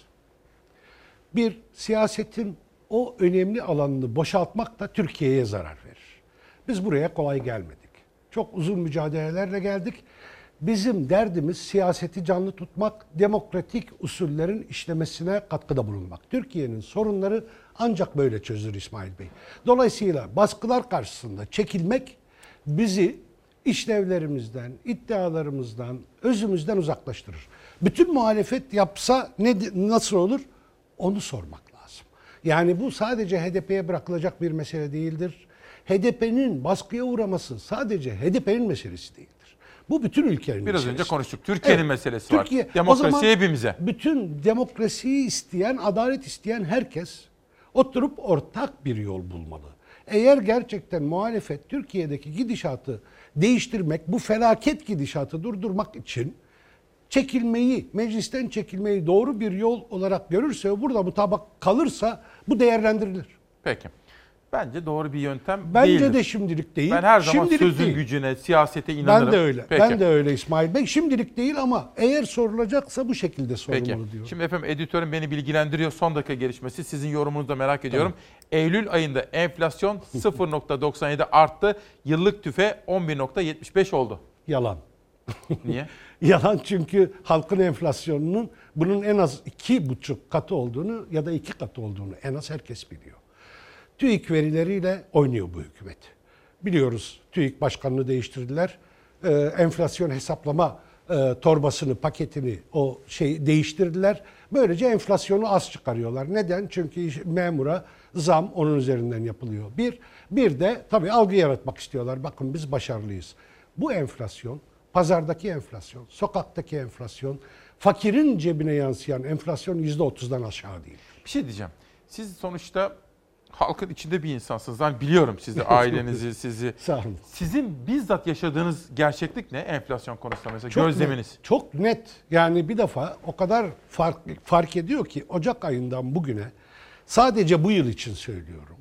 Bir, siyasetin o önemli alanını boşaltmak da Türkiye'ye zarar verir. Biz buraya kolay gelmedik. Çok uzun mücadelelerle geldik. Bizim derdimiz siyaseti canlı tutmak, demokratik usullerin işlemesine katkıda bulunmak. Türkiye'nin sorunları ancak böyle çözülür İsmail Bey. Dolayısıyla baskılar karşısında çekilmek bizi işlevlerimizden, iddialarımızdan, özümüzden uzaklaştırır. Bütün muhalefet yapsa ne, nasıl olur? Onu sormak lazım. Yani bu sadece H D P'ye bırakılacak bir mesele değildir. H D P'nin baskıya uğraması sadece H D P'nin meselesi değildir. Bu bütün ülkenin Biraz meselesi. önce konuştuk. Türkiye'nin evet, meselesi Türkiye, var. Demokrasi o zaman hepimize. Bütün demokrasiyi isteyen, adalet isteyen herkes oturup ortak bir yol bulmalı. Eğer gerçekten muhalefet Türkiye'deki gidişatı değiştirmek, bu felaket gidişatı durdurmak için çekilmeyi, meclisten çekilmeyi doğru bir yol olarak görürse ve burada mutabak kalırsa bu değerlendirilir. Peki. Bence doğru bir yöntem Bence değildir. de şimdilik değil. Ben her zaman şimdilik sözün değil. gücüne, siyasete inanırım. Ben de öyle. Peki. Ben de öyle İsmail Bey. Şimdilik değil ama eğer sorulacaksa bu şekilde sorulmalı Peki. diyor. Şimdi efendim editörüm beni bilgilendiriyor. Son dakika gelişmesi. Sizin yorumunuzu da merak ediyorum. Tamam. Eylül ayında enflasyon sıfır virgül doksan yedi arttı. Yıllık tüfe on bir virgül yetmiş beş oldu. Yalan. Niye? Yalan çünkü halkın enflasyonunun bunun en az iki buçuk katı olduğunu ya da iki katı olduğunu en az herkes biliyor. TÜİK verileriyle oynuyor bu hükümet. Biliyoruz TÜİK başkanını değiştirdiler. Ee, enflasyon hesaplama e, torbasını, paketini o şey değiştirdiler. Böylece enflasyonu az çıkarıyorlar. Neden? Çünkü memura zam onun üzerinden yapılıyor. Bir, bir de tabii algı yaratmak istiyorlar. Bakın biz başarılıyız. Bu enflasyon, pazardaki enflasyon, sokaktaki enflasyon, fakirin cebine yansıyan enflasyon yüzde otuzdan aşağı değil. Bir şey diyeceğim. Siz sonuçta halkın içinde bir insansınız. Ben biliyorum sizi, ailenizi, sizi. Sağ olun. Sizin bizzat yaşadığınız gerçeklik ne enflasyon konusunda mesela Çok gözleminiz? Net, çok net. Yani bir defa o kadar fark, fark ediyor ki Ocak ayından bugüne sadece bu yıl için söylüyorum.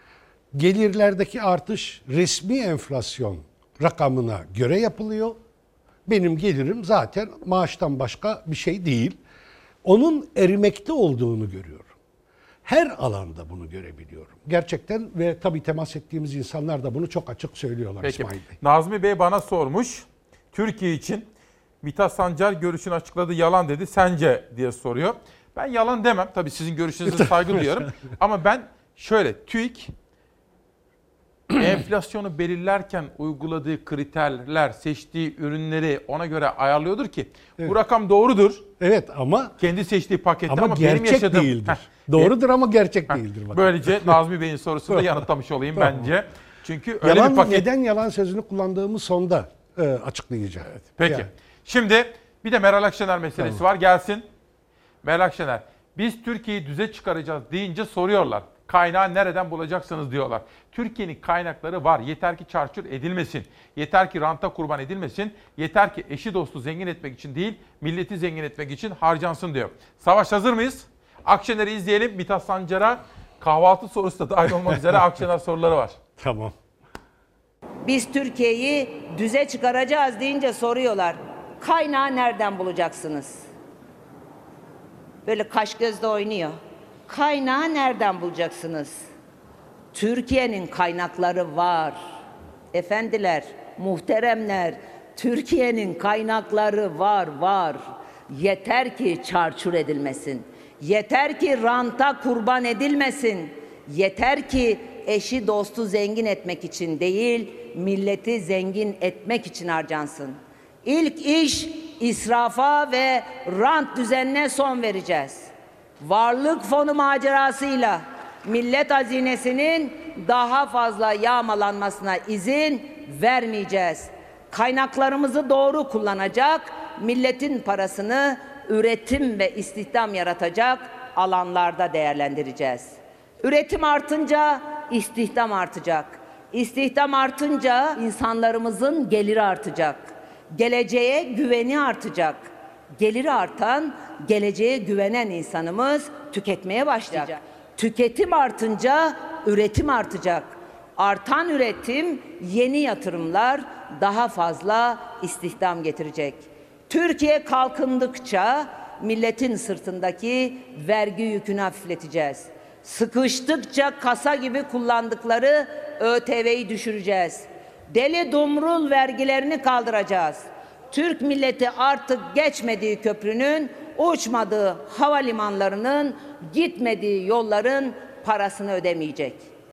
Gelirlerdeki artış resmi enflasyon rakamına göre yapılıyor. Benim gelirim zaten maaştan başka bir şey değil. Onun erimekte olduğunu görüyorum. her alanda bunu görebiliyorum. Gerçekten ve tabii temas ettiğimiz insanlar da bunu çok açık söylüyorlar. Peki. İsmail Bey. Nazmi Bey bana sormuş. Türkiye için Mithat Sancar görüşünü açıkladı, yalan dedi. Sence diye soruyor. Ben yalan demem. Tabii sizin görüşünüze saygı duyuyorum. Ama ben şöyle, TÜİK enflasyonu belirlerken uyguladığı kriterler, seçtiği ürünleri ona göre ayarlıyordur ki evet. Bu rakam doğrudur. Evet ama kendi seçtiği pakette ama, ama gerçek benim yaşadığım değildir. Heh, doğrudur ama gerçek heh, değildir. Bakın. Böylece Nazmi Bey'in sorusunu da yanıtlamış olayım bence. Çünkü öyle yalan, bir paket... neden yalan sözünü kullandığımı sonda e, açıklayacağım. Evet. Peki. Yani. Şimdi bir de Meral Akşener meselesi tamam. var. Gelsin. Meral Akşener, biz Türkiye'yi düze çıkaracağız deyince soruyorlar. Kaynağı nereden bulacaksınız diyorlar. Türkiye'nin kaynakları var. Yeter ki çarçur edilmesin. Yeter ki ranta kurban edilmesin. Yeter ki eşi dostu zengin etmek için değil, milleti zengin etmek için harcansın diyor. Savaş, hazır mıyız? Akşener'i izleyelim. Mithat Sancar'a kahvaltı sorusu da dahil olmak üzere Akşener soruları var. Tamam. Biz Türkiye'yi düze çıkaracağız deyince soruyorlar. Kaynağı nereden bulacaksınız? Böyle kaş gözle oynuyor. Kaynağı nereden bulacaksınız? Türkiye'nin kaynakları var. Efendiler, muhteremler, Türkiye'nin kaynakları var, var. Yeter ki çarçur edilmesin. Yeter ki ranta kurban edilmesin. Yeter ki eşi dostu zengin etmek için değil, milleti zengin etmek için harcansın. İlk iş israfa ve rant düzenine son vereceğiz. Varlık fonu macerasıyla millet hazinesinin daha fazla yağmalanmasına izin vermeyeceğiz. Kaynaklarımızı doğru kullanacak, milletin parasını üretim ve istihdam yaratacak alanlarda değerlendireceğiz. Üretim artınca istihdam artacak. İstihdam artınca insanlarımızın geliri artacak. Geleceğe güveni artacak. Geliri artan, geleceğe güvenen insanımız tüketmeye başlayacak. Tüketim artınca üretim artacak. Artan üretim, yeni yatırımlar daha fazla istihdam getirecek. Türkiye kalkındıkça milletin sırtındaki vergi yükünü hafifleteceğiz. Sıkıştıkça kasa gibi kullandıkları ÖTV'yi düşüreceğiz. Deli dumrul vergilerini kaldıracağız. Türk milleti artık geçmediği köprünün, uçmadığı havalimanlarının, gitmediği yolların parasını ödemeyecek.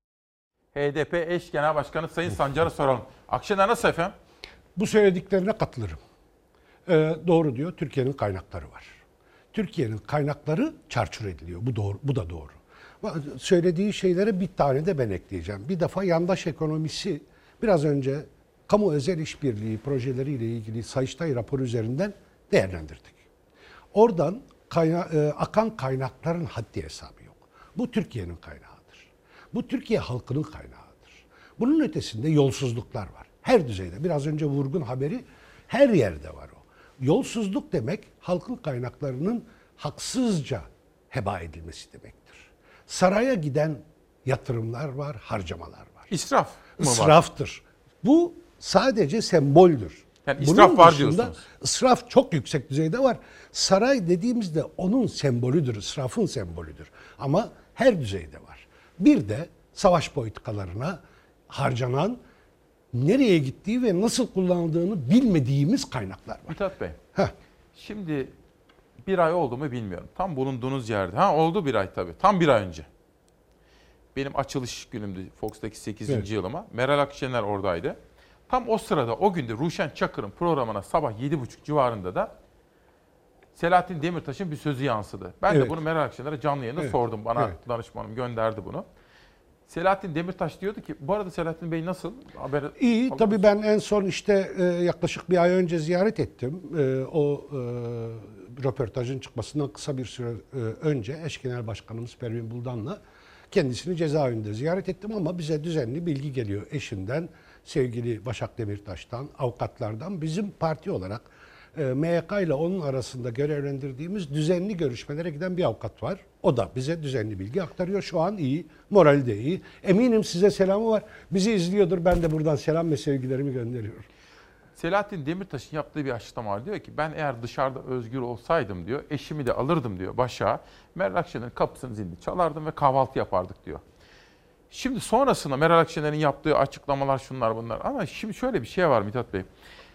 H D P eş genel başkanı Sayın Sancar'a soralım. Akşener nasıl efendim? Bu söylediklerine katılırım. Ee, doğru diyor, Türkiye'nin kaynakları var. Türkiye'nin kaynakları çarçur ediliyor. Bu doğru, bu da doğru. Söylediği şeylere bir tane de ben ekleyeceğim. Bir defa yandaş ekonomisi, biraz önce kamu özel işbirliği projeleriyle ilgili Sayıştay raporu üzerinden değerlendirdik. Oradan kayna, e, akan kaynakların haddi hesabı yok. Bu Türkiye'nin kaynağıdır. Bu Türkiye halkının kaynağıdır. Bunun ötesinde yolsuzluklar var. Her düzeyde. Biraz önce Vurgun haberi, her yerde var o. Yolsuzluk demek halkın kaynaklarının haksızca heba edilmesi demektir. Saraya giden yatırımlar var, harcamalar var. İsraf mı var? İsraftır. Bu sadece semboldür. Yani israf Bunun var dışında diyorsunuz. İsraf çok yüksek düzeyde var. Saray dediğimizde onun sembolüdür, israfın sembolüdür. Ama her düzeyde var. Bir de savaş politikalarına harcanan, nereye gittiği ve nasıl kullanıldığını bilmediğimiz kaynaklar var. Mithat Bey, Heh. şimdi bir ay oldu mu bilmiyorum. Tam bulunduğunuz yerde. Ha oldu bir ay tabii. Tam bir ay önce. Benim açılış günümdü Fox'taki sekizinci Evet. yılıma. Meral Akşener oradaydı. Tam o sırada o günde Ruşen Çakır'ın programına sabah yedi buçuk civarında da Selahattin Demirtaş'ın bir sözü yansıdı. Ben evet. de bunu Meral Akşener'e canlı yayında evet. sordum. Bana evet. danışmanım gönderdi bunu. Selahattin Demirtaş diyordu ki, bu arada Selahattin Bey nasıl? Haber İyi, tabii ben en son işte e, yaklaşık bir ay önce ziyaret ettim. E, o e, röportajın çıkmasından kısa bir süre e, önce eş genel başkanımız Pervin Buldan'la kendisini cezaevinde ziyaret ettim ama bize düzenli bilgi geliyor eşinden, sevgili Başak Demirtaş'tan, avukatlardan. Bizim parti olarak e, M Y K ile onun arasında görevlendirdiğimiz düzenli görüşmelere giden bir avukat var. O da bize düzenli bilgi aktarıyor. Şu an iyi, morali de iyi. Eminim size selamı var. Bizi izliyordur. Ben de buradan selam ve sevgilerimi gönderiyorum. Selahattin Demirtaş'ın yaptığı bir açıklama var. Diyor ki ben eğer dışarıda özgür olsaydım diyor, eşimi de alırdım diyor Başak'a. Meral Akşener'in kapısını zilini çalardım ve kahvaltı yapardık diyor. Şimdi sonrasında Meral Akşener'in yaptığı açıklamalar şunlar bunlar. Ama şimdi şöyle bir şey var Mithat Bey.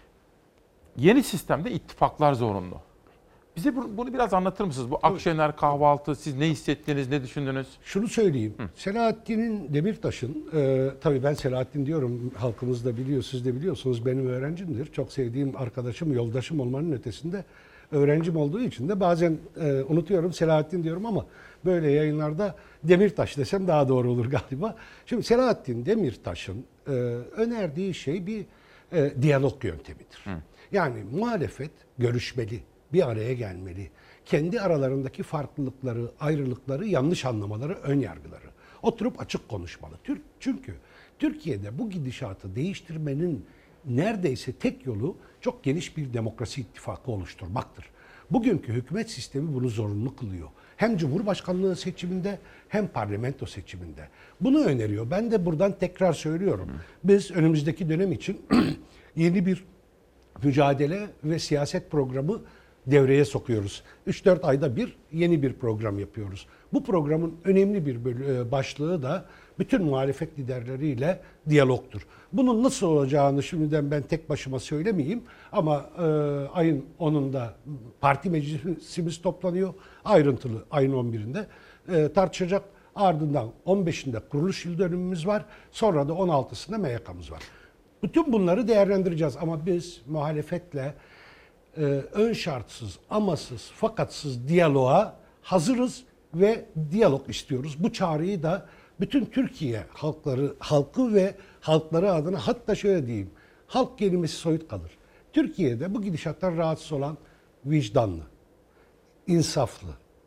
Yeni sistemde ittifaklar zorunlu. Bize bunu biraz anlatır mısınız? Bu Akşener kahvaltı, siz ne hissettiniz, ne düşündünüz? Şunu söyleyeyim. Hı. Selahattin'in Demirtaş'ın, e, tabii ben Selahattin diyorum, halkımız da biliyor, siz de biliyorsunuz, benim öğrencimdir. Çok sevdiğim arkadaşım, yoldaşım olmanın ötesinde öğrencim olduğu için de bazen e, unutuyorum Selahattin diyorum ama böyle yayınlarda Demirtaş desem daha doğru olur galiba. Şimdi Selahattin Demirtaş'ın e, önerdiği şey bir e, diyalog yöntemidir. Hı. Yani muhalefet görüşmeli, bir araya gelmeli. Kendi aralarındaki farklılıkları, ayrılıkları, yanlış anlamaları, ön yargıları oturup açık konuşmalı. Çünkü Türkiye'de bu gidişatı değiştirmenin neredeyse tek yolu çok geniş bir demokrasi ittifakı oluşturmaktır. Bugünkü hükümet sistemi bunu zorunlu kılıyor. Hem Cumhurbaşkanlığı seçiminde hem parlamento seçiminde. Bunu öneriyor. Ben de buradan tekrar söylüyorum. Biz önümüzdeki dönem için yeni bir mücadele ve siyaset programı devreye sokuyoruz. üç dört ayda bir yeni bir program yapıyoruz. Bu programın önemli bir başlığı da bütün muhalefet liderleriyle diyalogtur. Bunun nasıl olacağını şimdiden ben tek başıma söylemeyeyim ama e, ayın onunda parti meclisimiz toplanıyor. Ayrıntılı ayın on birinde e, tartışacak. Ardından on beşinde kuruluş yıl dönümümüz var. Sonra da on altısında M Y K'mız var. Bütün bunları değerlendireceğiz ama biz muhalefetle e, ön şartsız, amasız, fakatsız diyaloğa hazırız ve diyalog istiyoruz. Bu çağrıyı da bütün Türkiye halkları, halkı ve halkları adına, hatta şöyle diyeyim, halk kelimesi soyut kalır. Türkiye'de bu gidişattan rahatsız olan vicdanlı, insaflı,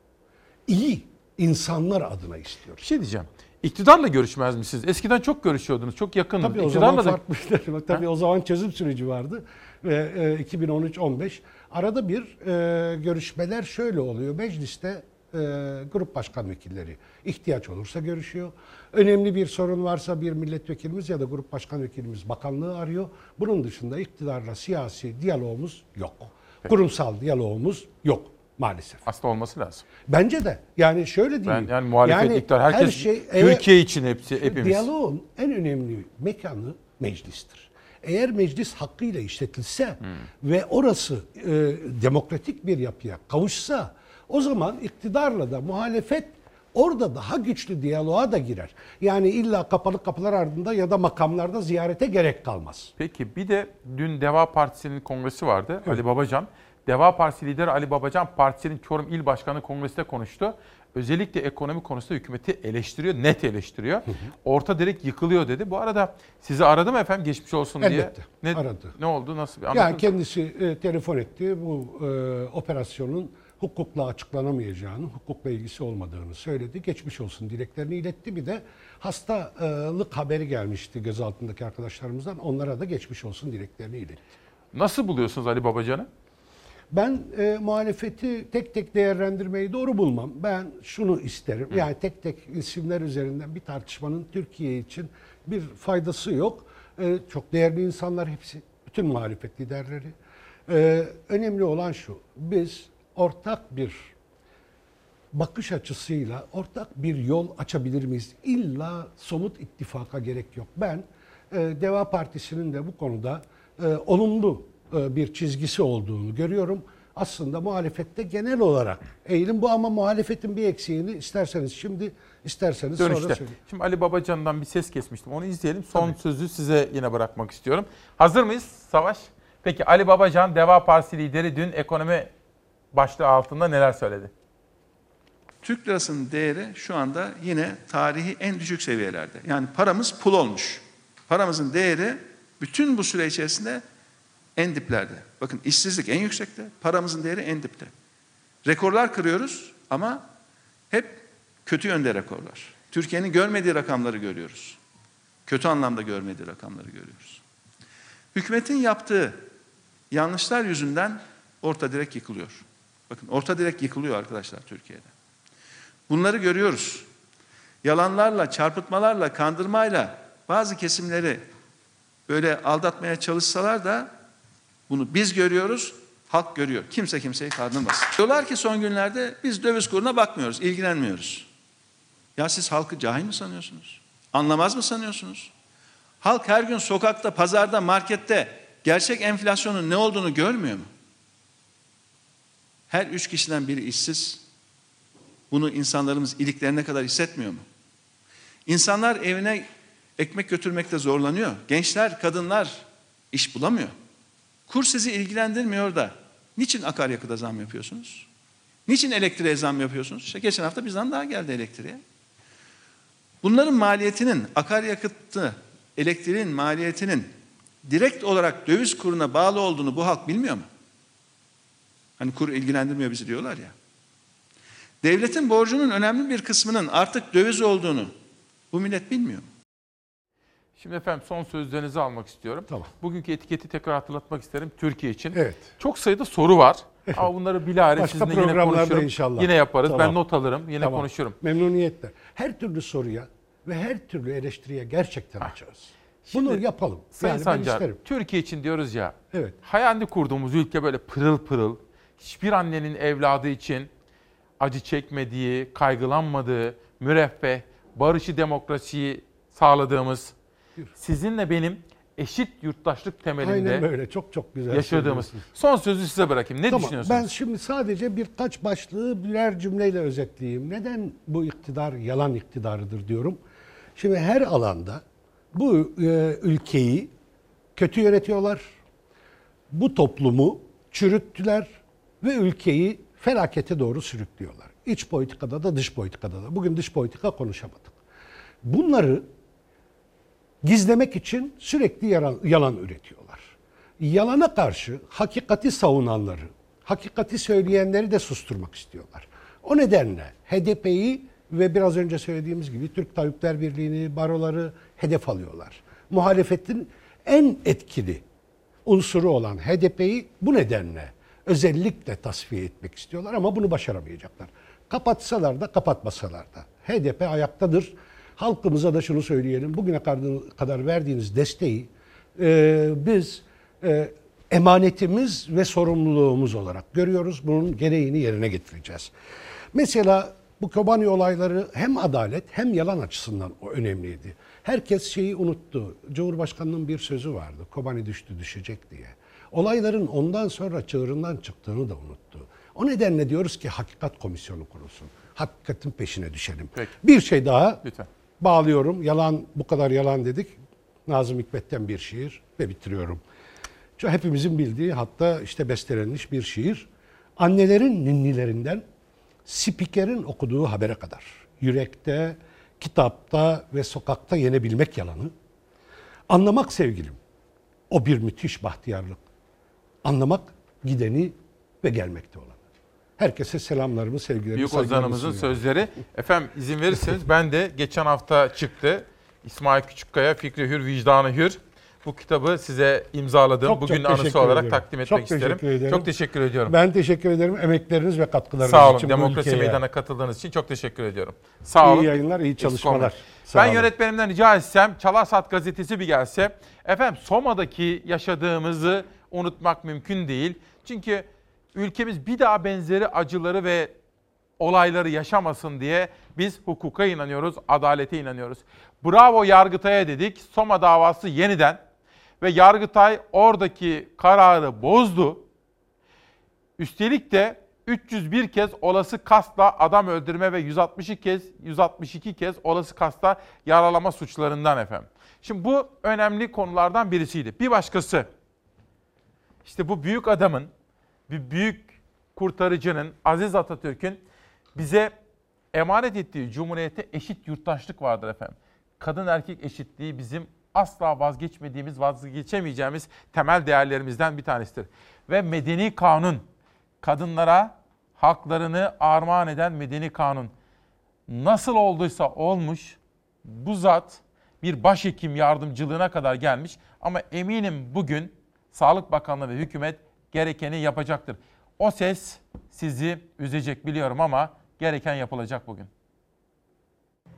iyi insanlar adına istiyoruz. Bir şey diyeceğim. İktidarla görüşmez misiniz? Eskiden çok görüşüyordunuz, çok yakınız. Tabii o zaman da... farklı. Tabii ha? O zaman çözüm süreci vardı ve e, iki bin on üç on beş arada bir e, görüşmeler şöyle oluyor. Mecliste e, grup başkan vekilleri ihtiyaç olursa görüşüyor. Önemli bir sorun varsa bir milletvekilimiz ya da grup başkan vekilimiz bakanlığı arıyor. Bunun dışında iktidarla siyasi diyalogumuz yok. Peki. Kurumsal diyalogumuz yok. Maalesef. Aslında olması lazım. Bence de. Yani şöyle diyeyim. Ben, yani muhalefet, yani iktidar, herkes her şey, Türkiye evet, için hepsi, hepimiz. Diyaloğun en önemli mekanı meclistir. Eğer meclis hakkıyla işletilse hmm. ve orası e, demokratik bir yapıya kavuşsa o zaman iktidarla da muhalefet orada daha güçlü diyaloğa da girer. Yani illa kapalı kapılar ardında ya da makamlarda ziyarete gerek kalmaz. Peki bir de dün Deva Partisi'nin kongresi vardı. Evet. Ali Babacan. Deva Partisi lideri Ali Babacan partisinin Çorum İl Başkanı Kongresi'nde konuştu. Özellikle ekonomi konusunda hükümeti eleştiriyor, net eleştiriyor. Hı hı. Orta direk yıkılıyor dedi. Bu arada sizi aradım efendim geçmiş olsun Elbette, diye. Ne, aradı. Ne oldu, nasıl bir anlatın? Yani kendisi e, telefon etti. Bu e, operasyonun hukukla açıklanamayacağını, hukukla ilgisi olmadığını söyledi. Geçmiş olsun dileklerini iletti. Bir de hastalık haberi gelmişti gözaltındaki arkadaşlarımızdan. Onlara da geçmiş olsun dileklerini iletti. Nasıl buluyorsunuz Ali Babacan'ı? Ben e, muhalefeti tek tek değerlendirmeyi doğru bulmam. Ben şunu isterim. Hı. Yani tek tek isimler üzerinden bir tartışmanın Türkiye için bir faydası yok. E, çok değerli insanlar hepsi. Bütün muhalefet liderleri. E, önemli olan şu. Biz ortak bir bakış açısıyla ortak bir yol açabilir miyiz? İlla somut ittifaka gerek yok. Ben e, Deva Partisi'nin de bu konuda e, olumlu bir çizgisi olduğunu görüyorum. Aslında muhalefette genel olarak eğilim bu ama muhalefetin bir eksiğini isterseniz şimdi, isterseniz Dönüşte. sonra söyleyeyim. Şimdi Ali Babacan'dan bir ses kesmiştim. Onu izleyelim. Son Tabii. sözü size yine bırakmak istiyorum. Hazır mıyız Savaş? Peki Ali Babacan, Deva Partisi lideri dün ekonomi başlığı altında neler söyledi? Türk lirasının değeri şu anda yine tarihi en düşük seviyelerde. Yani paramız pul olmuş. Paramızın değeri bütün bu süre içerisinde en diplerde. Bakın işsizlik en yüksekte, paramızın değeri en dipte. Rekorlar kırıyoruz ama hep kötü yönde rekorlar. Türkiye'nin görmediği rakamları görüyoruz. Kötü anlamda görmediği rakamları görüyoruz. Hükümetin yaptığı yanlışlar yüzünden orta direk yıkılıyor. Bakın orta direk yıkılıyor arkadaşlar Türkiye'de. Bunları görüyoruz. Yalanlarla, çarpıtmalarla, kandırmayla bazı kesimleri böyle aldatmaya çalışsalar da Bunu biz görüyoruz, halk görüyor. Kimse kimseyi kandırmasın. Diyorlar ki son günlerde biz döviz kuruna bakmıyoruz, ilgilenmiyoruz. Ya siz halkı cahil mi sanıyorsunuz? Anlamaz mı sanıyorsunuz? Halk her gün sokakta, pazarda, markette gerçek enflasyonun ne olduğunu görmüyor mu? Her üç kişiden biri işsiz. Bunu insanlarımız iliklerine kadar hissetmiyor mu? İnsanlar evine ekmek götürmekte zorlanıyor. Gençler, kadınlar iş bulamıyor. Kur sizi ilgilendirmiyor da niçin akaryakıta zam yapıyorsunuz? Niçin elektriğe zam yapıyorsunuz? İşte geçen hafta bizden daha geldi elektriğe. Bunların maliyetinin, akaryakıtı, elektriğin maliyetinin direkt olarak döviz kuruna bağlı olduğunu bu halk bilmiyor mu? Hani kur ilgilendirmiyor bizi diyorlar ya. Devletin borcunun önemli bir kısmının artık döviz olduğunu bu millet bilmiyor mu? Şimdi efendim son sözlerinizi almak istiyorum. Tamam. Bugünkü etiketi tekrar hatırlatmak isterim Türkiye için. Evet. Çok sayıda soru var. Ama bunları bilahare Başka sizinle yine programlarda konuşurum. inşallah. Yine yaparız. Tamam. Ben not alırım. Yine Tamam. konuşurum. Memnuniyetle. Her türlü soruya ve her türlü eleştiriye gerçekten açığız. Bunu Şimdi, yapalım. Sayın Yani ben Sancar, isterim. Türkiye için diyoruz ya. Evet. Hayalini kurduğumuz ülke böyle pırıl pırıl. Hiçbir annenin evladı için acı çekmediği, kaygılanmadığı, müreffeh, barışı, demokrasiyi sağladığımız, sizinle benim eşit yurttaşlık temelinde Aynen böyle. Çok çok güzel yaşadığımız. söylüyorsunuz. Son sözü size bırakayım. Ne tamam, düşünüyorsunuz? Ben şimdi sadece birkaç başlığı birer cümleyle özetleyeyim. Neden bu iktidar yalan iktidarıdır diyorum. Şimdi her alanda bu e, ülkeyi kötü yönetiyorlar. Bu toplumu çürüttüler ve ülkeyi felakete doğru sürüklüyorlar. İç politikada da dış politikada da. Bugün dış politika konuşamadık. Bunları gizlemek için sürekli yalan, yalan üretiyorlar. Yalana karşı hakikati savunanları, hakikati söyleyenleri de susturmak istiyorlar. O nedenle H D P'yi ve biraz önce söylediğimiz gibi Türk Tabipler Birliği'ni, baroları hedef alıyorlar. Muhalefetin en etkili unsuru olan H D P'yi bu nedenle özellikle tasfiye etmek istiyorlar ama bunu başaramayacaklar. Kapatsalar da kapatmasalar da. H D P ayaktadır. Halkımıza da şunu söyleyelim. Bugüne kadar verdiğiniz desteği e, biz e, emanetimiz ve sorumluluğumuz olarak görüyoruz. Bunun gereğini yerine getireceğiz. Mesela bu Kobani olayları hem adalet hem yalan açısından önemliydi. Herkes şeyi unuttu. Cumhurbaşkanının bir sözü vardı. Kobani düştü düşecek diye. Olayların ondan sonra çığırından çıktığını da unuttu. O nedenle diyoruz ki hakikat komisyonu kurulsun. Hakikatin peşine düşelim. Peki. Bir şey daha Lütfen. bağlıyorum. Yalan, bu kadar yalan dedik. Nazım Hikmet'ten bir şiir ve bitiriyorum. Şu hepimizin bildiği, hatta işte bestelenmiş bir şiir. Annelerin ninnilerinden spikerin okuduğu habere kadar. Yürekte, kitapta ve sokakta yenebilmek yalanı. Anlamak sevgilim. O bir müthiş bahtiyarlık. Anlamak gideni ve gelmekte olanı. Herkese selamlarımı, sevgilerimi, Büyük saygılarımı ozanımızın sunuyorum. sözleri. Efendim izin verirseniz ben de geçen hafta çıktı. İsmail Küçükkaya, Fikri Hür, Vicdanı Hür. Bu kitabı size imzaladım. Çok, Bugün çok anısı teşekkür olarak ediyorum. takdim etmek Çok isterim. teşekkür ederim. Çok teşekkür ediyorum. Ben teşekkür ederim. Emekleriniz ve katkılarınız Sağ olun. için bu Demokrasi ülkeye. Meydanı'na katıldığınız için çok teşekkür ediyorum. Sağ olun. İyi yayınlar, iyi çalışmalar. Eksik olmayın. Sağ Ben olun. yönetmenimden rica etsem Çalarsat gazetesi bir gelse. Efendim Soma'daki yaşadığımızı unutmak mümkün değil. Çünkü ülkemiz bir daha benzeri acıları ve olayları yaşamasın diye biz hukuka inanıyoruz, adalete inanıyoruz. Bravo Yargıtay'a dedik. Soma davası yeniden ve Yargıtay oradaki kararı bozdu. Üstelik de üç yüz bir kez olası kasla adam öldürme ve yüz altmış iki kez yüz altmış iki kez olası kasla yaralama suçlarından efendim. Şimdi bu önemli konulardan birisiydi. Bir başkası, işte bu büyük adamın, bir büyük kurtarıcının, Aziz Atatürk'ün bize emanet ettiği cumhuriyete eşit yurttaşlık vardır efendim. Kadın erkek eşitliği bizim asla vazgeçmediğimiz, vazgeçemeyeceğimiz temel değerlerimizden bir tanesidir. Ve medeni kanun, kadınlara haklarını armağan eden medeni kanun. Nasıl olduysa olmuş, bu zat bir başhekim yardımcılığına kadar gelmiş. Ama eminim bugün Sağlık Bakanlığı ve hükümet gerekeni yapacaktır. O ses sizi üzecek biliyorum ama gereken yapılacak bugün.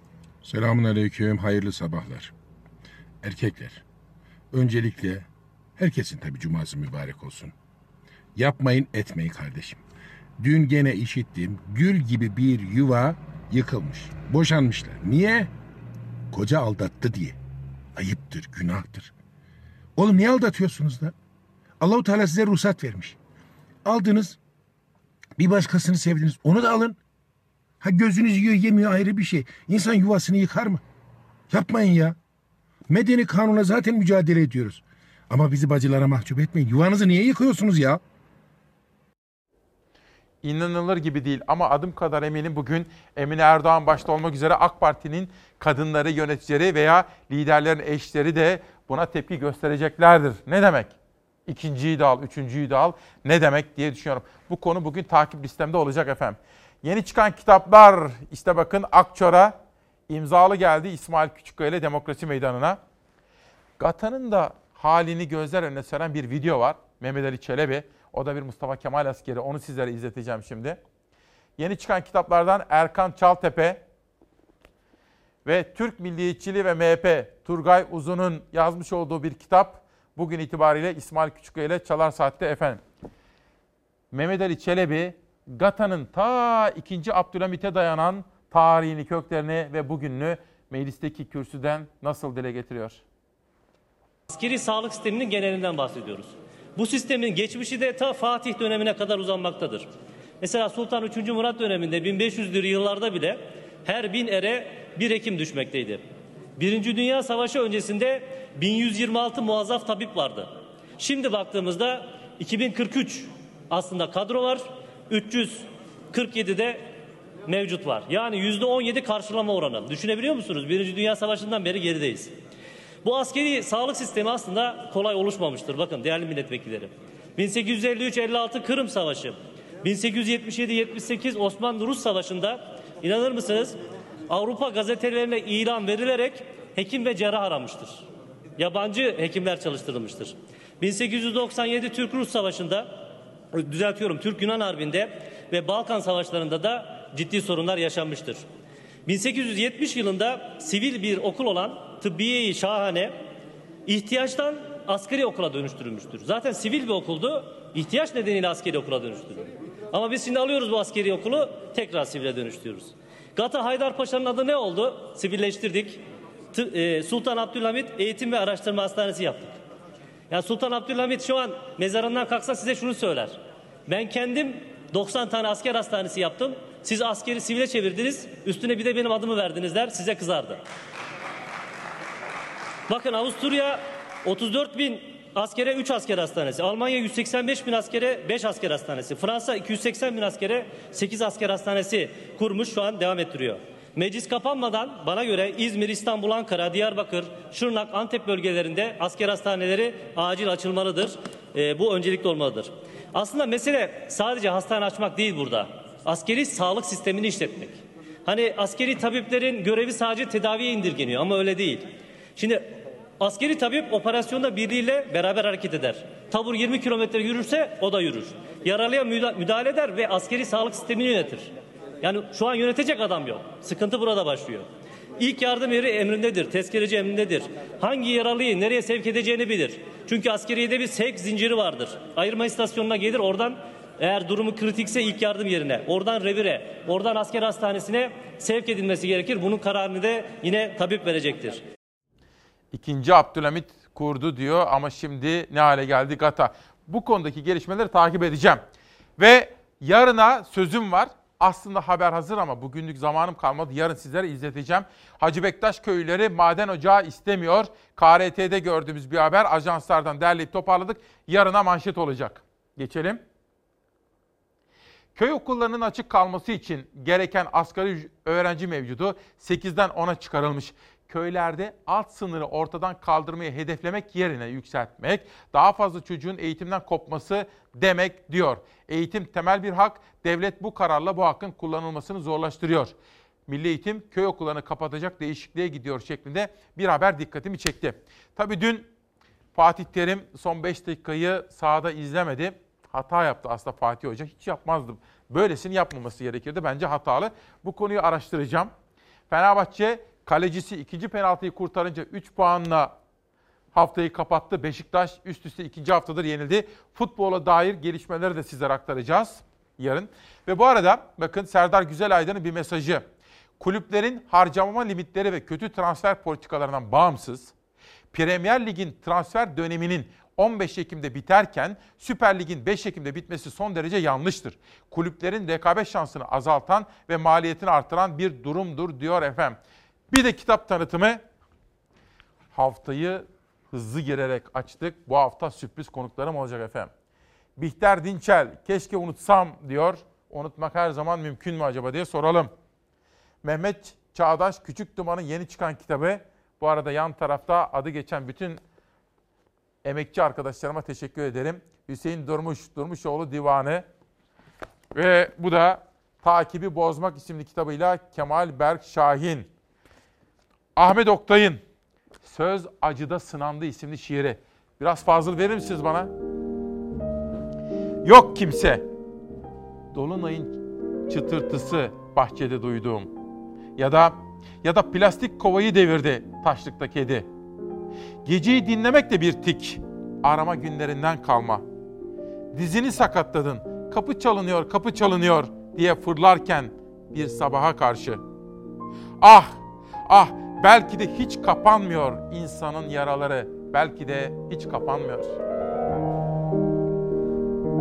Selamun aleyküm, hayırlı sabahlar. Erkekler, öncelikle Herkesin tabii cuması mübarek olsun. Yapmayın etmeyin kardeşim. Dün gene işittim, gül gibi bir yuva yıkılmış. Boşanmışlar. Niye? Koca aldattı diye. Ayıptır, günahtır. Oğlum niye aldatıyorsunuz da? Allah-u Teala size ruhsat vermiş. Aldınız, bir başkasını sevdiniz, onu da alın. Ha gözünüz yiyor yemiyor ayrı bir şey. İnsan yuvasını yıkar mı? Yapmayın ya. Medeni kanuna zaten mücadele ediyoruz. Ama bizi bacılara mahcup etmeyin. Yuvanızı niye yıkıyorsunuz ya? İnanılır gibi değil ama adım kadar eminim bugün Emine Erdoğan başta olmak üzere AK Parti'nin kadınları, yöneticileri veya liderlerin eşleri de buna tepki göstereceklerdir. Ne demek? İkinciyi de al, üçüncüyü de al. Ne demek diye düşünüyorum. Bu konu bugün takip listemde olacak efendim. Yeni çıkan kitaplar, işte bakın Akçor'a imzalı geldi İsmail Küçükkaya ile Demokrasi Meydanı'na. GATA'nın da halini gözler önüne seren bir video var. Mehmet Ali Çelebi, o da bir Mustafa Kemal askeri. Onu sizlere izleteceğim şimdi. Yeni çıkan kitaplardan Erkan Çaltepe ve Türk Milliyetçiliği ve M H P Turgay Uzun'un yazmış olduğu bir kitap. Bugün itibariyle İsmail Küçükkaya ile Çalar Saat'te efendim. Mehmet Ali Çelebi, GATA'nın ta ikinci. Abdülhamit'e dayanan tarihini, köklerini ve bugününü meclisteki kürsüden nasıl dile getiriyor? Askeri sağlık sisteminin genelinden bahsediyoruz. Bu sistemin geçmişi de ta Fatih dönemine kadar uzanmaktadır. Mesela Sultan üçüncü. Murat döneminde bin beş yüzlü yıllarda bile her bin ere bir hekim düşmekteydi. Birinci Dünya Savaşı öncesinde bin yüz yirmi altı muazzaf tabip vardı. Şimdi baktığımızda iki bin kırk üç aslında kadro var, üç yüz kırk yedi de mevcut var. Yani yüzde on yedi karşılama oranı. Düşünebiliyor musunuz? Birinci Dünya Savaşı'ndan beri gerideyiz. Bu askeri sağlık sistemi aslında kolay oluşmamıştır. Bakın değerli milletvekilleri. bin sekiz yüz elli üç elli altı Kırım Savaşı, bin sekiz yüz yetmiş yedi yetmiş sekiz Osmanlı-Rus Savaşı'nda inanır mısınız Avrupa gazetelerine ilan verilerek hekim ve cerrah aranmıştır. Yabancı hekimler çalıştırılmıştır. bin sekiz yüz doksan yedi Türk-Rus Savaşı'nda, düzeltiyorum Türk-Yunan Harbi'nde ve Balkan Savaşları'nda da ciddi sorunlar yaşanmıştır. bin sekiz yüz yetmiş yılında sivil bir okul olan Tıbbiye-i Şahane ihtiyaçtan askeri okula dönüştürülmüştür. Zaten sivil bir okuldu, ihtiyaç nedeniyle askeri okula dönüştürüldü. Ama biz şimdi alıyoruz bu askeri okulu, tekrar sivile dönüştürüyoruz. GATA Haydarpaşa'nın adı ne oldu? Sivilleştirdik. Sultan Abdülhamit Eğitim ve Araştırma Hastanesi yaptık. Yani Sultan Abdülhamit şu an mezarından kalksa size şunu söyler. Ben kendim doksan tane asker hastanesi yaptım. Siz askeri sivile çevirdiniz, üstüne bir de benim adımı verdiniz der, size kızardı. Bakın Avusturya otuz dört bin askere üç asker hastanesi, Almanya yüz seksen beş bin askere beş asker hastanesi, Fransa iki yüz seksen bin askere sekiz asker hastanesi kurmuş, şu an devam ettiriyor. Meclis kapanmadan bana göre İzmir, İstanbul, Ankara, Diyarbakır, Şırnak, Antep bölgelerinde asker hastaneleri acil açılmalıdır. E, bu öncelikli olmalıdır. Aslında mesele sadece hastane açmak değil burada. Askeri sağlık sistemini işletmek. Hani askeri tabiplerin görevi sadece tedaviye indirgeniyor ama öyle değil. Şimdi askeri tabip operasyonda birliğiyle beraber hareket eder. Tabur yirmi kilometre yürürse o da yürür. Yaralıya müdahale eder ve askeri sağlık sistemini yönetir. Yani şu an yönetecek adam yok. Sıkıntı burada başlıyor. İlk yardım yeri emrindedir, tezkereci emrindedir. Hangi yaralıyı nereye sevk edeceğini bilir. Çünkü askeriyede bir sevk zinciri vardır. Ayırma istasyonuna gelir, oradan eğer durumu kritikse ilk yardım yerine, oradan revire, oradan asker hastanesine sevk edilmesi gerekir. Bunun kararını da yine tabip verecektir. İkinci Abdülhamit kurdu diyor ama şimdi ne hale geldi GATA. Bu konudaki gelişmeleri takip edeceğim. Ve yarına sözüm var. Aslında haber hazır ama bugünlük zamanım kalmadı. Yarın sizlere izleteceğim. Hacı Bektaş köylüleri maden ocağı istemiyor. K R T'de gördüğümüz bir haber. Ajanslardan derleyip toparladık. Yarına manşet olacak. Geçelim. Köy okullarının açık kalması için gereken asgari öğrenci mevcudu sekizden ona çıkarılmış. Köylerde alt sınırı ortadan kaldırmayı hedeflemek yerine yükseltmek, daha fazla çocuğun eğitimden kopması demek diyor. Eğitim temel bir hak, devlet bu kararla bu hakkın kullanılmasını zorlaştırıyor. Milli Eğitim köy okullarını kapatacak değişikliğe gidiyor şeklinde bir haber dikkatimi çekti. Tabii dün Fatih Terim son beş dakikayı sahada izlemedi. Hata yaptı aslında Fatih Hoca, hiç yapmazdım. Böylesini yapmaması gerekirdi, bence hatalı. Bu konuyu araştıracağım. Fenerbahçe kalecisi ikinci penaltıyı kurtarınca üç puanla haftayı kapattı. Beşiktaş üst üste ikinci haftadır yenildi. Futbola dair gelişmeleri de sizlere aktaracağız yarın. Ve bu arada bakın Serdar Güzelaydın'ın bir mesajı. Kulüplerin harcama limitleri ve kötü transfer politikalarından bağımsız, Premier Lig'in transfer döneminin on beş Ekim'de biterken Süper Lig'in beş Ekim'de bitmesi son derece yanlıştır. Kulüplerin rekabet şansını azaltan ve maliyetini artıran bir durumdur diyor efendim. Bir de kitap tanıtımı. Haftayı hızlı girerek açtık. Bu hafta sürpriz konuklarım olacak efendim. Bihter Dinçel, keşke unutsam diyor. Unutmak her zaman mümkün mü acaba diye soralım. Mehmet Çağdaş Küçük Duman'ın yeni çıkan kitabı. Bu arada yan tarafta adı geçen bütün emekçi arkadaşlarıma teşekkür ederim. Hüseyin Durmuş, Durmuşoğlu Divanı. Ve bu da Takibi Bozmak isimli kitabıyla Kemal Berk Şahin. Ahmet Oktay'ın Söz Acıda Sınandı isimli şiiri. Biraz fazla verir misiniz bana? Yok kimse. Dolunayın çıtırtısı bahçede duyduğum. Ya da ya da plastik kovayı devirdi taşlıkta kedi. Geceyi dinlemek de bir tik. Arama günlerinden kalma. Dizini sakatladın. Kapı çalınıyor, kapı çalınıyor diye fırlarken bir sabaha karşı. Ah, ah belki de hiç kapanmıyor insanın yaraları. Belki de hiç kapanmıyor.